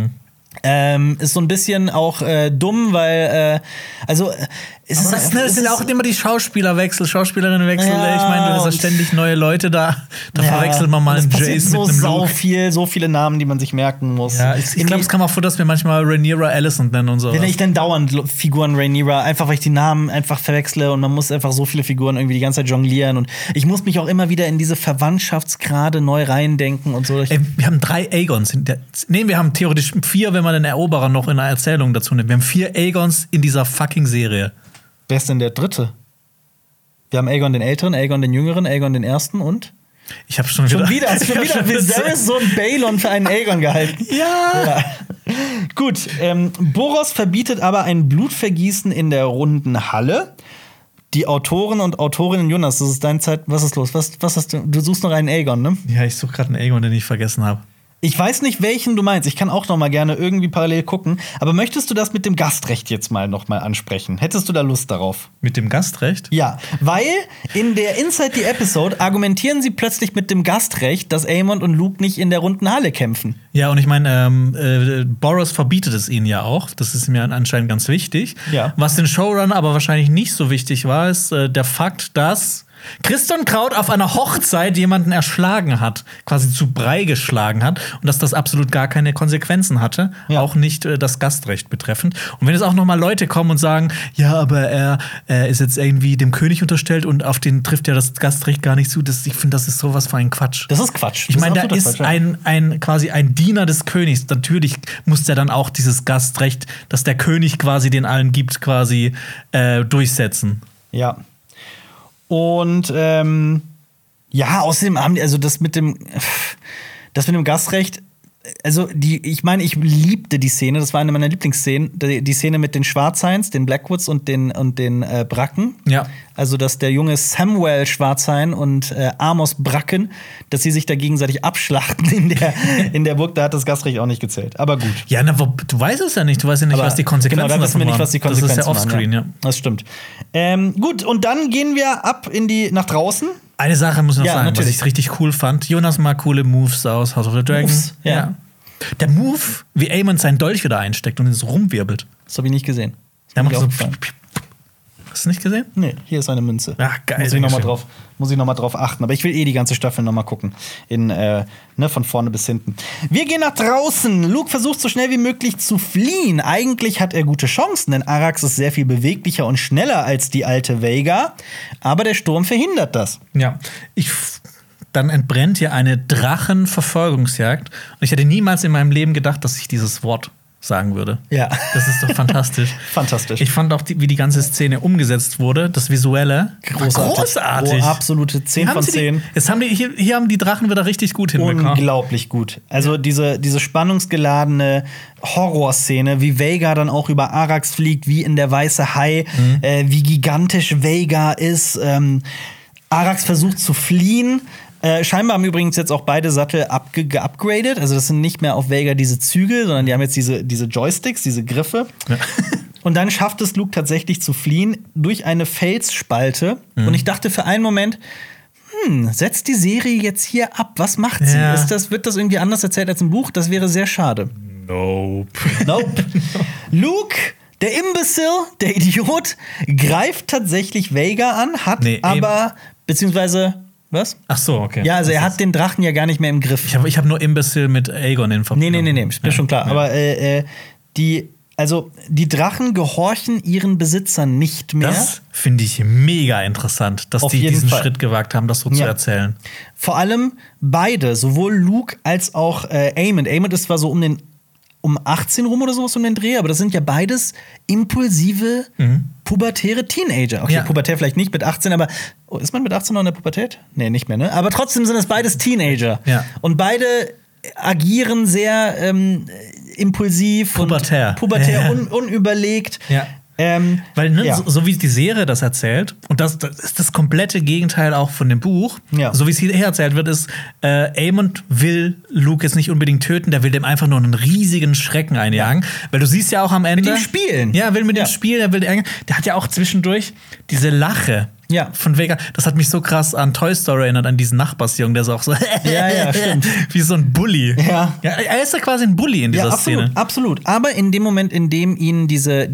Ist so ein bisschen auch dumm, weil es ist Das sind auch immer die Schauspielerinnenwechsel. Ja, Ich meine, du hast ja und- ständig neue Leute da. Da Ja, verwechselt man mal und einen es passiert Jace so mit einem sau Luke. viel, so viele Namen, die man sich merken muss. Ja, ich glaube, es kam auch vor, dass wir manchmal Rhaenyra Alicent nennen und so. Wenn ich dann dauernd Figuren Rhaenyra, einfach weil ich die Namen einfach verwechsle und man muss einfach so viele Figuren irgendwie die ganze Zeit jonglieren und ich muss mich auch immer wieder in diese Verwandtschaftsgrade neu reindenken und so. Ey, wir haben 3 Aegons. Wir haben theoretisch 4, wenn man den Eroberer noch in einer Erzählung dazu nimmt. Wir haben 4 Aegons in dieser fucking Serie. Wer ist denn der dritte? Wir haben Aegon den Älteren, Aegon den Jüngeren, Aegon den Ersten und? Ich habe schon Schon wieder. wieder, hast du schon wieder Viserys so ein Balon für einen Aegon gehalten. Ja. Gut, Boros verbietet aber ein Blutvergießen in der runden Halle. Die Autoren und Autorinnen, Jonas, das ist deine Zeit. Was ist los? Was hast du? Du suchst noch einen Aegon, ne? Ja, ich suche gerade einen Aegon, den ich vergessen habe. Ich weiß nicht, welchen du meinst. Ich kann auch noch mal gerne irgendwie parallel gucken. Aber möchtest du das mit dem Gastrecht jetzt noch mal ansprechen? Hättest du da Lust darauf? Mit dem Gastrecht? Ja, weil in der Inside the Episode argumentieren sie plötzlich mit dem Gastrecht, dass Aemond und Luke nicht in der runden Halle kämpfen. Ja, und ich meine, Boros verbietet es ihnen ja auch. Das ist mir anscheinend ganz wichtig. Ja. Was den Showrunner aber wahrscheinlich nicht so wichtig war, ist der Fakt, dass Christian Kraut auf einer Hochzeit jemanden erschlagen hat, quasi zu Brei geschlagen hat und dass das absolut gar keine Konsequenzen hatte, auch nicht das Gastrecht betreffend. Und wenn jetzt auch noch mal Leute kommen und sagen, ja, aber er ist jetzt irgendwie dem König unterstellt und auf den trifft ja das Gastrecht gar nicht zu, ich finde, das ist sowas für ein Quatsch. Das ist Quatsch. Ich meine, da ist quasi ein Diener des Königs. Natürlich muss der dann auch dieses Gastrecht, das der König quasi den allen gibt, quasi durchsetzen. Ja. Und ja, außerdem haben die, also das mit dem Gastrecht, also ich meine, ich liebte die Szene, das war eine meiner Lieblingsszenen, die Szene mit den Schwarzhains, den Blackwoods und den Bracken. Ja. Also, dass der junge Samwell Schwarzhain und Amos Bracken, dass sie sich da gegenseitig abschlachten in der Burg, da hat das Gastrecht auch nicht gezählt. Aber gut. Ja, du weißt es ja nicht. Du weißt ja nicht, was die Konsequenzen davon waren. Genau, da wissen wir nicht, was die Konsequenzen waren. Das ist ja offscreen, ja. Das stimmt. Gut, und dann gehen wir ab nach draußen. Eine Sache muss ich noch sagen, natürlich. was ich richtig cool fand. Jonas mag coole Moves aus House of the Dragon. Ja. Der Move, wie Aemond seinen Dolch wieder einsteckt und ihn so rumwirbelt. Das habe ich nicht gesehen. Der macht so. Hast du nicht gesehen? Nee, hier ist eine Münze. Ach, geil. Muss ich noch mal drauf achten. Aber ich will die ganze Staffel noch mal gucken. Von vorne bis hinten. Wir gehen nach draußen. Luke versucht so schnell wie möglich zu fliehen. Eigentlich hat er gute Chancen, denn Arrax ist sehr viel beweglicher und schneller als die alte Vhagar. Aber der Sturm verhindert das. Ja, dann entbrennt hier eine Drachenverfolgungsjagd. Und ich hätte niemals in meinem Leben gedacht, dass ich dieses Wort sagen würde. Ja. Das ist doch fantastisch. Fantastisch. Ich fand auch, wie die ganze Szene umgesetzt wurde, das Visuelle. Großartig. Absolute 10 von 10. Hier haben die Drachen wieder richtig gut hinbekommen. Unglaublich gut. Also diese spannungsgeladene Horrorszene, wie Vhagar dann auch über Arrax fliegt, wie in der Weiße Hai, wie gigantisch Vhagar ist. Arrax versucht zu fliehen. Scheinbar haben übrigens jetzt auch beide Sattel geupgradet. Also das sind nicht mehr auf Vhagar diese Zügel, sondern die haben jetzt diese Joysticks, diese Griffe. Ja. Und dann schafft es Luke tatsächlich zu fliehen durch eine Felsspalte. Und ich dachte für einen Moment, setzt die Serie jetzt hier ab? Was macht sie? Ja. Wird das irgendwie anders erzählt als im Buch? Das wäre sehr schade. Nope. Luke, der Imbecile, der Idiot, greift tatsächlich Vhagar an, beziehungsweise was? Ach so, okay. Ja, also er hat den Drachen ja gar nicht mehr im Griff. Ich hab nur Imbecile mit Aegon in Verbindung. Nee, ist mir schon klar. Ja. Aber die Drachen gehorchen ihren Besitzern nicht mehr. Das finde ich mega interessant, dass die diesen Schritt gewagt haben, das so zu erzählen. Vor allem beide, sowohl Luke als auch Aemond. Aemond ist zwar so um 18 rum oder sowas um den Dreh, aber das sind ja beides impulsive, pubertäre Teenager. Okay, pubertär vielleicht nicht mit 18, aber ist man mit 18 noch in der Pubertät? Nee, nicht mehr, ne? Aber trotzdem sind es beides Teenager. Ja. Und beide agieren sehr impulsiv pubertär unüberlegt. Ja. Weil, so wie die Serie das erzählt, und das ist das komplette Gegenteil auch von dem Buch, so wie es hier erzählt wird, ist, Aemond will Luke jetzt nicht unbedingt töten, der will dem einfach nur einen riesigen Schrecken einjagen. Weil du siehst ja auch am Ende. Mit ihm spielen. Ja, will mit ihm spielen, der hat ja auch zwischendurch diese Lache. Ja, von Vhagar. Das hat mich so krass an Toy Story erinnert, an diesen Nachbarsjungen, der ist auch so stimmt. Wie so ein Bully. Ja. Er ist ja quasi ein Bully in dieser Szene. Absolut. Aber in dem Moment, in dem ihnen diese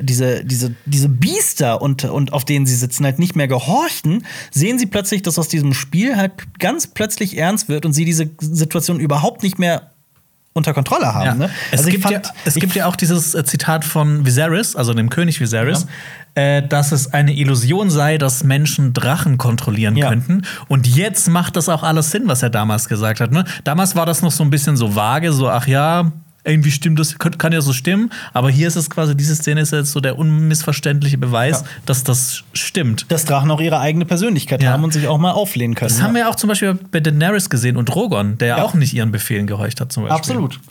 Biester und auf denen sie sitzen halt nicht mehr gehorchen, sehen sie plötzlich, dass aus diesem Spiel halt ganz plötzlich ernst wird und sie diese Situation überhaupt nicht mehr unter Kontrolle haben. Ja. Ne? Es gibt ja auch dieses Zitat von Viserys, also dem König Viserys, dass es eine Illusion sei, dass Menschen Drachen kontrollieren könnten. Und jetzt macht das auch alles Sinn, was er damals gesagt hat. Ne? Damals war das noch so ein bisschen so vage, so ach ja, irgendwie stimmt das, kann ja so stimmen. Aber hier ist es quasi, diese Szene ist jetzt so der unmissverständliche Beweis, dass das stimmt. Dass Drachen auch ihre eigene Persönlichkeit haben und sich auch mal auflehnen können. Das haben wir ja auch zum Beispiel bei Daenerys gesehen und Drogon, der ja auch nicht ihren Befehlen gehorcht hat zum Beispiel. Absolut.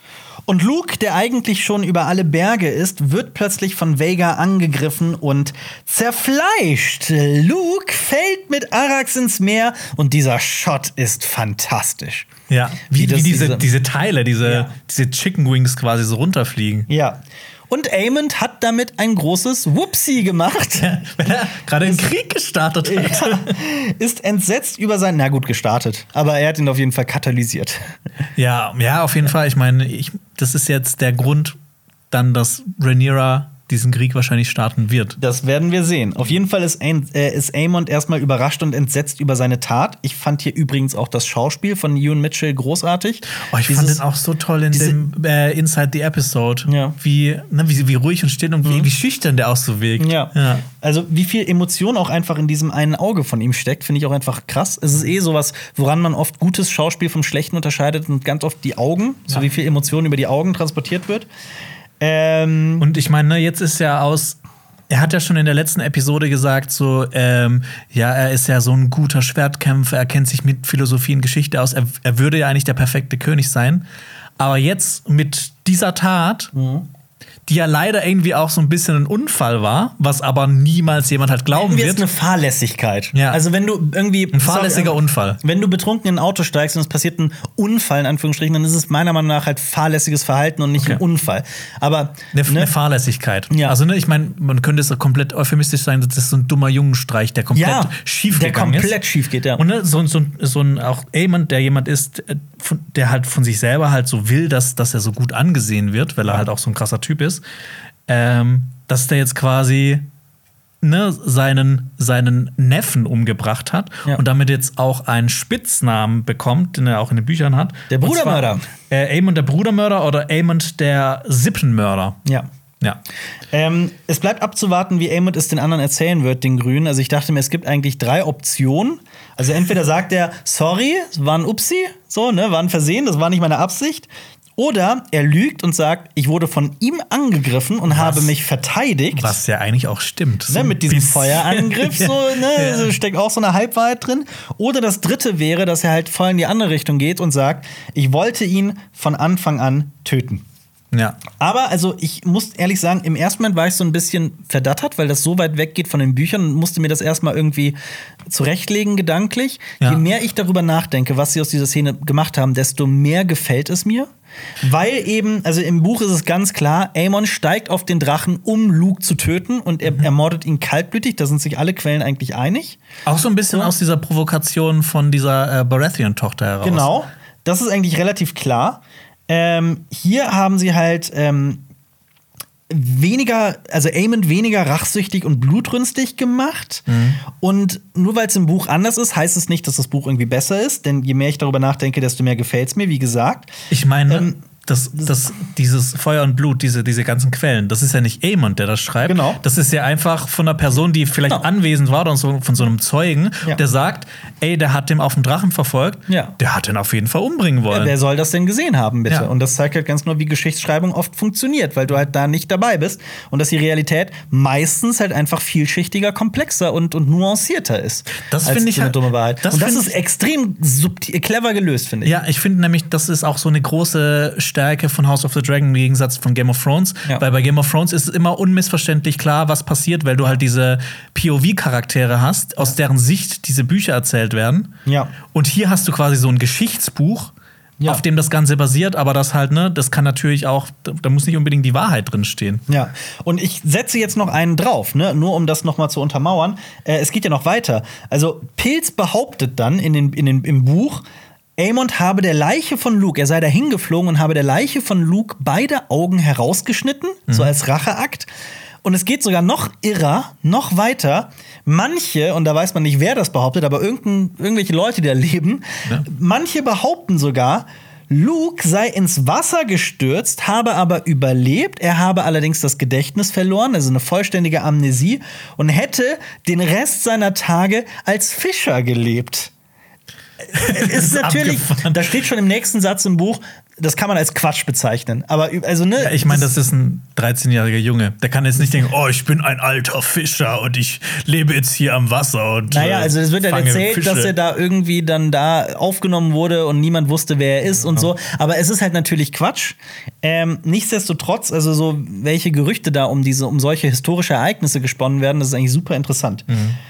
Und Luke, der eigentlich schon über alle Berge ist, wird plötzlich von Vega angegriffen und zerfleischt. Luke fällt mit Arax ins Meer und dieser Shot ist fantastisch. Ja, wie diese Teile, Ja. diese Chicken Wings quasi so runterfliegen. Ja. Und Aemond hat damit ein großes Whoopsie gemacht. Wenn er gerade einen Krieg gestartet hat. Ja, ist entsetzt über sein, na gut, gestartet. Aber er hat ihn auf jeden Fall katalysiert. Ja, auf jeden Fall. Ich meine, das ist jetzt der Grund, dann, dass Rhaenyra diesen Krieg wahrscheinlich starten wird. Das werden wir sehen. Auf jeden Fall ist Aemond erstmal überrascht und entsetzt über seine Tat. Ich fand hier übrigens auch das Schauspiel von Ewan Mitchell großartig. Oh, ich fand den auch so toll in dem Inside the Episode. Ja. Wie ruhig und still und wie schüchtern der auch so wirkt. Ja. Also wie viel Emotion auch einfach in diesem einen Auge von ihm steckt, finde ich auch einfach krass. Es ist sowas, woran man oft gutes Schauspiel vom Schlechten unterscheidet und ganz oft die Augen, so wie viel Emotion über die Augen transportiert wird. Und ich meine, jetzt ist er hat ja schon in der letzten Episode gesagt, so, er ist ja so ein guter Schwertkämpfer, er kennt sich mit Philosophie und Geschichte aus, er würde ja eigentlich der perfekte König sein. Aber jetzt mit dieser Tat, die ja leider irgendwie auch so ein bisschen ein Unfall war, was aber niemals jemand halt glauben Irgendwie wird. ist eine Fahrlässigkeit. Ja. Also wenn du irgendwie Ein fahrlässiger Unfall. Wenn du betrunken in ein Auto steigst und es passiert ein Unfall in Anführungsstrichen, dann ist es meiner Meinung nach halt fahrlässiges Verhalten und nicht ein Unfall. Aber eine Fahrlässigkeit. Ja. Also ich meine, man könnte es auch komplett euphemistisch sagen, das ist so ein dummer Jungenstreich, der komplett schief gegangen ist. Der komplett schief geht, ja. Und so ein auch Aemond, der jemand ist, der halt von sich selber halt so will, dass er so gut angesehen wird, weil er halt auch so ein krasser Typ ist. Dass der jetzt quasi seinen Neffen umgebracht hat und damit jetzt auch einen Spitznamen bekommt, den er auch in den Büchern hat. Der Brudermörder. Aemond der Brudermörder oder Aemond der Sippenmörder. Ja. Es bleibt abzuwarten, wie Aemond es den anderen erzählen wird, den Grünen. Also ich dachte mir, es gibt eigentlich 3 Optionen. Also entweder sagt er, sorry, es war ein Upsi, war ein Versehen, das war nicht meine Absicht. Oder er lügt und sagt, ich wurde von ihm angegriffen und habe mich verteidigt. Was ja eigentlich auch stimmt. So mit diesem Feuerangriff, so steckt auch so eine Halbwahrheit drin. Oder das dritte wäre, dass er halt voll in die andere Richtung geht und sagt, ich wollte ihn von Anfang an töten. Ja. Aber also ich muss ehrlich sagen, im ersten Moment war ich so ein bisschen verdattert, weil das so weit weggeht von den Büchern und musste mir das erstmal irgendwie zurechtlegen gedanklich. Je mehr ich darüber nachdenke, was sie aus dieser Szene gemacht haben, desto mehr gefällt es mir. Weil eben, also im Buch ist es ganz klar, Aemon steigt auf den Drachen, um Luke zu töten und er ermordet ihn kaltblütig, da sind sich alle Quellen eigentlich einig. Auch so ein bisschen aus dieser Provokation von dieser Baratheon-Tochter heraus. Genau, das ist eigentlich relativ klar. Hier haben sie halt Aemond weniger rachsüchtig und blutrünstig gemacht. Und nur weil es im Buch anders ist, heißt es nicht, dass das Buch irgendwie besser ist. Denn je mehr ich darüber nachdenke, desto mehr gefällt es mir, wie gesagt. Ich meine, dieses Feuer und Blut, diese ganzen Quellen, das ist ja nicht Aemond, der das schreibt. Genau. Das ist ja einfach von einer Person, die vielleicht anwesend war oder von so einem Zeugen, der sagt, ey, der hat den auf den Drachen verfolgt, der hat den auf jeden Fall umbringen wollen. Ja, wer soll das denn gesehen haben, bitte? Ja. Und das zeigt halt ganz genau, wie Geschichtsschreibung oft funktioniert, weil du halt da nicht dabei bist und dass die Realität meistens halt einfach vielschichtiger, komplexer und nuancierter ist. Das als finde ich so eine halt, dumme Wahrheit. Und das ist extrem clever gelöst, finde ich. Ja, ich finde nämlich, das ist auch so eine große Stärke von House of the Dragon im Gegensatz von Game of Thrones. Ja. Weil bei Game of Thrones ist es immer unmissverständlich klar, was passiert, weil du halt diese POV-Charaktere hast, aus deren Sicht diese Bücher erzählt werden. Ja. Und hier hast du quasi so ein Geschichtsbuch, auf dem das Ganze basiert, aber das halt, das kann natürlich auch, da muss nicht unbedingt die Wahrheit drin stehen. Ja, und ich setze jetzt noch einen drauf, nur um das noch mal zu untermauern. Es geht ja noch weiter. Also Pilz behauptet dann im Buch, Aemond habe der Leiche von Luke, er sei dahin geflogen und habe der Leiche von Luke beide Augen herausgeschnitten, so als Racheakt. Und es geht sogar noch irrer, noch weiter. Manche, und da weiß man nicht, wer das behauptet, aber irgendwelche Leute, die da leben, manche behaupten sogar, Luke sei ins Wasser gestürzt, habe aber überlebt. Er habe allerdings das Gedächtnis verloren, also eine vollständige Amnesie, und hätte den Rest seiner Tage als Fischer gelebt. ist natürlich, abgefahren. da steht schon im nächsten Satz im Buch, das kann man als Quatsch bezeichnen. Aber also, ne? Ja, ich meine, das ist ein 13-jähriger Junge. Der kann jetzt nicht denken, oh, ich bin ein alter Fischer und ich lebe jetzt hier am Wasser und Naja, also es wird ja fange erzählt, Fische. dass er da irgendwie dann da aufgenommen wurde und niemand wusste, wer er ist und so. Aber es ist halt natürlich Quatsch. Nichtsdestotrotz, also so welche Gerüchte da um solche historische Ereignisse gesponnen werden, das ist eigentlich super interessant.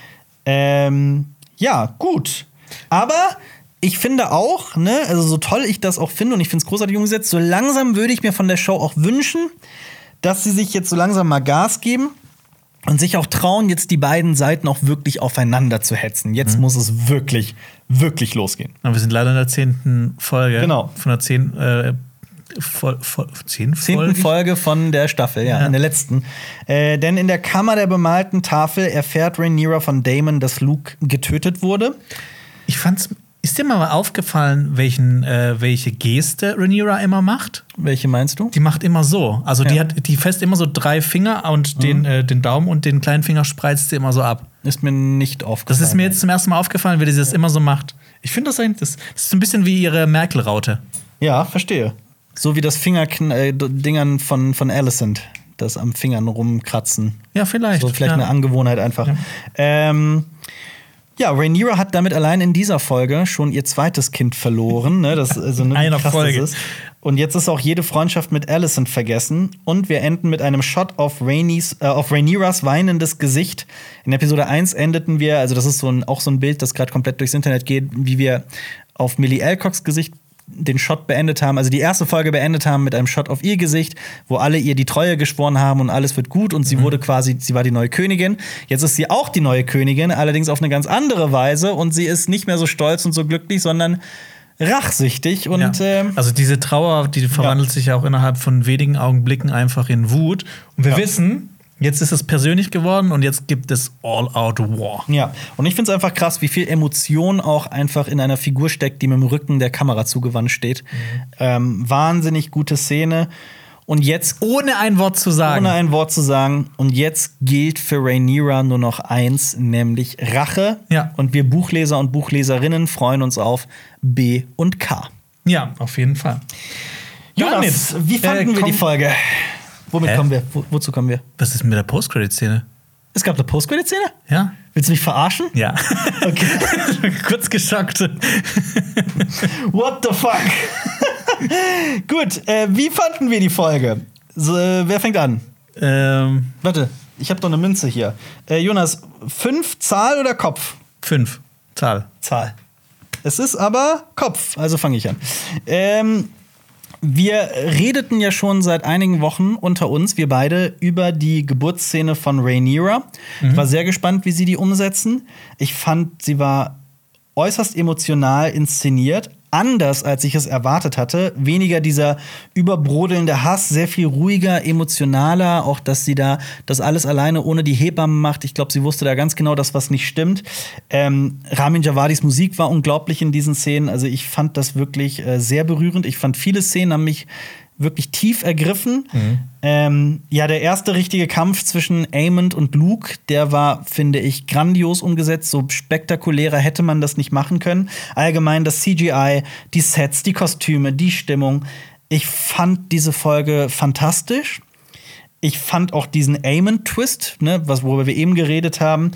Ja, gut. Aber ich finde auch, ne, also so toll ich das auch finde und ich finde es großartig umgesetzt, so langsam würde ich mir von der Show auch wünschen, dass sie sich jetzt so langsam mal Gas geben und sich auch trauen, jetzt die beiden Seiten auch wirklich aufeinander zu hetzen. Jetzt muss es wirklich, wirklich losgehen. Aber wir sind leider in der 10. Folge. Genau. Von der 10. 10. Folge von der Staffel, ja, in der letzten. Denn in der Kammer der bemalten Tafel erfährt Rhaenyra von Daemon, dass Luke getötet wurde. Ich fand's. Ist dir mal aufgefallen, welche Geste Rhaenyra immer macht? Welche meinst du? Die macht immer so. Also die fässt immer so 3 Finger und den Daumen und den kleinen Finger spreizt sie immer so ab. Ist mir nicht aufgefallen. Das ist mir jetzt zum ersten Mal aufgefallen, wie sie das immer so macht. Ich finde das ist so ein bisschen wie ihre Merkel-Raute. Ja, verstehe. So wie das Dingern von Alicent, das am Fingern rumkratzen. Ja, vielleicht. So vielleicht eine Angewohnheit einfach. Ja. Rhaenyra hat damit allein in dieser Folge schon ihr zweites Kind verloren. Ne? Das, also, ne, Einer krass Folge. Das ist. Und jetzt ist auch jede Freundschaft mit Alicent vergessen. Und wir enden mit einem Shot auf Rhaenyras weinendes Gesicht. In Episode 1 endeten wir, also das ist auch so ein Bild, das gerade komplett durchs Internet geht, wie wir auf Millie Alcocks Gesicht den Shot beendet haben, also die erste Folge beendet haben mit einem Shot auf ihr Gesicht, wo alle ihr die Treue geschworen haben und alles wird gut und sie war die neue Königin. Jetzt ist sie auch die neue Königin, allerdings auf eine ganz andere Weise und sie ist nicht mehr so stolz und so glücklich, sondern rachsüchtig und also diese Trauer, die verwandelt sich ja auch innerhalb von wenigen Augenblicken einfach in Wut und wir wissen, jetzt ist es persönlich geworden und jetzt gibt es All-Out-War. Ja, und ich finde es einfach krass, wie viel Emotion auch einfach in einer Figur steckt, die mit dem Rücken der Kamera zugewandt steht. Wahnsinnig gute Szene. Und jetzt ohne ein Wort zu sagen. Und jetzt gilt für Rhaenyra nur noch eins, nämlich Rache. Ja. Und wir Buchleser und Buchleserinnen freuen uns auf B und K. Ja, auf jeden Fall. Jonas, wie fanden wir die Folge? Womit kommen wir? Wozu kommen wir? Was ist mit der Post-Credit-Szene? Es gab eine Post-Credit-Szene? Ja. Willst du mich verarschen? Ja. Okay. Kurz geschockt. What the fuck? Gut, wie fanden wir die Folge? So, wer fängt an? Warte, ich habe doch eine Münze hier. Jonas, 5 Zahl oder Kopf? 5 Zahl. Es ist aber Kopf, also fange ich an. Wir redeten ja schon seit einigen Wochen unter uns, wir beide, über die Geburtsszene von Rhaenyra. Ich war sehr gespannt, wie sie die umsetzen. Ich fand, sie war äußerst emotional inszeniert. Anders, als ich es erwartet hatte. Weniger dieser überbrodelnde Hass, sehr viel ruhiger, emotionaler. Auch, dass sie da das alles alleine ohne die Hebammen macht. Ich glaube, sie wusste da ganz genau, dass was nicht stimmt. Ramin Djawadis Musik war unglaublich in diesen Szenen. Also ich fand das wirklich sehr berührend. Ich fand, viele Szenen haben mich wirklich tief ergriffen. Der erste richtige Kampf zwischen Aemond und Luke, der war, finde ich, grandios umgesetzt. So spektakulärer hätte man das nicht machen können. Allgemein das CGI, die Sets, die Kostüme, die Stimmung. Ich fand diese Folge fantastisch. Ich fand auch diesen Aemond-Twist, ne, worüber wir eben geredet haben,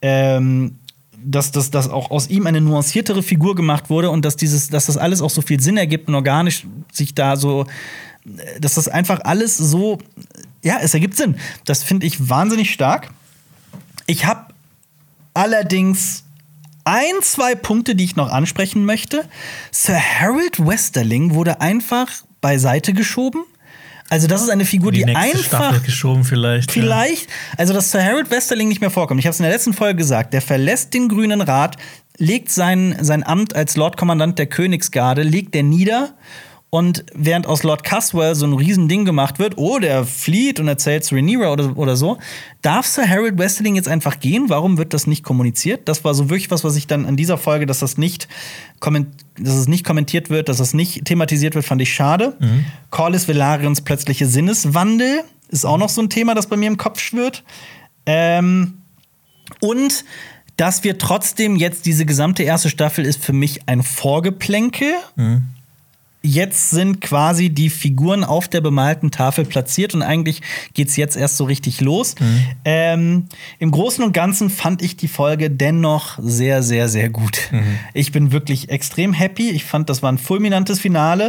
dass auch aus ihm eine nuanciertere Figur gemacht wurde und dass das alles auch so viel Sinn ergibt und organisch sich da so, dass das einfach alles so, ja, es ergibt Sinn. Das finde ich wahnsinnig stark. Ich habe allerdings 2 Punkte, die ich noch ansprechen möchte. Sir Harold Westerling wurde einfach beiseite geschoben. Also das ist eine Figur, die einfach Staffel geschoben vielleicht. Also dass Sir Harold Westerling nicht mehr vorkommt. Ich habe es in der letzten Folge gesagt. Der verlässt den Grünen Rat, legt sein Amt als Lordkommandant der Königsgarde, legt er nieder. Und während aus Lord Caswell so ein Riesending gemacht wird, der flieht und erzählt Rhaenyra oder so, darf Sir Harold Westerling jetzt einfach gehen? Warum wird das nicht kommuniziert? Das war so wirklich was ich dann an dieser Folge, dass es nicht kommentiert wird, dass es nicht thematisiert wird, fand ich schade. Corlys Velarion's plötzliche Sinneswandel ist auch noch so ein Thema, das bei mir im Kopf schwirrt. Und dass wir trotzdem jetzt diese gesamte erste Staffel ist für mich ein Vorgeplänkel. Jetzt sind quasi die Figuren auf der bemalten Tafel platziert und eigentlich geht's jetzt erst so richtig los. Im Großen und Ganzen fand ich die Folge dennoch sehr, sehr, sehr gut. Ich bin wirklich extrem happy. Ich fand, das war ein fulminantes Finale.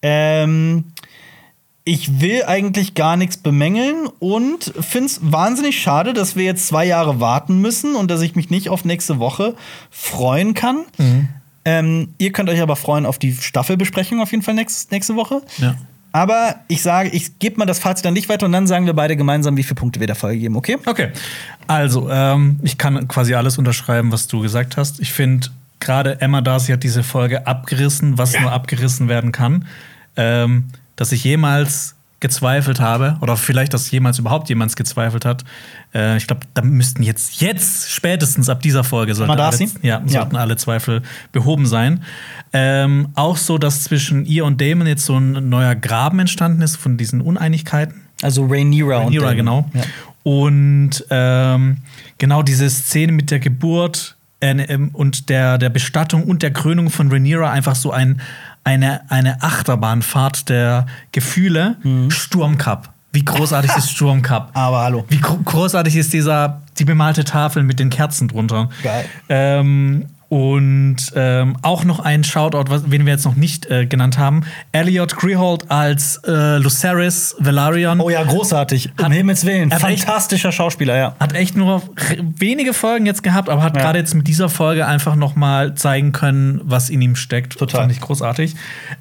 Ich will eigentlich gar nichts bemängeln und finde es wahnsinnig schade, dass wir jetzt 2 Jahre warten müssen und dass ich mich nicht auf nächste Woche freuen kann. Ihr könnt euch aber freuen auf die Staffelbesprechung auf jeden Fall nächste Woche. Ja. Aber ich sage, ich gebe mal das Fazit dann nicht weiter und dann sagen wir beide gemeinsam, wie viele Punkte wir der Folge geben, okay? Okay. Also, ich kann quasi alles unterschreiben, was du gesagt hast. Ich finde, gerade Emma Darcy hat diese Folge abgerissen, was nur abgerissen werden kann. Dass ich jemals gezweifelt habe, oder vielleicht, dass jemals überhaupt jemand gezweifelt hat. Ich glaube, da müssten jetzt spätestens ab dieser Folge sollten alle Zweifel behoben sein. Auch so, dass zwischen ihr und Damon jetzt so ein neuer Graben entstanden ist von diesen Uneinigkeiten. Also Rhaenyra und Damon. Genau. Ja. Und genau diese Szene mit der Geburt und der Bestattung und der Krönung von Rhaenyra einfach so eine Achterbahnfahrt der Gefühle. Sturmcup. Wie großartig ist Sturmcup? Aber hallo. Wie großartig ist die bemalte Tafel mit den Kerzen drunter? Geil. Auch noch ein Shoutout, wen wir jetzt noch nicht genannt haben. Elliot Greyholt als Lucerys Velaryon. Oh ja, großartig. Um Himmels Willen. Fantastischer Schauspieler, ja. Hat echt nur wenige Folgen jetzt gehabt, aber hat gerade jetzt mit dieser Folge einfach noch mal zeigen können, was in ihm steckt. Total. Fand ich großartig.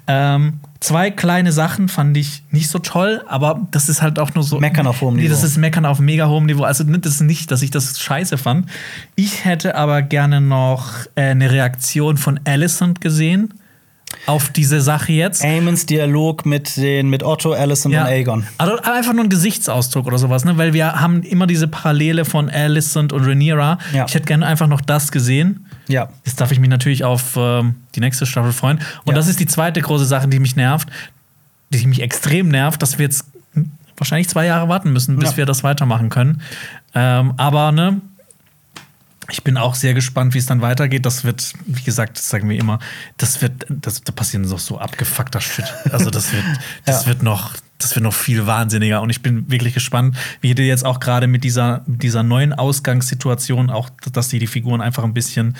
2 kleine Sachen fand ich nicht so toll, aber das ist halt auch nur so. Meckern auf hohem Niveau. Das ist Meckern auf mega hohem Niveau. Also, das ist nicht, dass ich das scheiße fand. Ich hätte aber gerne noch eine Reaktion von Alicent gesehen auf diese Sache jetzt. Aemons Dialog mit Otto, Alicent und Aegon. Also einfach nur ein Gesichtsausdruck oder sowas, ne? Weil wir haben immer diese Parallele von Alicent und Rhaenyra. Ja. Ich hätte gerne einfach noch das gesehen. Ja. Jetzt darf ich mich natürlich auf die nächste Staffel freuen. Und das ist die zweite große Sache, die mich nervt, die mich extrem nervt, dass wir jetzt wahrscheinlich 2 Jahre warten müssen, bis wir das weitermachen können. Aber ne, ich bin auch sehr gespannt, wie es dann weitergeht. Das wird, wie gesagt, das sagen wir immer, da passieren so abgefuckter Shit. Also das wird noch viel wahnsinniger. Und ich bin wirklich gespannt, wie die jetzt auch gerade mit dieser neuen Ausgangssituation, auch, dass die Figuren einfach ein bisschen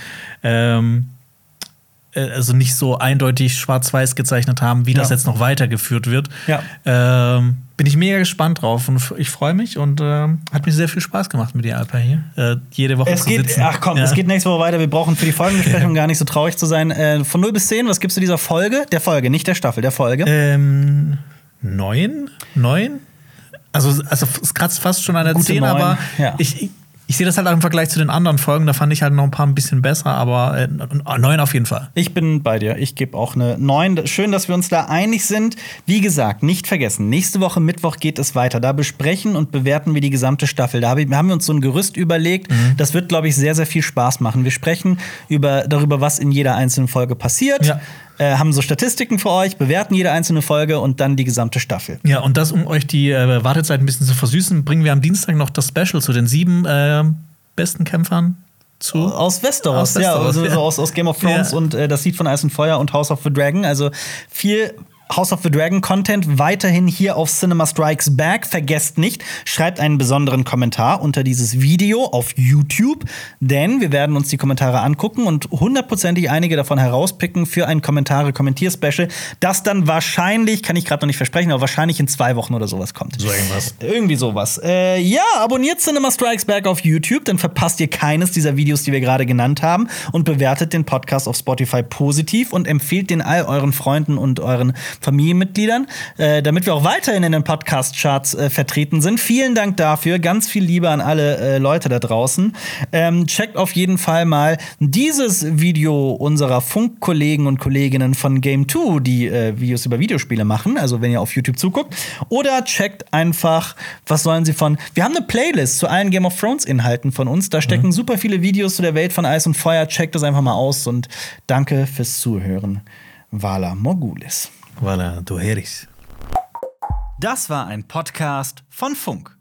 also nicht so eindeutig schwarz-weiß gezeichnet haben, wie das jetzt noch weitergeführt wird. Ja. Bin ich mega gespannt drauf und ich freue mich und hat mir sehr viel Spaß gemacht mit dir, Alper, hier. Jede Woche zu sitzen. Es geht nächste Woche weiter. Wir brauchen für die Folgenbesprechung gar nicht so traurig zu sein. Von 0 bis 10, was gibst du dieser Folge? Der Folge, nicht der Staffel, der Folge. 9? Also es kratzt fast schon an der 10, aber ich sehe das halt auch im Vergleich zu den anderen Folgen. Da fand ich halt noch ein paar ein bisschen besser, aber 9 auf jeden Fall. Ich bin bei dir. Ich gebe auch eine 9. Schön, dass wir uns da einig sind. Wie gesagt, nicht vergessen, nächste Woche Mittwoch geht es weiter. Da besprechen und bewerten wir die gesamte Staffel. Da haben wir uns so ein Gerüst überlegt. Das wird, glaube ich, sehr, sehr viel Spaß machen. Wir sprechen darüber, was in jeder einzelnen Folge passiert. Ja. Haben so Statistiken für euch, bewerten jede einzelne Folge und dann die gesamte Staffel. Ja, und das, um euch die Wartezeit ein bisschen zu versüßen, bringen wir am Dienstag noch das Special zu den 7 besten Kämpfern aus Westeros, aus Game of Thrones und das Lied von Eis und Feuer und House of the Dragon. Also viel House of the Dragon Content weiterhin hier auf Cinema Strikes Back. Vergesst nicht, schreibt einen besonderen Kommentar unter dieses Video auf YouTube, denn wir werden uns die Kommentare angucken und 100%ig einige davon herauspicken für ein Kommentier-Special, das dann wahrscheinlich, kann ich gerade noch nicht versprechen, aber wahrscheinlich in 2 Wochen oder sowas kommt. So irgendwas. Irgendwie sowas. Abonniert Cinema Strikes Back auf YouTube, dann verpasst ihr keines dieser Videos, die wir gerade genannt haben und bewertet den Podcast auf Spotify positiv und empfehlt den all euren Freunden und euren Familienmitgliedern, damit wir auch weiterhin in den Podcast-Charts vertreten sind. Vielen Dank dafür. Ganz viel Liebe an alle Leute da draußen. Checkt auf jeden Fall mal dieses Video unserer Funkkollegen und Kolleginnen von Game2, die Videos über Videospiele machen, also wenn ihr auf YouTube zuguckt. Oder checkt einfach, wir haben eine Playlist zu allen Game of Thrones Inhalten von uns. Da stecken super viele Videos zu der Welt von Eis und Feuer. Checkt das einfach mal aus und danke fürs Zuhören. Vala Morgulis. Voilà, du Heris. Das war ein Podcast von Funk.